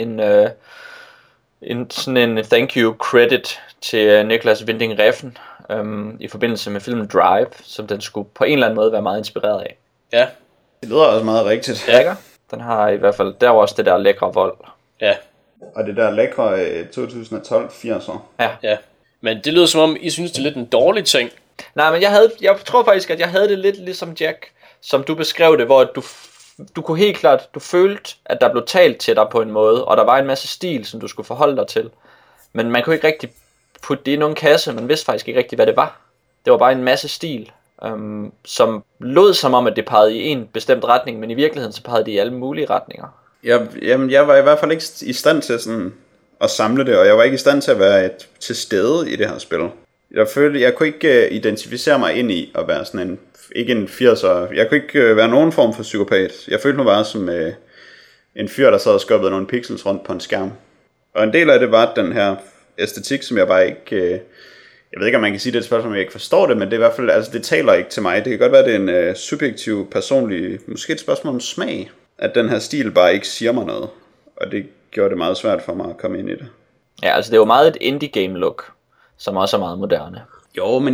sådan en thank you credit til Nicolas Winding Refn i forbindelse med filmen Drive, som den skulle på en eller anden måde være meget inspireret af. Ja. Det lyder også meget rigtigt. Ja, ikke? Den har i hvert fald, der var også det der lækre vold. Ja. Og det der lækre 2012 80'er. Ja. Men det lyder som om, I synes, det er lidt en dårlig ting. Nej, men jeg tror faktisk, at jeg havde det lidt ligesom Jack, som du beskrev det, hvor du kunne helt klart, du følte, at der blev talt til dig på en måde, og der var en masse stil, som du skulle forholde dig til. Men man kunne ikke rigtig putte det i nogen kasse, man vidste faktisk ikke rigtig, hvad det var. Det var bare en masse stil, som lød som om, at det pegede i en bestemt retning, men i virkeligheden så pegede det i alle mulige retninger. Jeg var i hvert fald ikke i stand til sådan at samle det, og jeg var ikke i stand til at være til stede i det her spil. Jeg følte, jeg kunne ikke identificere mig ind i at være sådan ikke en 80'er. Jeg kunne ikke være nogen form for psykopat. Jeg følte mig bare som en fyr, der sad og skubbede nogle pixels rundt på en skærm. Og en del af det var den her æstetik, som jeg bare ikke... jeg ved ikke, om man kan sige, det er et spørgsmål, om jeg ikke forstår det, men det er i hvert fald, altså det taler ikke til mig. Det kan godt være, det er en subjektiv, personlig, måske et spørgsmål om smag, at den her stil bare ikke siger mig noget. Og det gjorde det meget svært for mig at komme ind i det. Ja, altså det er jo meget et indie game look, som også er meget moderne. Jo, men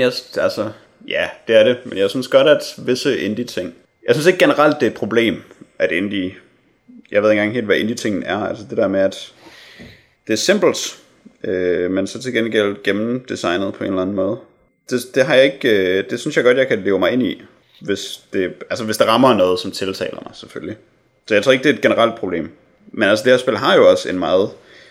ja, det er det. Men jeg synes godt, at visse indie ting... Jeg synes ikke generelt, det er et problem, at indie... Jeg ved ikke engang helt, hvad indie tingen er. Altså det der med, at det er simpelt, men så til gengæld gennemdesignet på en eller anden måde. Det har jeg ikke... Det synes jeg godt, jeg kan leve mig ind i, hvis det rammer noget, som tiltaler mig, selvfølgelig. Så jeg tror ikke, det er et generelt problem. Men altså det her spil har jo også en meget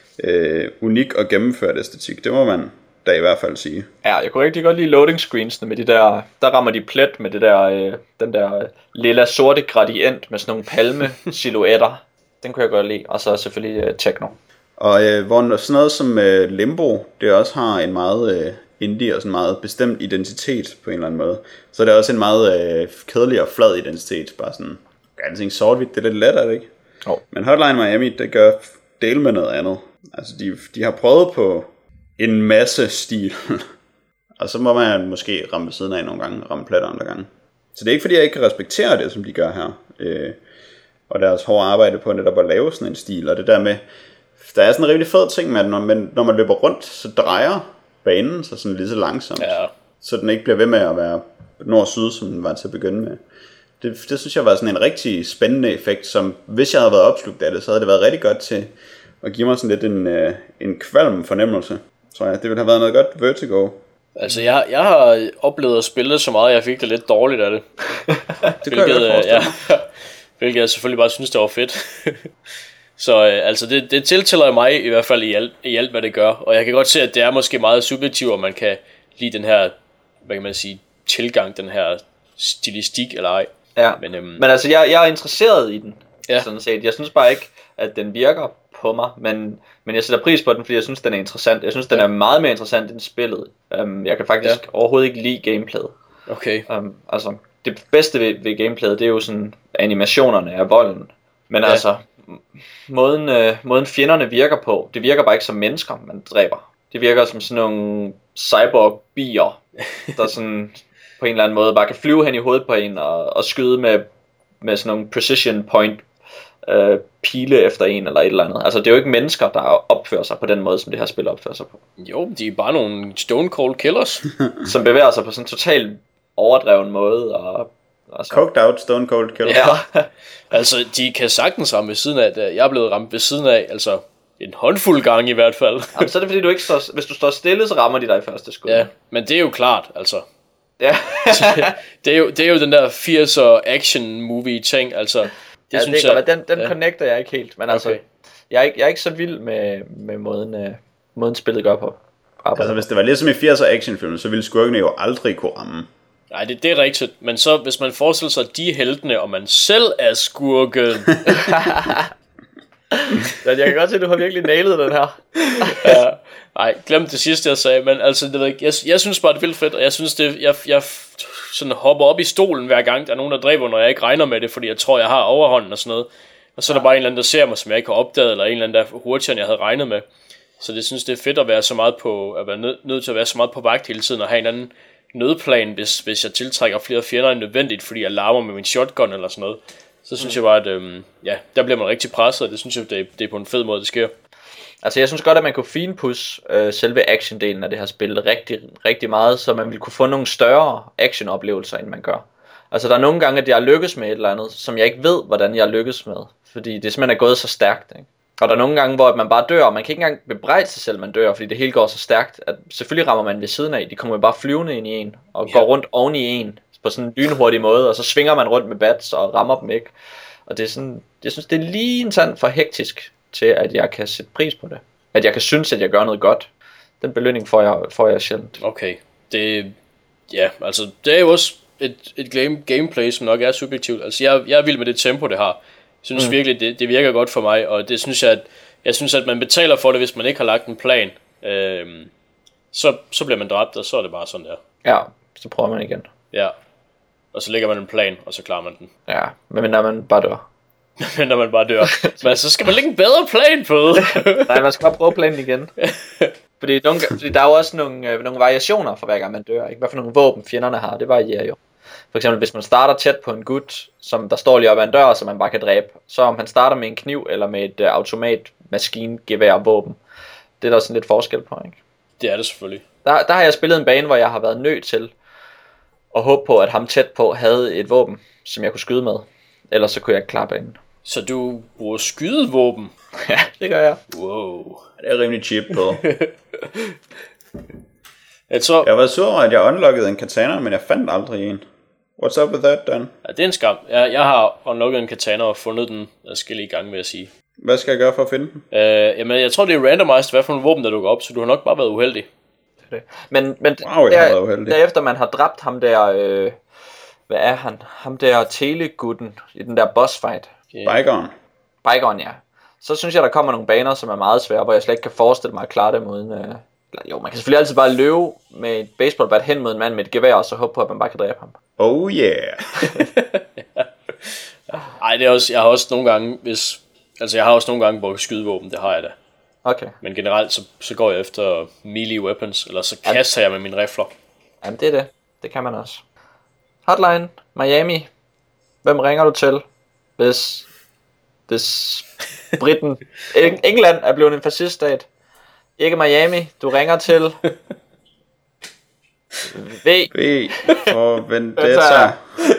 unik og gennemført æstetik. Det må man da i hvert fald sige. Ja, jeg kunne rigtig godt lide loading screensene med de der rammer de plet med det der, den der lilla sorte gradient med sådan nogle palme silhuetter. Den kunne jeg godt lide. Og så selvfølgelig techno. Og hvor sådan noget som Limbo, det også har en meget indie og sådan meget bestemt identitet på en eller anden måde. Så det er også en meget kedelig og flad identitet. Bare sådan, alting sort-hvidt, det er lidt let, er det ikke? Oh. Men Hotline Miami, det gør del med noget andet. Altså de har prøvet på en masse stil. Og så må man måske ramme siden af nogle gange, ramme plet andre gange. Så det er ikke fordi jeg ikke kan respektere det, som de gør her. Og deres hårde arbejde på netop at lave sådan en stil. Og det der med, der er sådan en rigtig fed ting med, at når man løber rundt, så drejer banen sig sådan lige så langsomt. Ja. Så den ikke bliver ved med at være nord-syd, som den var til at begynde med. Det synes jeg var sådan en rigtig spændende effekt, som hvis jeg havde været opslugt af det, så havde det været rigtig godt til at give mig sådan lidt en kvalm fornemmelse. Så det ville have været noget godt Vertigo. Altså jeg har oplevet at spille det så meget, at jeg fik det lidt dårligt af det. Det kan jeg godt forestille mig. Hvilket jeg selvfølgelig bare synes, det var fedt. Så altså det tiltæller mig i hvert fald i alt, hvad det gør. Og jeg kan godt se, at det er måske meget subjektivt, og man kan lide den her, hvad kan man sige, tilgang, den her stilistik eller ej. Ja, men altså jeg er interesseret i den, sådan set. Jeg synes bare ikke, at den virker på mig, men jeg sætter pris på den, fordi jeg synes, den er interessant. Jeg synes, den er meget mere interessant end spillet. Jeg kan faktisk overhovedet ikke lide gameplayet. Okay. Altså, det bedste ved gameplayet, det er jo sådan animationerne af volden. Men altså, måden fjenderne virker på, det virker bare ikke som mennesker, man dræber. Det virker som sådan nogle cyborg-bier, der sådan på en eller anden måde bare kan flyve hen i hovedet på en og skyde med sådan nogle precision point pile efter en eller et eller andet. Altså det er jo ikke mennesker, der opfører sig på den måde, som det her spil opfører sig på. Jo, de er bare nogle stone cold killers. Som bevæger sig på sådan en totalt overdreven måde. Og Coked out stone cold killers. Ja. Altså, de kan sagtens ramme ved siden af, jeg er blevet ramt ved siden af, altså en håndfuld gange i hvert fald. Jamen, så er det fordi, du ikke står, hvis du står stille, så rammer de dig i første skud. Ja, men det er jo klart, altså. Ja. det er jo den der 80'er action movie ting, altså. Det synes jeg, den connecter jeg ikke helt, men altså, okay. jeg er ikke så vild med måden spillet gør på. Altså hvis det var lidt som i 80'er actionfilm, så ville skurkene jo aldrig kunne ramme. Nej, det er rigtigt, men så hvis man forestiller sig, at de er heltene, og man selv er skurken. Jeg kan godt se, at du har virkelig nailet den her. Ja. Nej, glem det sidste jeg sagde, men altså, det ved ikke, jeg synes bare det er vildt fedt, og jeg synes det, jeg sådan hopper op i stolen hver gang der er nogen der dræber, når jeg ikke regner med det, fordi jeg tror jeg har overhånden og sådan noget. Og så er der bare en eller anden der ser mig, som jeg ikke har opdaget, eller en eller anden der er hurtigere end jeg havde regnet med. Så det synes det er fedt at være så meget på, at være nødt til at være så meget på vagt hele tiden og have en anden nødplan, hvis jeg tiltrækker flere fjender end nødvendigt, fordi jeg larmer med min shotgun eller sådan noget. Så synes jeg bare, at der bliver man rigtig presset, og det synes jeg, det er på en fed måde, det sker. Altså jeg synes godt, at man kunne finpudse selve actiondelen af det her spil rigtig, rigtig meget, så man ville kunne få nogle større actionoplevelser, end man gør. Altså der er nogle gange, at jeg lykkes med et eller andet, som jeg ikke ved, hvordan jeg lykkes med, fordi det simpelthen er gået så stærkt, ikke? Og der er nogle gange, hvor man bare dør, og man kan ikke engang bebrejde sig selv, man dør, fordi det hele går så stærkt, at selvfølgelig rammer man ved siden af, de kommer jo bare flyvende ind i en, og går rundt oven i en, på sådan en lynhurtig måde, og så svinger man rundt med bats og rammer dem ikke. Og det er sådan, jeg synes det er lige en tand for hektisk til at jeg kan sætte pris på det. At jeg kan synes at jeg gør noget godt. Den belønning får jeg sjældent. Okay. Det er jo også et gameplay som nok er subjektivt. Altså jeg er vild med det tempo det har. Jeg synes virkelig det virker godt for mig, og det synes jeg synes at man betaler for det, hvis man ikke har lagt en plan. Så bliver man dræbt, og så er det bare sådan der. Ja, så prøver man igen. Ja. Og så lægger man en plan, og så klarer man den. Ja, men når man bare dør. Når man bare dør. Men så skal man lægge en bedre plan på. Nej, man skal bare prøve planen igen. Fordi der er jo også nogle variationer for hver gang man dør, ikke? Hvad for nogle våben fjenderne har, det varierer jo. For eksempel hvis man starter tæt på en gut, som der står lige op ad en dør, som man bare kan dræbe. Så om han starter med en kniv eller med et automat maskingevær våben. Det er der sådan lidt forskel på, ikke? Det er det selvfølgelig. Der har jeg spillet en bane, hvor jeg har været nødt til at håbe på, at ham tæt på havde et våben, som jeg kunne skyde med. Ellers så kunne jeg ikke klare banen. Så du bruger skydevåben? Ja, det gør jeg. Wow. Det er rimelig cheap på. Jeg var sur over, at jeg unlockede en katana, men jeg fandt aldrig en. What's up with that, Dan? Ja, det er en skam. Jeg har unlocket en katana og fundet den adskillige gange, vil jeg sige. Hvad skal jeg gøre for at finde den? Jamen, jeg tror, det er randomized, hvad for nogle våben, der dukker op, så du har nok bare været uheldig. Men wow, jeg har været uheldig. Derefter man har dræbt ham der, hvad er han? Ham der telegutten i den der boss fight. Bygone, ja. Så synes jeg, der kommer nogle baner, som er meget svære, hvor jeg slet ikke kan forestille mig at klare dem uden... Jo, man kan selvfølgelig altid bare løbe med et baseballbat hen mod en mand med et gevær, og så håbe på, at man bare kan dræbe ham. Oh yeah. Ej, det er også, jeg har også nogle gange brugt skydevåben, det har jeg da. Okay. Men generelt, så går jeg efter melee weapons, eller så kaster jeg med mine rifler. Jamen, det er det. Det kan man også. Hotline, Miami. Hvem ringer du til, hvis Briten... England er blevet en fasciststat? Ikke Miami, du ringer til... V for Vendetta.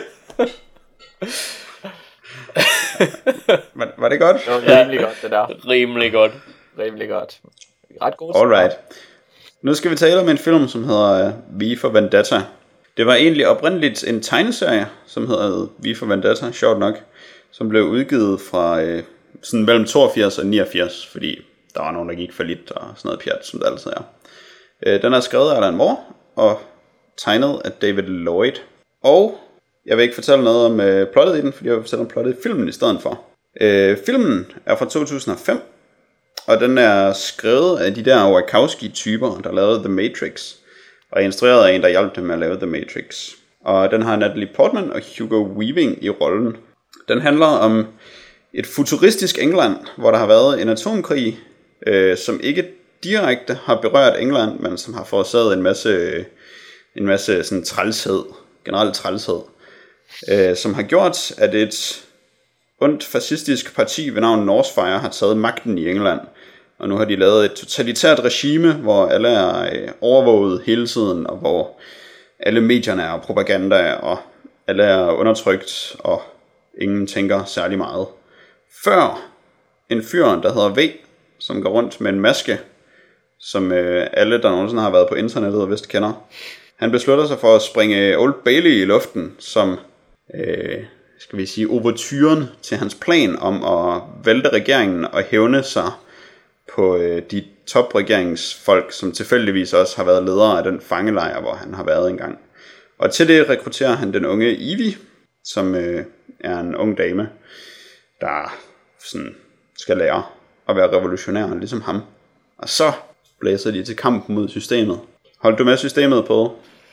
Var det godt? Det var rimelig godt, det der. Rimelig godt. Ret god. Alright. Nu skal vi tale om en film, som hedder V for Vendetta. Det var egentlig oprindeligt en tegneserie, som hedder V for Vendetta, sjovt nok, som blev udgivet fra sådan mellem 82 og 89, fordi der var nogen, der gik for lidt og sådan noget pjat, som det altid er. Den er skrevet af Alan Moore og tegnet af David Lloyd. Og jeg vil ikke fortælle noget om plottet i den, fordi jeg vil fortælle om plottet i filmen i stedet for. Filmen er fra 2005, og den er skrevet af de der Wachowski-typer, der lavede The Matrix, og instrueret af en, der hjalp dem med at lave The Matrix. Og den har Natalie Portman og Hugo Weaving i rollen. Den handler om et futuristisk England, hvor der har været en atomkrig, som ikke direkte har berørt England, men som har forårsaget en masse sådan trælshed, generelt trælshed, som har gjort, at et ondt fascistisk parti ved navn Northfire har taget magten i England. Og nu har de lavet et totalitært regime, hvor alle er overvåget hele tiden, og hvor alle medierne er propaganda, og alle er undertrykt, og ingen tænker særlig meget. Før en fyr, der hedder V, som går rundt med en maske, som alle, der nogensinde har været på internettet, vist kender. Han beslutter sig for at springe Old Bailey i luften, som, skal vi sige, overturen til hans plan om at vælte regeringen og hævne sig på de topregeringsfolk, som tilfældigvis også har været ledere af den fangelejr, hvor han har været engang. Og til det rekrutterer han den unge Evie, som er en ung dame, der sådan skal lære at være revolutionær, ligesom ham. Og så blæser de til kamp mod systemet. Holdt du med systemet på?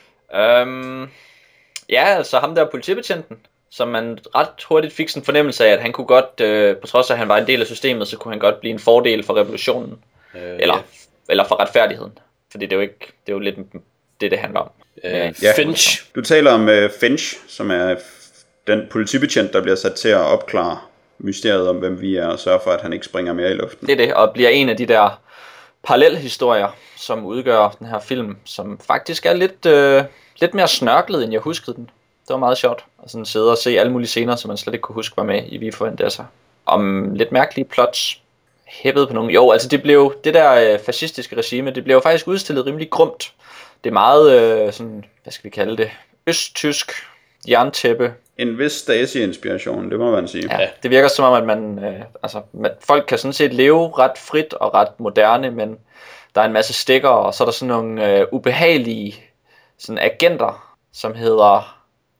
Ja, altså ham der politibetjenten, som man ret hurtigt fik sådan en fornemmelse af, at han kunne godt, på trods af at han var en del af systemet, så kunne han godt blive en fordel for revolutionen. Eller for retfærdigheden. Fordi det er jo lidt det handler om. Finch. Du taler om Finch, som er den politibetjent, der bliver sat til at opklare mysteriet om, hvem vi er, og sørge for, at han ikke springer mere i luften. Det er det, og bliver en af de der parallelhistorier, som udgør den her film, som faktisk er lidt mere snørklet, end jeg huskede den. Det var meget sjovt at sådan sidde og se alle mulige scener, som man slet ikke kunne huske var med i Vi forventer sig. Om lidt mærkelige plots, hæppet på nogle. Jo, altså det der fascistiske regime, det blev jo faktisk udstillet rimelig grumt. Det er meget sådan, hvad skal vi kalde det, østtysk jerntæppe. En vis Stasi-inspiration, det må man sige. Ja, det virker som om, at folk kan sådan set leve ret frit og ret moderne, men der er en masse stikker, og så er der sådan nogle ubehagelige sådan agenter, som hedder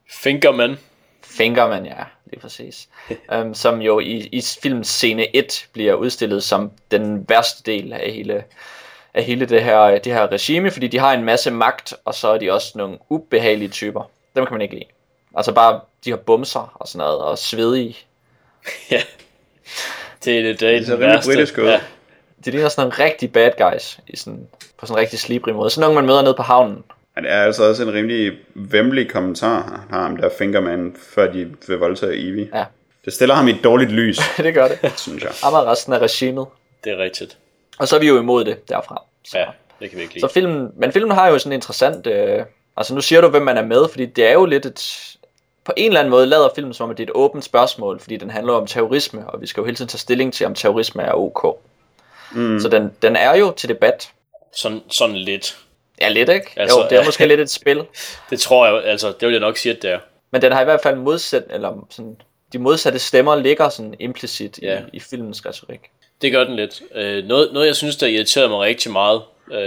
Fingerman, ja, lige præcis. Som jo i filmens scene 1 bliver udstillet som den værste del af hele det her regime, fordi de har en masse magt, og så er de også nogle ubehagelige typer. Dem kan man ikke lide. Altså bare de her bumser og sådan noget, og svedige. Ja, det er det rimelig britisk ud. Ja. De ligner sådan nogle rigtig bad guys, på sådan en rigtig slibrig måde. Sådan nogle, man møder nede på havnen. Ja, det er altså også en rimelig væmmelig kommentar, har ham der Fingerman, før de vil voldtage Evie. Ja. Det stiller ham i et dårligt lys. Det gør det, synes jeg. Ham og resten af regimet. Det er rigtigt. Og så er vi jo imod det derfra. Så. Ja, det kan vi ikke lide. Så filmen har jo sådan en interessant... altså nu siger du, hvem man er med, fordi det er jo lidt på en eller anden måde lader filmen som om, at det er et åbent spørgsmål, fordi den handler om terrorisme, og vi skal jo hele tiden tage stilling til, om terrorisme er ok. Så den er jo til debat. Sådan lidt. Ja, lidt, ikke? Altså, jo, det er måske lidt et spil. Det tror jeg, altså, det vil jeg nok sige, at det er. Men den har i hvert fald de modsatte stemmer ligger sådan implicit i filmens retorik. Det gør den lidt. Noget jeg synes, der irriterer mig rigtig meget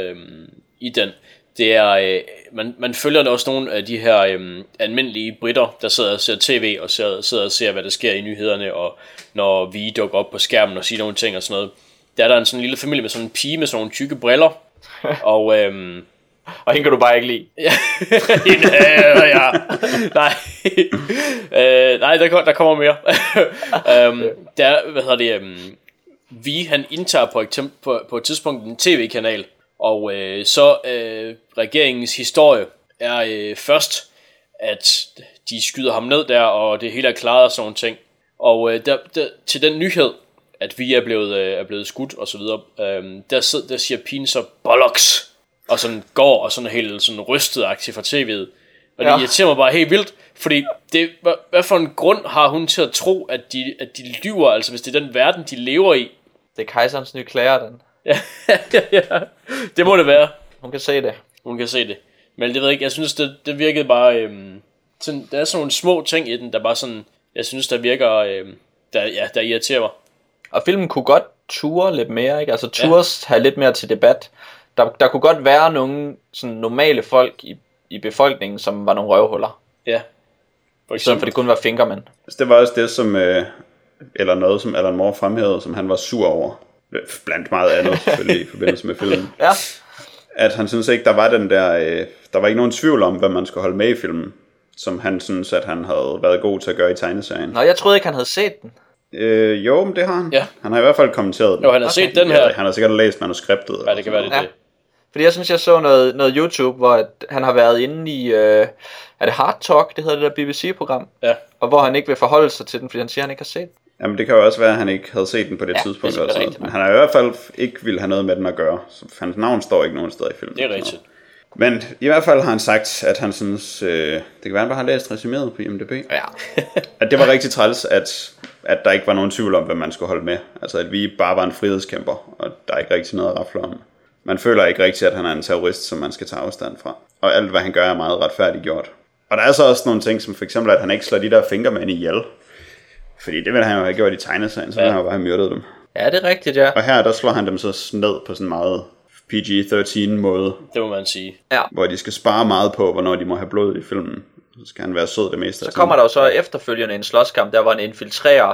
i den, det er, man følger også nogle af de her almindelige britter, der sidder og ser tv, og sidder og ser, hvad der sker i nyhederne, og når vi dukker op på skærmen og siger nogle ting og sådan noget. Der er der en sådan lille familie med sådan en pige med sådan nogle tykke briller, og hende kan du bare ikke lide. Ja. Nej, der kommer mere. Han indtager på et tidspunkt en tv-kanal, og så regeringens historie er først, at de skyder ham ned der, og det hele er klaret og sådan nogle ting. Og til den nyhed, at vi er blevet skudt og så videre, der siger pigen så bollocks, og sådan går og sådan helt sådan rystet-agtigt fra tv'et. Og det irriterer mig bare helt vildt, fordi hvad for en grund har hun til at tro, at de lyver, altså hvis det er den verden, de lever i? Det er kejserens nye klæder, den. Ja, det må det være. Hun kan se det. Men det ved jeg ikke, jeg synes, det virkede bare... der er sådan nogle små ting i den, der bare sådan... Jeg synes, der virker... der irriterer mig. Og filmen kunne godt ture lidt mere, ikke? Altså have lidt mere til debat. Der kunne godt være nogle sådan normale folk i befolkningen, som var nogle røvhuller. Ja. For det kunne være Fingerman. Det var også det, som... eller noget, som Alan Moore fremhævede, som han var sur over. Blandt meget andet, selvfølgelig, i forbindelse med filmen. Ja. At han synes ikke, der var den der... der var ikke nogen tvivl om, hvad man skulle holde med i filmen. Som han synes, at han havde været god til at gøre i tegneserien. Nå, jeg troede ikke, han havde set den. Jo, men det har han. Ja. Han har i hvert fald kommenteret den. Jo, han har set den her. Han har sikkert læst manuskriptet. Ja, det kan være det. Fordi jeg synes, jeg så noget YouTube, hvor han har været inde i... er det Hard Talk? Det hedder det der BBC-program. Ja. Og hvor han ikke vil forholde sig til den, fordi han siger, han ikke har set. Jamen det kan jo også være, at han ikke havde set den på det tidspunkt. Det også, men han har i hvert fald ikke ville have noget med den at gøre. Så hans navn står ikke nogen steder i filmen. Det er rigtigt. Men i hvert fald har han sagt, at han synes, det kan være, han bare har læst resuméet på IMDb. Ja. At det var rigtig træls, at der ikke var nogen tvivl om, hvem man skulle holde med. Altså at vi bare var en frihedskæmper, og der er ikke rigtig noget at rafle om. Man føler ikke rigtig, at han er en terrorist, som man skal tage afstand fra. Og alt, hvad han gør, er meget retfærdigt gjort. Og der er så også nogle ting, som for eksempel, at han ikke slår de der fingermænd ihjel. Fordi det ville han jo have gjort i tegneserien, så ville han jo bare have myrdet dem. Ja, det er rigtigt, ja. Og her, der slår han dem så ned på sådan en meget PG-13 måde. Det må man sige. Ja. Hvor de skal spare meget på, hvornår de må have blod i filmen. Så skal han være sød det meste af tiden. Så kommer der jo så efterfølgende en slåskamp, der hvor han infiltrerer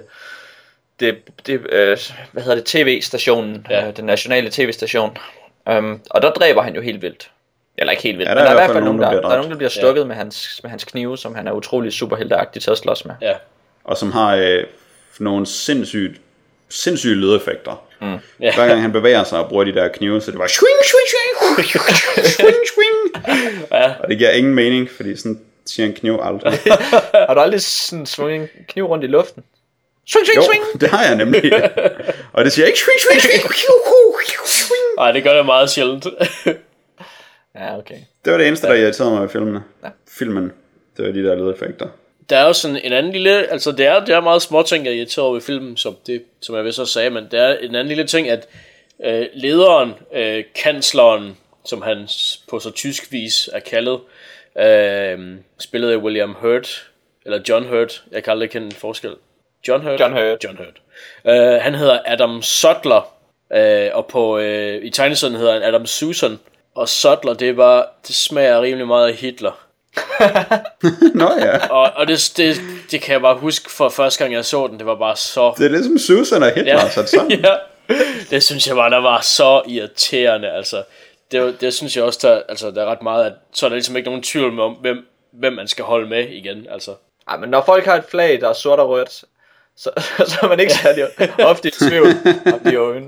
hvad hedder det, tv-stationen, den nationale tv-station. Og der dræber han jo helt vildt. Eller ikke helt vildt, men der er i hvert fald nogen, der bliver stukket med hans knive, som han er utrolig superhelteagtig til at slås med. Ja. Og som har nogle sindssyge lydeffekter. Ja. Hver gang han bevæger sig og bruger de der knive, så det var swing, swing, swing, swing, swing. Ja. Og det giver ingen mening, fordi sådan siger en kniv aldrig. Har du aldrig sådan svunget en kniv rundt i luften? Swing, swing, swing. Jo, det har jeg nemlig. Og det siger ikke swing, swing, swing, swing. Nej, det gør det meget sjældent. Ja, okay. Det var det eneste, der irriterede mig ved filmen. Det var de der lydeffekter. Der er jo sådan en anden lille, altså det er meget små ting, jeg irriterer over i filmen, som jeg vist også sagde, men der er en anden lille ting, at lederen, kansleren, som han på så tysk vis er kaldet, spillet af William Hurt, eller John Hurt, jeg kan aldrig kende en forskel. John Hurt. Han hedder Adam Sutler, og i tegneserien hedder han Adam Susan, og Sutler, det smager rimelig meget af Hitler. Nå ja. Og det kan jeg bare huske fra første gang jeg så den. Det var bare så... Det er ligesom Susan og Hitler sat sammen. Ja. Det synes jeg bare, der var så irriterende. Altså, det synes jeg også, der er ret meget, at så er der ligesom ikke nogen tvivl om, hvem man skal holde med igen. Altså. Ej, men når folk har et flag, der er sort og rødt, så er man ikke særlig ofte i tvivl om de øjne.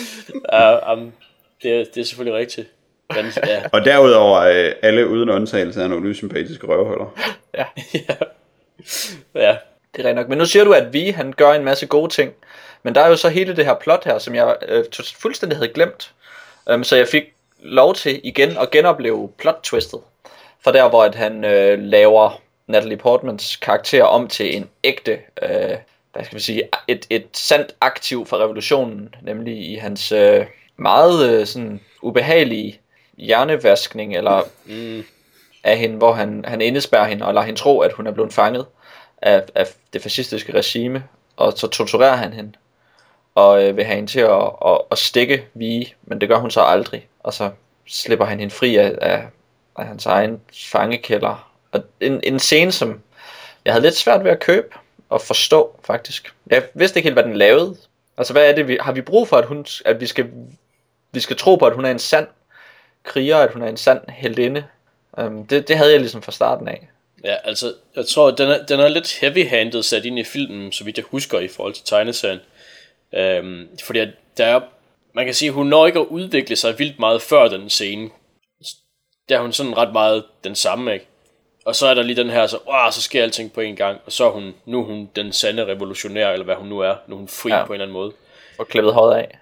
Det er selvfølgelig rigtigt. Men, ja. Og derudover alle uden undtagelse er nogle usympatiske røvhuller. Ja. Ja. Det er rent nok. Men nu siger du, at han gør en masse gode ting. Men der er jo så hele det her plot her, som jeg fuldstændig havde glemt. Så jeg fik lov til igen at genopleve plot-twistet. For der, hvor at han laver Natalie Portmans karakter om til en ægte, hvad skal vi sige, et sandt aktiv for revolutionen. Nemlig i hans meget sådan ubehagelige hjernevaskning eller af hende, hvor han indespærrer hende og lader hende tro, at hun er blevet fanget af det fascistiske regime, og så torturerer han hende og vil have hende til at stikke Vige, men det gør hun så aldrig, og så slipper han hende fri af hans egen fangekælder. Og en scene, som jeg havde lidt svært ved at købe og forstå faktisk. Jeg vidste ikke helt, hvad den lavede. Altså hvad er det, har vi brug for, at vi skal tro på, at hun er en sand kriger, at hun er en sand heldinde? Det havde jeg ligesom fra starten af. Ja, altså, jeg tror, at den er lidt heavy-handed sat ind i filmen, så vidt jeg husker, i forhold til tegneserien. Fordi at man kan sige, at hun når ikke at udvikle sig vildt meget før den scene. Der er hun sådan ret meget den samme, ikke? Og så er der lige den her, så sker alting på en gang, og så er nu er hun den sande revolutionær, eller hvad hun nu er. Nu er hun fri på en eller anden måde. Og klippet håret af.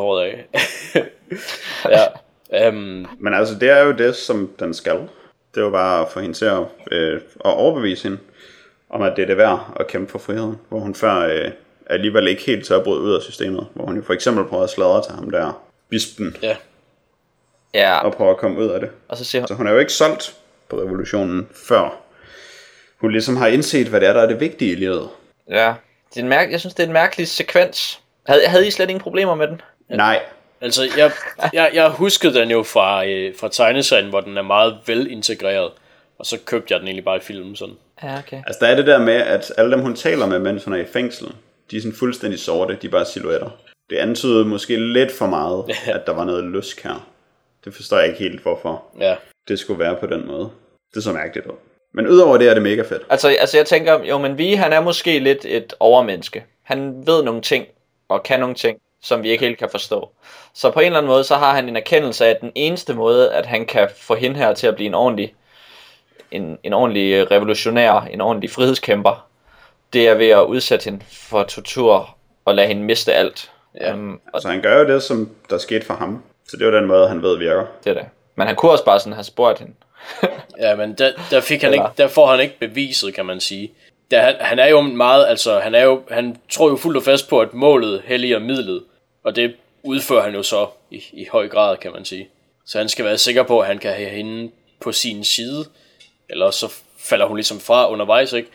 Ja. Men altså, det er jo det, som den skal. Det er jo bare at få hende til at overbevise hende om, at det er det værd at kæmpe for friheden. Hvor hun før alligevel ikke helt tør at bryde ud af systemet. Hvor hun jo for eksempel prøver at sladre til ham der, bispen. Ja. Og prøver at komme ud af det. Og så siger hun... Så hun er jo ikke solgt på revolutionen, før hun ligesom har indset, hvad det er, der er det vigtige i livet. Ja, jeg synes, det er en mærkelig sekvens. Havde I slet ingen problemer med den? Nej. Altså, jeg huskede den jo fra tegneserien, hvor den er meget velintegreret. Og så købte jeg den egentlig bare i filmen sådan. Ja, okay. Altså, der er det der med, at alle dem, hun taler med, mens hun er i fængsel, de er sådan fuldstændig sorte, de er bare silhuetter. Det antydede måske lidt for meget, at der var noget lysk her. Det forstår jeg ikke helt, hvorfor det skulle være på den måde. Det er så mærkeligt ud. Men udover det er det mega fedt. Altså jeg tænker, jo, men Vige, han er måske lidt et overmenneske. Han ved nogle ting, og kan nogle ting, som vi ikke helt kan forstå. Så på en eller anden måde, så har han en erkendelse af, at den eneste måde, at han kan få hende her til at blive en ordentlig revolutionær, en ordentlig frihedskæmper, det er ved at udsætte hende for tortur og lade hende miste alt. Ja. Så han gør jo det, som der skete for ham. Så det er jo den måde, han ved virker. Det er det. Men han kunne også bare sådan have spurgt hende. Ja, men der fik han ikke, der får han ikke beviset, kan man sige. Han er jo meget, altså han tror jo fuldt og fast på, at målet helliger midlet, og det udfører han jo så i høj grad, kan man sige. Så han skal være sikker på, at han kan have hende på sin side, eller så falder hun ligesom fra undervejs, ikke?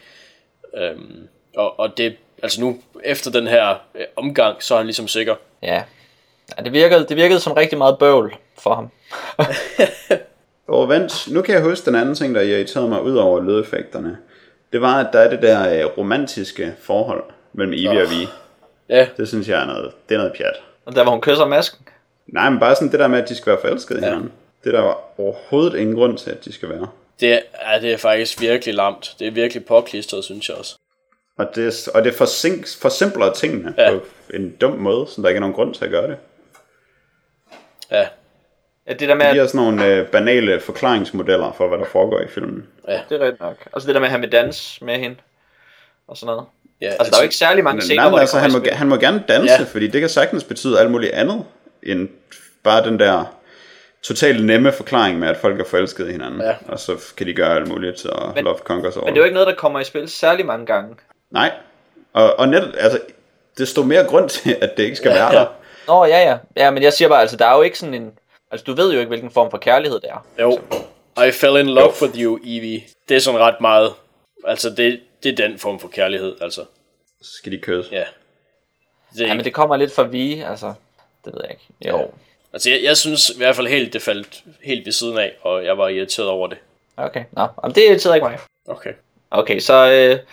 Og det, altså nu, efter den her omgang, så er han ligesom sikker. Ja, det virkede som rigtig meget bøvl for ham. Vent, nu kan jeg huske den anden ting, der irriterede mig ud over lydeffekterne. Det var, at der er det der romantiske forhold mellem Evie og Vi. Ja. Det synes jeg er noget pjat. Og der hvor hun kysser masken. Nej, men bare sådan det der med, at de skal være forelskede i hinanden. Det er der overhovedet ingen grund til, at de skal være. Det er faktisk virkelig lamt. Det er virkelig påklistret, synes jeg også. Og det forsimpler tingene på en dum måde, så der ikke er nogen grund til at gøre det. Ja. Det der med, de giver sådan nogle banale forklaringsmodeller for, hvad der foregår i filmen. Ja. Det er rigtigt nok. Altså det der med at have med dans med hende og sådan noget. Ja, altså der er jo ikke særlig mange scener, hvor altså, han må gerne danse, fordi det kan sagtens betyde alt muligt andet, end bare den der totalt nemme forklaring med, at folk er forelskede i hinanden. Ja. Og så kan de gøre alt muligt til at love conquers over. Men det er jo ikke noget, der kommer i spil særlig mange gange. Nej. Og netop, altså, det står mere grund til, at det ikke skal være der. Nå, ja. Ja, men jeg siger bare, altså, der er jo ikke sådan en... Altså, du ved jo ikke, hvilken form for kærlighed det er. Jo. I fell in love with you, Evie. Det er sådan ret meget... Altså, det er den form for kærlighed, altså. Så skal de kødes. Ja. Men det kommer lidt fra Vi, altså... Det ved jeg ikke. Jo. Ja. Altså, jeg synes i hvert fald helt, det faldt helt ved siden af, og jeg var irriteret over det. Okay, nå. Det irriterede ikke mig. Okay, så...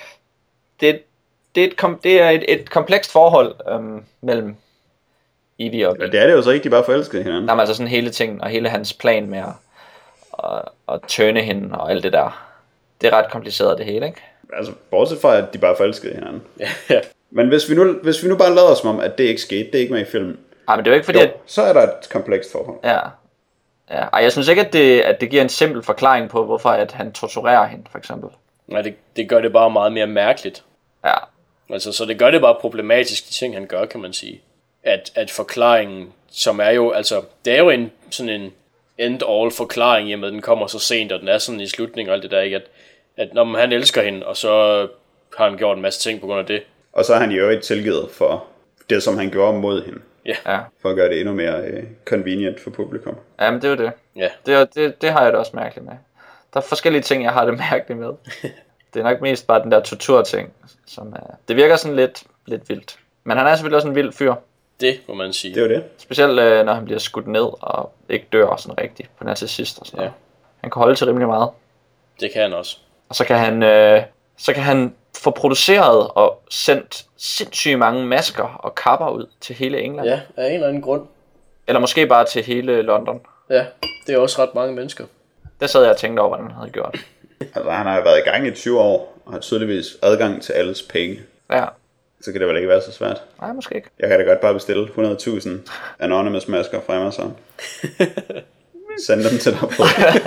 Det er et komplekst forhold mellem Evie og Vi. Ja, det er det jo så ikke, de bare forelskede i hinanden. Der er altså sådan hele tingen, og hele hans plan med at tørne hende og alt det der. Det er ret kompliceret det hele, ikke? Altså, bortset fra, at de bare forelskede i hinanden. Ja. Men hvis vi nu bare lader som om, at det ikke skete, det er ikke med i filmen. Nej, men det er jo ikke fordi, at... Så er der et komplekst forhold. Ja. Ej, jeg synes ikke, at det giver en simpel forklaring på, hvorfor at han torturerer hende, for eksempel. Nej, det gør det bare meget mere mærkeligt. Ja. Altså, så det gør det bare problematisk, de ting, han gør, kan man sige. At forklaringen, som er jo, altså, det er jo sådan en end-all forklaring, i og med, at den kommer så sent, og den er sådan i slutningen og alt det der, ikke? At når han elsker hende, og så har han gjort en masse ting på grund af det. Og så har han jo ikke tilgivet for det, som han gjorde mod hende. Ja. For at gøre det endnu mere convenient for publikum. Ja, men det er jo det. Ja. Det har jeg det også mærkeligt med. Der er forskellige ting, jeg har det mærkeligt med. Det er nok mest bare den der tortur-ting, som det virker sådan lidt vildt. Men han er selvfølgelig også en vild fyr. Det må man sige. Det er jo det. Specielt når han bliver skudt ned og ikke dør sådan rigtigt på den til sidst og sådan noget. Han kan holde til rimelig meget. Det kan han også. Og så kan han få produceret og sendt sindssygt mange masker og kapper ud til hele England. Ja, af en eller anden grund. Eller måske bare til hele London. Ja, det er også ret mange mennesker. Der sad jeg og tænkte over, hvordan han havde gjort. Altså, han har været i gang i 20 år, og har tydeligvis adgang til alles penge. Ja. Så kan det vel ikke være så svært. Nej, måske ikke. Jeg kan da godt bare bestille 100.000 anonymous masker fra Amazon. Send dem til dig på.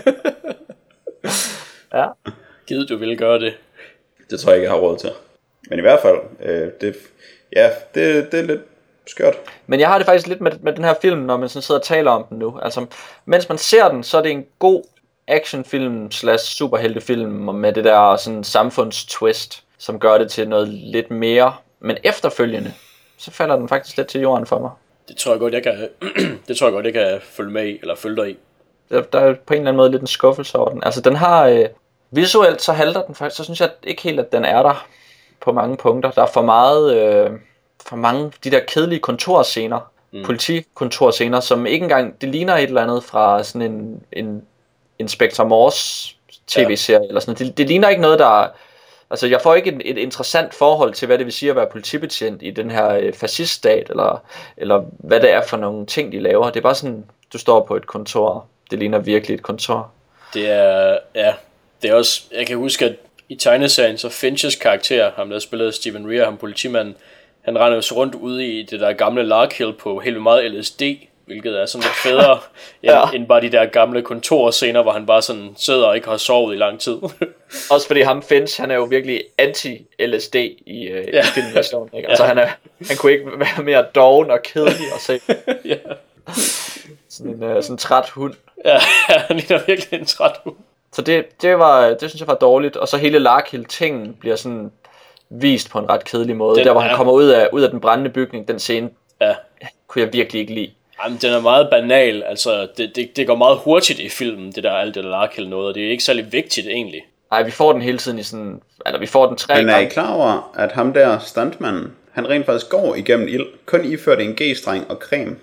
Ja. Givet du ville gøre det. Det tror jeg ikke, jeg har råd til. Men i hvert fald, det er lidt skørt. Men jeg har det faktisk lidt med den her film, når man sådan sidder og taler om den nu. Altså, mens man ser den, så er det en god actionfilm / superheltefilm med det der sådan samfundstwist, som gør det til noget lidt mere. Men efterfølgende, så falder den faktisk lidt til jorden for mig. Det tror jeg godt, jeg kan følge med i, eller følge dig i. Der er på en eller anden måde lidt en skuffelse over den. Altså, den har... visuelt så halter den faktisk, så synes jeg ikke helt, at den er der på mange punkter. Der er for mange de der kedelige kontorscener, politikontorscener, som ikke engang, det ligner et eller andet fra sådan en Inspector Morse tv-serie eller sådan noget. Det ligner ikke noget, der... Altså, jeg får ikke et interessant forhold til, hvad det vil sige at være politibetjent i den her fasciststat, eller hvad det er for nogle ting, de laver. Det er bare sådan, du står på et kontor. Det ligner virkelig et kontor. Det er også, jeg kan huske, at i tegneserien, så Finches karakter, ham der spillede Stephen Rea, ham politimanden, han render jo så rundt ude i det der gamle Larkhill på helt meget LSD, hvilket er sådan lidt federe end bare de der gamle kontorscener, hvor han bare sådan sidder og ikke har sovet i lang tid. Også fordi ham Finch, han er jo virkelig anti-LSD i filmversionen, ikke? Altså han kunne ikke være mere doven og kedelig at se. Ja. Sådan en træt hund. Ja, han ligner virkelig en træt hund. Så det synes jeg var dårligt. Og så hele Larkhill-tingen bliver sådan vist på en ret kedelig måde. Der hvor han kommer ud af den brændende bygning, den scene, kunne jeg virkelig ikke lide. Jamen, den er meget banal. Altså, det går meget hurtigt i filmen, alt det der Larkhill noget, og det er ikke særlig vigtigt egentlig. Nej, vi får den hele tiden i sådan, eller vi får den 3 gange. Men er I klar over, at ham der stuntmanden, han rent faktisk går igennem ild, kun iført en G-streng og creme?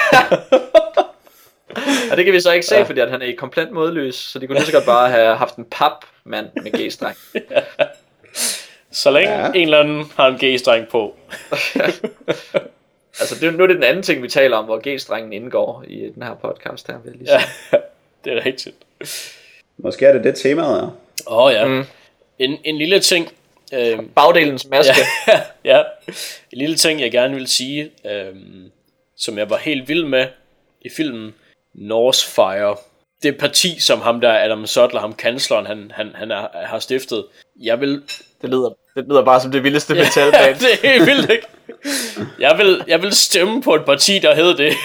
Og det kan vi så ikke se, fordi at han er i komplet modløs, så de kunne lige så godt bare have haft en papmand med G-streng. Så længe en eller anden har en G-streng på. Altså nu er det den anden ting, vi taler om, hvor G-strengen indgår i den her podcast her, vil jeg lige sige. Ja, det er rigtigt. Måske er det temaet er. Ja. En lille ting. Bagdelens maske. Ja, en lille ting, jeg gerne vil sige, som jeg var helt vild med i filmen, Northfire. Det parti, som ham der, Adam Sutler, ham kansleren, han har stiftet. Det lyder bare som det vildeste metalband. Det er helt vildt, ikke? Jeg vil stemme på et parti, der hed det.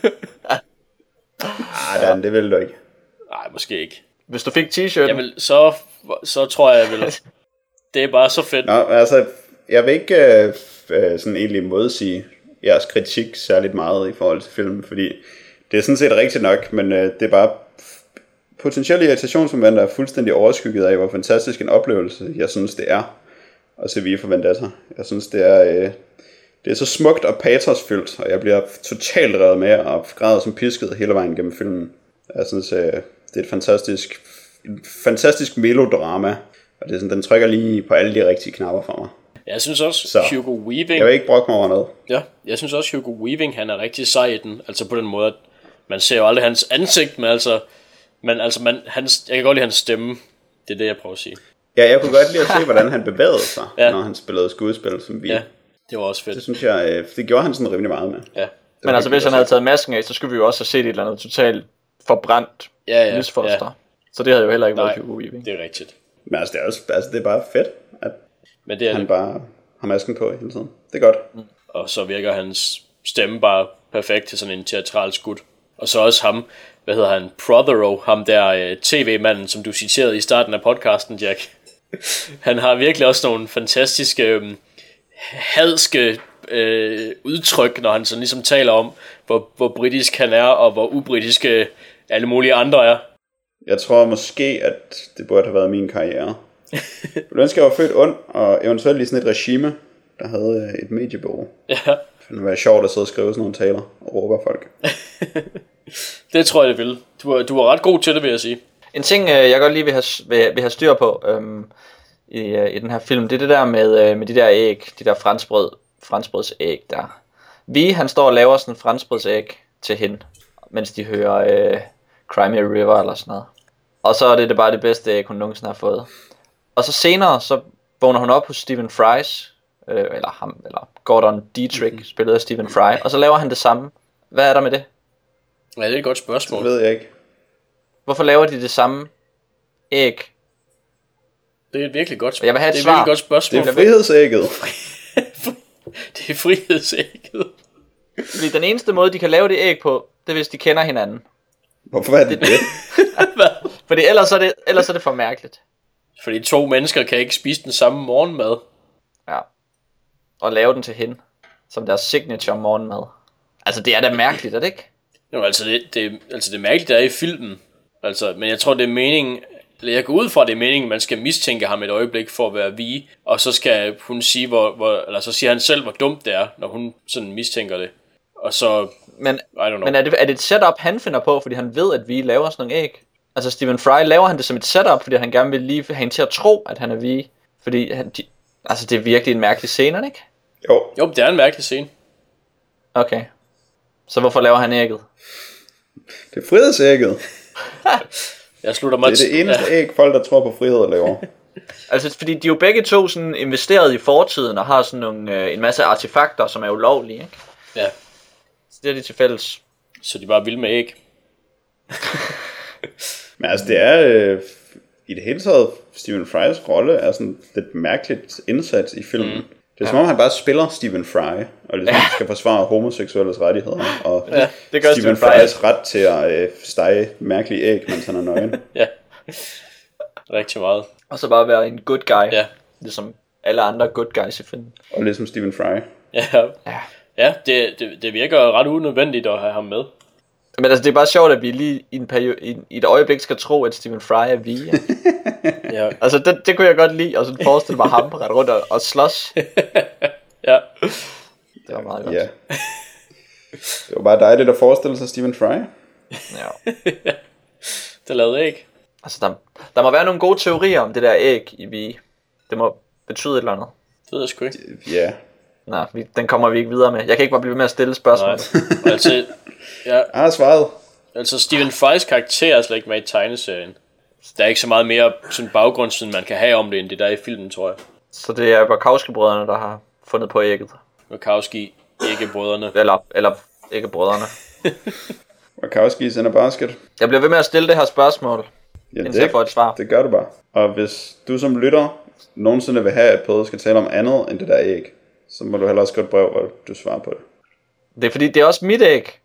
Dan, det vil du ikke. Nej, måske ikke. Hvis du fik t-shirten. Så tror jeg vil. Det er bare så fedt. Nå, altså, jeg vil ikke sådan egentlig modsige jeres kritik særligt meget i forhold til filmen, fordi det er sådan set rigtigt nok, men det er bare potentielle irritationsmomenter er fuldstændig overskygget af, hvor fantastisk en oplevelse jeg synes det er at se V for Vendetta. Jeg synes det er så smukt og patosfyldt, og jeg bliver totalt revet med og græder som pisket hele vejen gennem filmen. Jeg synes det er et fantastisk melodrama, og det er sådan, den trykker lige på alle de rigtige knapper for mig. Jeg synes også Hugo Weaving. Jeg vil ikke brokke mig over noget. Ja, jeg synes også Hugo Weaving, han er rigtig sej i den, altså på den måde, at man ser jo aldrig hans ansigt, men jeg kan godt lide hans stemme. Det er det, jeg prøver at sige. Ja, jeg kunne godt lide at se, hvordan han bevægede sig, når han spillede skuespil som vi. Ja, det var også fedt. Det synes jeg, det gjorde han sådan rimelig meget med. Ja. Men altså, hvis han havde taget masken af, så skulle vi jo også have set et eller andet totalt forbrændt lysfoster. Ja. Så det havde jo heller ikke været Hugo Weaving. Det er rigtigt. Men altså, det er bare fedt, at han bare har masken på hele tiden. Det er godt. Og så virker hans stemme bare perfekt til sådan en teatral skud. Og så også ham, hvad hedder han, Prothero, ham der tv-manden, som du citerede i starten af podcasten, Jack. Han har virkelig også nogle fantastiske hadske udtryk, når han sådan ligesom taler om, hvor britisk han er, og hvor ubritiske alle mulige andre er. Jeg tror måske, at det burde have været min karriere. Jeg ønsker, jeg var født ond, og eventuelt i sådan et regime, der havde et mediebureau. Ja. Det ville være sjovt at sidde og skrive sådan nogle taler og råbe folk. Det tror jeg, det vil. Du var ret god til det, vil jeg sige. En ting, jeg godt lige vil have styr på i den her film, det er det der med de der æg, de der franskbrødsæg der. Han står og laver sådan en franskbrødsæg til hende, mens de hører Crimea River eller sådan noget. Og så er det bare det bedste æg, hun nogensinde har fået. Og så senere, så vågner hun op hos Stephen Fry's, eller Gordon Dietrich, spillet af Stephen Fry, og så laver han det samme. Hvad er der med det? Ja, det er et godt spørgsmål. Det ved jeg ikke. Hvorfor laver de det samme æg? Det er et virkelig godt spørgsmål. Jeg vil have et svar. Godt spørgsmål. Det er frihedsægget. Det er frihedsægget. Fordi den eneste måde, de kan lave det æg på, det er, hvis de kender hinanden. Hvorfor er det det? Fordi ellers er det for mærkeligt. Fordi 2 mennesker kan ikke spise den samme morgenmad. Ja. Og lave den til hende, som deres signature morgenmad. Altså, det er da mærkeligt, er det ikke? Jo, altså det mærkeligt er i filmen. Altså, men jeg tror, det er meningen. Jeg går ud fra, det er meningen, man skal mistænke ham et øjeblik for at være vi, og så skal hun sige, eller så siger han selv, hvor dumt det er, når hun sådan mistænker det. Og så, men er det et setup, han finder på, fordi han ved, at vi laver sådan nogle æg? Altså Stephen Fry, laver han det som et setup, fordi han gerne vil lige have hende til at tro, at han er vi? Fordi altså det er virkelig en mærkelig scene, ikke? Jo, det er en mærkelig scene. Okay. Så hvorfor laver han ægget? Det er frihedsægget. Jeg slutter mig. Det er det eneste æg, folk der tror på frihed laver. Altså fordi de er jo begge to sådan investeret i fortiden og har sådan en masse artefakter, som er ulovlige, ikke? Ja. Så det er de til fælles. Så de bare vil med æg. Men altså, det er i det hele taget, Stephen Frys rolle er sådan lidt mærkeligt indsat i filmen. Det er som om, han bare spiller Stephen Fry, og ligesom skal forsvare homoseksuelles rettigheder, og det gør Stephen Frys ret til at stege mærkelige æg, mens han er nøgen. Ja, rigtig meget. Og så bare være en good guy, Ja. ligesom alle andre good guys i filmen. Og ligesom Stephen Fry. Ja, det virker ret unødvendigt at have ham med. Men altså, det er bare sjovt, at vi lige i en periode, i et øjeblik skal tro, at Stephen Fry er vi. Ja. Altså, det kunne jeg godt lide, og sådan forestille mig ham ret rundt og slås. Ja. Det var meget godt. Ja. Det var bare dejligt at forestille sig Stephen Fry. Ja. Det lavede æg. Altså, der må være nogle gode teorier om det der æg i vi. Det må betyde et eller andet. Det ved jeg sgu ikke. Ja. Nej, den kommer vi ikke videre med. Jeg kan ikke bare blive ved med at stille spørgsmål. Nej. Altså, ja, Svaret. altså Stephen Frys karakter er slet ikke med i tegneserien. Der er ikke så meget mere sådan baggrundsviden, man kan have om det, end det der er i filmen, tror jeg. Så det er Wachowski-brødrene, der har fundet på ægget. Wachowski, ikke brødrene. Eller ikke brødrene. Wachowski sender basket. Jeg bliver ved med at stille det her spørgsmål, Ja, indtil jeg får et svar. Det gør du bare. Og hvis du som lytter nogensinde vil have, at Peder skal tale om andet end det der æg, så må du heller også skrive et brev, hvor du svarer på det. Det er fordi, det er også mit æg.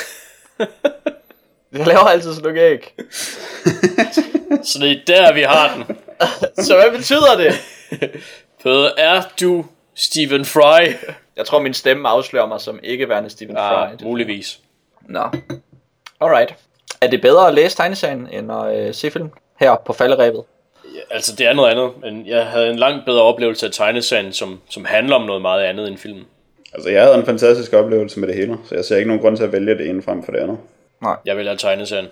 Jeg laver altid sådan nogle æg. Så det er der, vi har den. Så hvad betyder det? Peder, er du Stephen Fry? Jeg tror, min stemme afslører mig som ikke værende Stephen Fry. Muligvis. Nå. Alright. Er det bedre at læse tegneserien, end at se film? Her på falderæbet. Ja, altså, det er noget andet, men jeg havde en langt bedre oplevelse af tegneserien, som handler om noget meget andet end filmen. Altså, jeg havde en fantastisk oplevelse med det hele, så jeg ser ikke nogen grund til at vælge det ene frem for det andet. Nej. Jeg vil have tegneserien.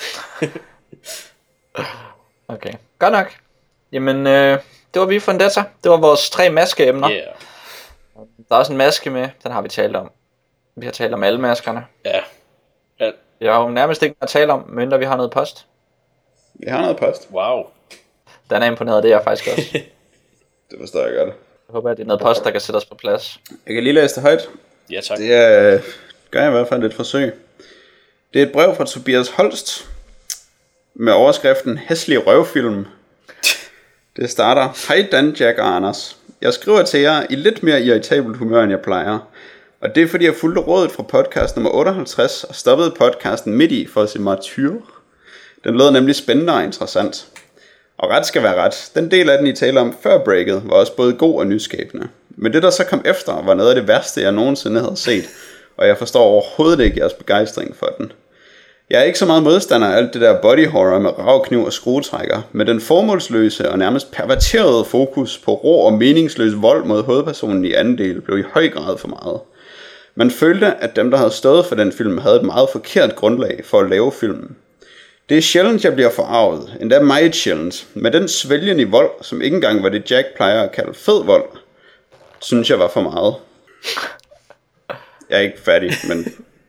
Okay. Godt nok. Jamen, det var vi for en data. Det var vores 3 maskeemner. Yeah. Der er også en maske med. Den har vi talt om. Vi har talt om alle maskerne. Ja. Jeg har jo nærmest ikke at tale om, mindre vi har noget post. Vi har noget post. Wow. Den er imponeret, det er jeg faktisk også. Det forstår jeg godt. Jeg håber, at det er noget post, der kan sætte os på plads. Jeg kan lige læse det højt. Ja, tak. Det gør jeg i hvert fald et forsøg. Det er et brev fra Tobias Holst med overskriften Hæslig røvfilm. Det starter: Hej Dan, Jack og Anders. Jeg skriver til jer i lidt mere irritabelt humør, end jeg plejer. Og det er fordi jeg fulgte rådet fra podcast nummer 58 og stoppede podcasten midt i for at se Martyr. Den lød nemlig spændende og interessant. Og ret skal være ret. Den del af den, I taler om før breaket, var også både god og nyskabende. Men det, der så kom efter, var noget af det værste, jeg nogensinde havde set. Og jeg forstår overhovedet ikke jeres begejstring for den. Jeg er ikke så meget modstander af alt det der body horror med ravkniv og skruetrækker, men den formålsløse og nærmest perverterede fokus på rå og meningsløs vold mod hovedpersonen i anden del blev i høj grad for meget. Man følte, at dem, der havde stået for den film, havde et meget forkert grundlag for at lave filmen. Det er sjældent, jeg bliver forarvet, endda meget sjældent, med den svælgen i vold, som ikke engang var det Jack plejer at kalde fed vold, synes jeg var for meget. Jeg er ikke færdig, men...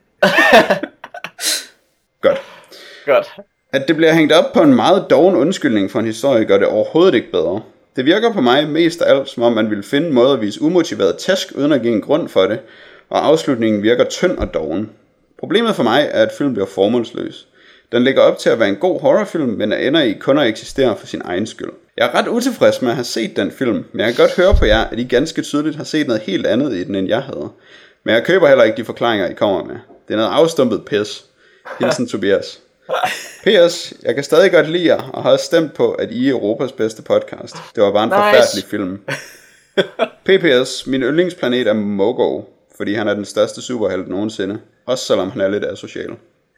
Godt. At det bliver hængt op på en meget doven undskyldning for en historie, gør det overhovedet ikke bedre. Det virker på mig mest af alt, som om man ville finde en måde at vise umotiveret tæsk, uden at give en grund for det, og afslutningen virker tynd og doven. Problemet for mig er, at filmen bliver formålsløs. Den lægger op til at være en god horrorfilm, men ender i kun at eksistere for sin egen skyld. Jeg er ret utilfreds med at have set den film, men jeg kan godt høre på jer, at I ganske tydeligt har set noget helt andet i den, end jeg havde. Men jeg køber heller ikke de forklaringer, I kommer med. Det er noget afstumpet pis. Hilsen Tobias. P.S. Jeg kan stadig godt lide jer, og har også stemt på, at I er Europas bedste podcast. Det var bare en forfærdelig film. P.P.S. Min yndlingsplanet er Mogo, fordi han er den største superhelt nogensinde. Også selvom han er lidt asocial.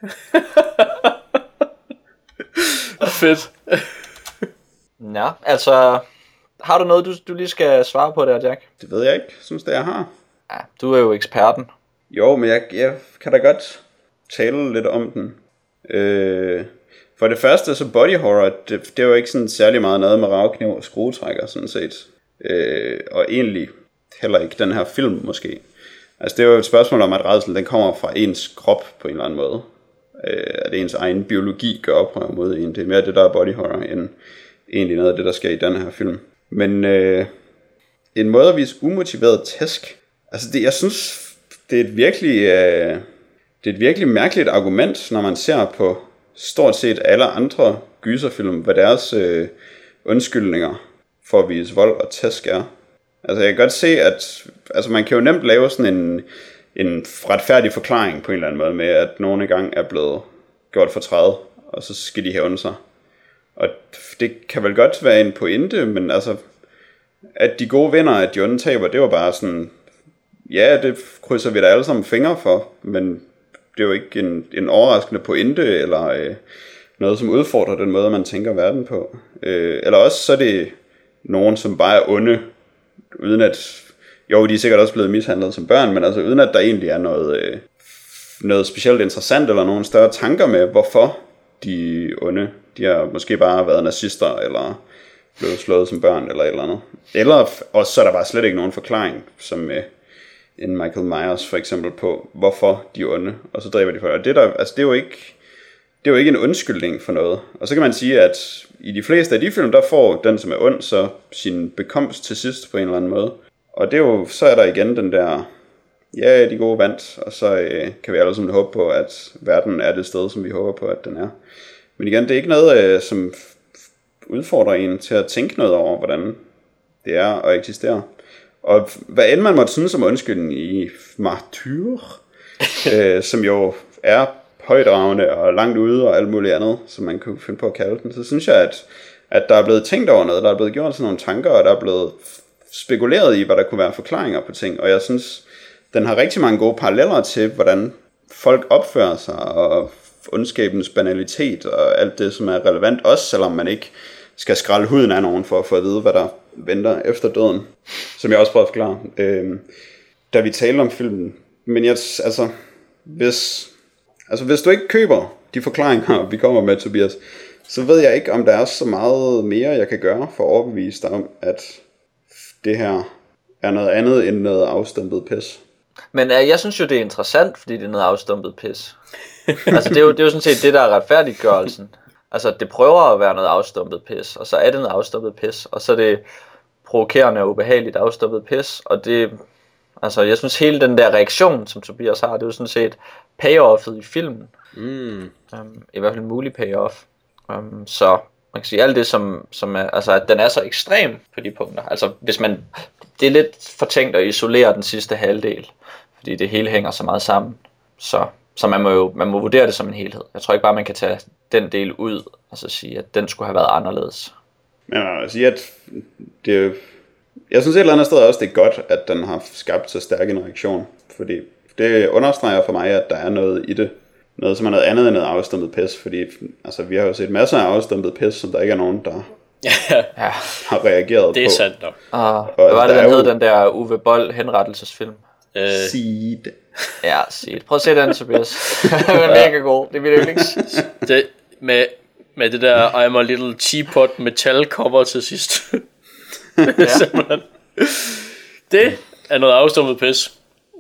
Fedt. Ja, altså... Har du noget, du lige skal svare på der, Jack? Det ved jeg ikke. Synes det, jeg har. Ja, du er jo eksperten. Jo, men jeg kan da godt tale lidt om den. For det første, så body horror, det er jo ikke sådan særlig meget noget med ravkniv og skruetrækker, sådan set. Og egentlig heller ikke den her film, måske. Altså, det er jo et spørgsmål om, at rædsel, den kommer fra ens krop på en eller anden måde. At ens egen biologi gør oprør mod en. Det er mere det, der er body horror, end egentlig noget af det, der sker i den her film. Men en måde at vise umotiveret tæsk. Altså, jeg synes, det er et det er et virkelig mærkeligt argument, når man ser på stort set alle andre gyserfilm, hvad deres undskyldninger for at vise vold og tæsk er. Altså jeg kan godt se, at altså, man kan jo nemt lave sådan en retfærdig forklaring på en eller anden måde med, at nogen engang er blevet gjort for træde, og så skal de hævne sig. Og det kan vel godt være en pointe, men altså, at de gode vinder, at de onde taber, det var bare sådan, ja, det krydser vi da alle sammen fingre for, men det er jo ikke en overraskende pointe, eller noget, som udfordrer den måde, man tænker verden på. Eller også så er det nogen, som bare er onde, uden at, jo, de er sikkert også blevet mishandlet som børn, men altså uden at der egentlig er noget specielt interessant, eller nogle større tanker med, hvorfor de onde. De har måske bare været nazister, eller blevet slået som børn, eller et eller andet. Eller også så er der bare slet ikke nogen forklaring, som med en Michael Myers for eksempel, på hvorfor de er onde, og så dræber de for. Og det er jo ikke en undskyldning for noget. Og så kan man sige, at i de fleste af de film, der får den, som er ond, så sin bekomst til sidst på en eller anden måde. Og det er jo, så er der igen den der, ja, de gode vandt, og så kan vi alle sammen håbe på, at verden er det sted, som vi håber på, at den er. Men igen, det er ikke noget, som udfordrer en til at tænke noget over, hvordan det er at eksistere. Og hvad end man måtte synes om undskyldning i Martyr, som jo er højdragende og langt ude og alt muligt andet, som man kunne finde på at kalde den, så synes jeg, at der er blevet tænkt over noget, der er blevet gjort sådan nogle tanker, og der er blevet spekuleret i, hvad der kunne være forklaringer på ting. Og jeg synes, den har rigtig mange gode paralleller til, hvordan folk opfører sig, og ondskabens banalitet, og alt det, som er relevant, også selvom man ikke skal skralde huden af nogen for at få at vide, hvad der venter efter døden, som jeg også prøvede at forklare, da vi talte om filmen. Men hvis du ikke køber de forklaringer, vi kommer med, Tobias, så ved jeg ikke, om der er så meget mere, jeg kan gøre for at overbevise dig om, at det her er noget andet end noget afstumpet pis. Men jeg synes jo, det er interessant, fordi det er noget afstumpet pis. Altså det er jo sådan set det, der er retfærdiggørelsen. Altså det prøver at være noget afstumpet pis, og så er det noget afstumpet pis, og så er det provokerende og ubehageligt afstumpet pis, og det, altså jeg synes hele den der reaktion, som Tobias har, det er jo sådan set payoffet i filmen. I hvert fald en mulig payoff. Så man kan sige alt det, som er, altså at den er så ekstrem på de punkter. Altså hvis man, det er lidt fortænkt at isolere den sidste halvdel, fordi det hele hænger så meget sammen. Så man må vurdere det som en helhed. Jeg tror ikke bare man kan tage den del ud og så sige at den skulle have været anderledes. Men jeg vil sige at det, jeg synes et eller andet sted også det er godt at den har skabt så stærk en reaktion, fordi det understreger for mig at der er noget i det. Noget som er noget andet end noget afstumpet pis, fordi altså, vi har jo set masser af afstumpet pis, som der ikke er nogen, der har reageret på. Det er sandt nok. Hvad var det, den hed, den der Uwe Boll henrettelsesfilm? Seed. Ja, Seed. Prøv at se den, Tobias. Den er mega god. Det er mit yndlings. Det, med det der I'm a little teapot metal cover til sidst. Det er noget afstumpet pis.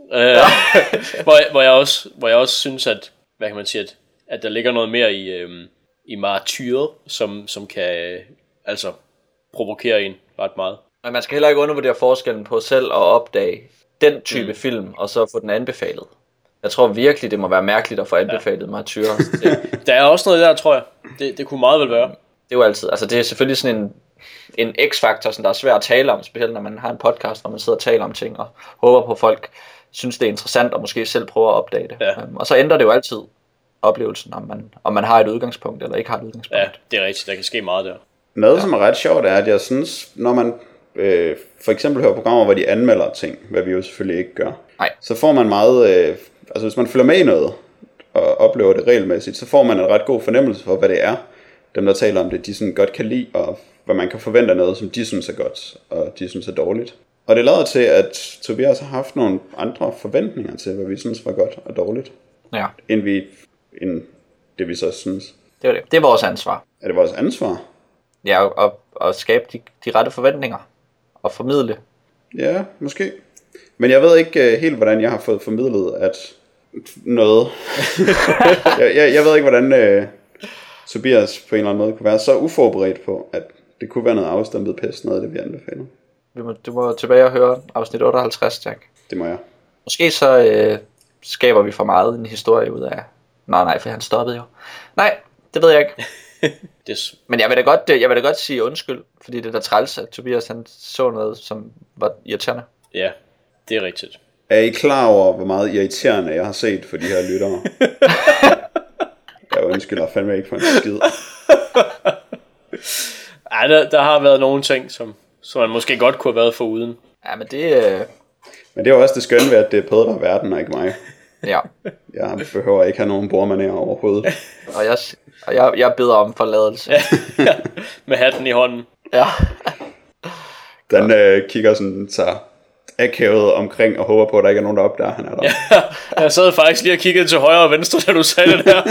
Hvor jeg også synes at, hvad kan man sige, at der ligger noget mere i Martyr, som kan altså provokere en ret meget. Men man skal heller ikke undervurdere forskellen på selv at opdage den type film og så få den anbefalet. Jeg tror virkelig det må være mærkeligt at få anbefalet Martyr. Der er også noget der, tror jeg. Det kunne meget vel være. Det er jo altid, altså det er selvfølgelig sådan en x-faktor, som der er svært at tale om, specielt når man har en podcast, hvor man sidder og taler om ting og håber på, at folk synes det er interessant og måske selv prøver at opdage det. Og så ændrer det jo altid oplevelsen, om man har et udgangspunkt eller ikke har et udgangspunkt. Ja, det er rigtigt. Der kan ske meget der. Noget som er ret sjovt er, at jeg synes, når man for eksempel hører programmer, hvor de anmelder ting, hvad vi jo selvfølgelig ikke gør, så får man meget, altså hvis man følger med i noget og oplever det regelmæssigt, så får man en ret god fornemmelse for, hvad det er, dem der taler om det, de sådan godt kan lide, og hvad man kan forvente af noget, som de synes er godt, og de synes er dårligt. Og det lader til, at Tobias har haft nogle andre forventninger til, hvad vi synes var godt og dårligt, end det vi så synes. Det er det. Det er vores ansvar. Er det vores ansvar? Ja, at skabe de rette forventninger og formidle. Ja, måske. Men jeg ved ikke helt, hvordan jeg har fået formidlet at noget. jeg ved ikke, hvordan Tobias på en eller anden måde kunne være så uforberedt på, at det kunne være noget afstumpet pis, noget af det vi anbefaler. Du må tilbage og høre afsnit 58, Jack. Det må jeg. Måske så skaber vi for meget en historie ud af. Nej, for han stoppede jo. Nej, det ved jeg ikke. Men jeg vil da godt sige undskyld, fordi det er da træls, at Tobias han så noget, som var irriterende. Ja, det er rigtigt. Er I klar over, hvor meget irriterende jeg har set for de her lyttere? Jeg undskylder fandme ikke for en skid. Ej, der har været nogle ting, som man måske godt kunne have været foruden. Ja, men det... Men det er jo også det skønne ved, at det er Peder, der er verden, og ikke mig. Ja. Jeg behøver ikke have nogen bordmanér overhovedet. Og jeg beder om forladelse. Ja, med hatten i hånden. Ja. Den kigger sådan så akavet omkring og håber på, at der ikke er nogen, der opdager, han er der. Ja, jeg sad faktisk lige og kiggede til højre og venstre, da du sagde det der.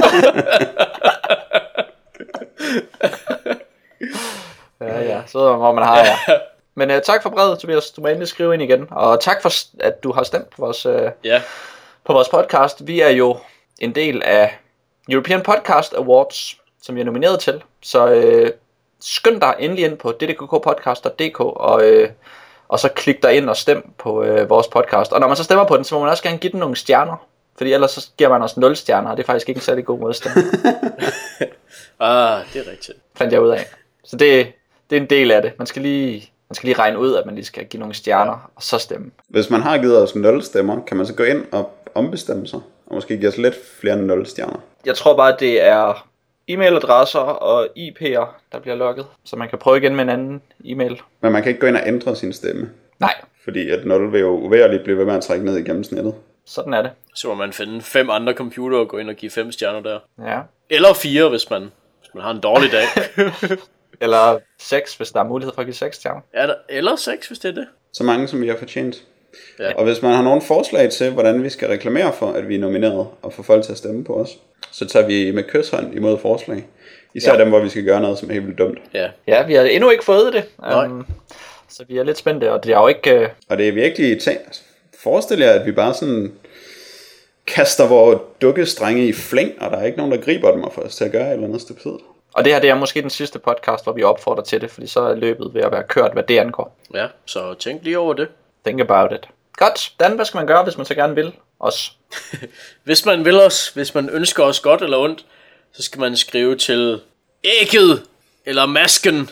Ja, så hvor man har, ja. Men tak for brevet, Tobias. Du må endelig skrive ind igen. Og tak for, at du har stemt på vores podcast. Vi er jo en del af European Podcast Awards, som vi er nomineret til. Så skynd dig endelig ind på ddkkpodcast.dk og så klik dig ind og stem på vores podcast. Og når man så stemmer på den, så må man også gerne give den nogle stjerner. Fordi ellers så giver man også 0 stjerner, og det er faktisk ikke en særlig god måde at stemme. Det er rigtigt. Fandt jeg ud af. Så det er en del af det. Man skal lige regne ud, at man lige skal give nogle stjerner, og så stemme. Hvis man har givet os 0 stemmer, kan man så gå ind og ombestemme sig, og måske give os lidt flere end 0 stjerner. Jeg tror bare, at det er e-mailadresser og IP'er, der bliver logget, så man kan prøve igen med en anden e-mail. Men man kan ikke gå ind og ændre sin stemme. Nej. Fordi at 0 vil jo uværligt blive ved med at trække ned i gennemsnittet. Sådan er det. Så må man finde 5 andre computere og gå ind og give 5 stjerner der. Ja. Eller 4, hvis man har en dårlig dag. Eller 6, hvis der er mulighed for at give 6 stjerner. Eller 6, hvis det er det. Så mange, som vi har fortjent. Ja. Og hvis man har nogle forslag til, hvordan vi skal reklamere for, at vi er nomineret, og få folk til at stemme på os, så tager vi med kyshånd imod forslag. Især dem, hvor vi skal gøre noget, som er helt vildt dumt. Ja, vi har endnu ikke fået det. Så vi er lidt spændte, og det er jo ikke... Og det er virkelig ting. Forestil jer, at vi bare sådan kaster vores dukkestrenge i flæng, og der er ikke nogen, der griber dem og får os til at gøre et eller andet stupidt. Og det her, det er måske den sidste podcast, hvor vi opfordrer til det, fordi så er løbet ved at være kørt, hvad det angår. Ja, så tænk lige over det. Think about it. Godt. Dan, hvad skal man gøre, hvis man så gerne vil os? Hvis man vil os, hvis man ønsker os godt eller ondt, så skal man skrive til ægget eller masken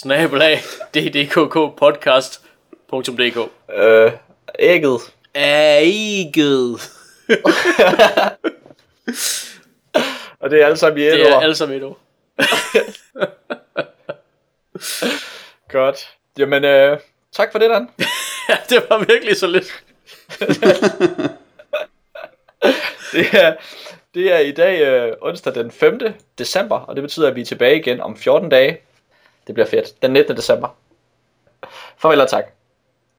ddkkpodcast.dk. Ægget. Ægget. Og det er alle sammen i et ord. Det er alle sammen i et ord. Godt. Jamen, tak for det, Dan. Ja, det var virkelig så lidt. Det er i dag onsdag den 5. december, og det betyder, at vi er tilbage igen om 14 dage. Det bliver fedt. Den 19. december. Farvel og tak.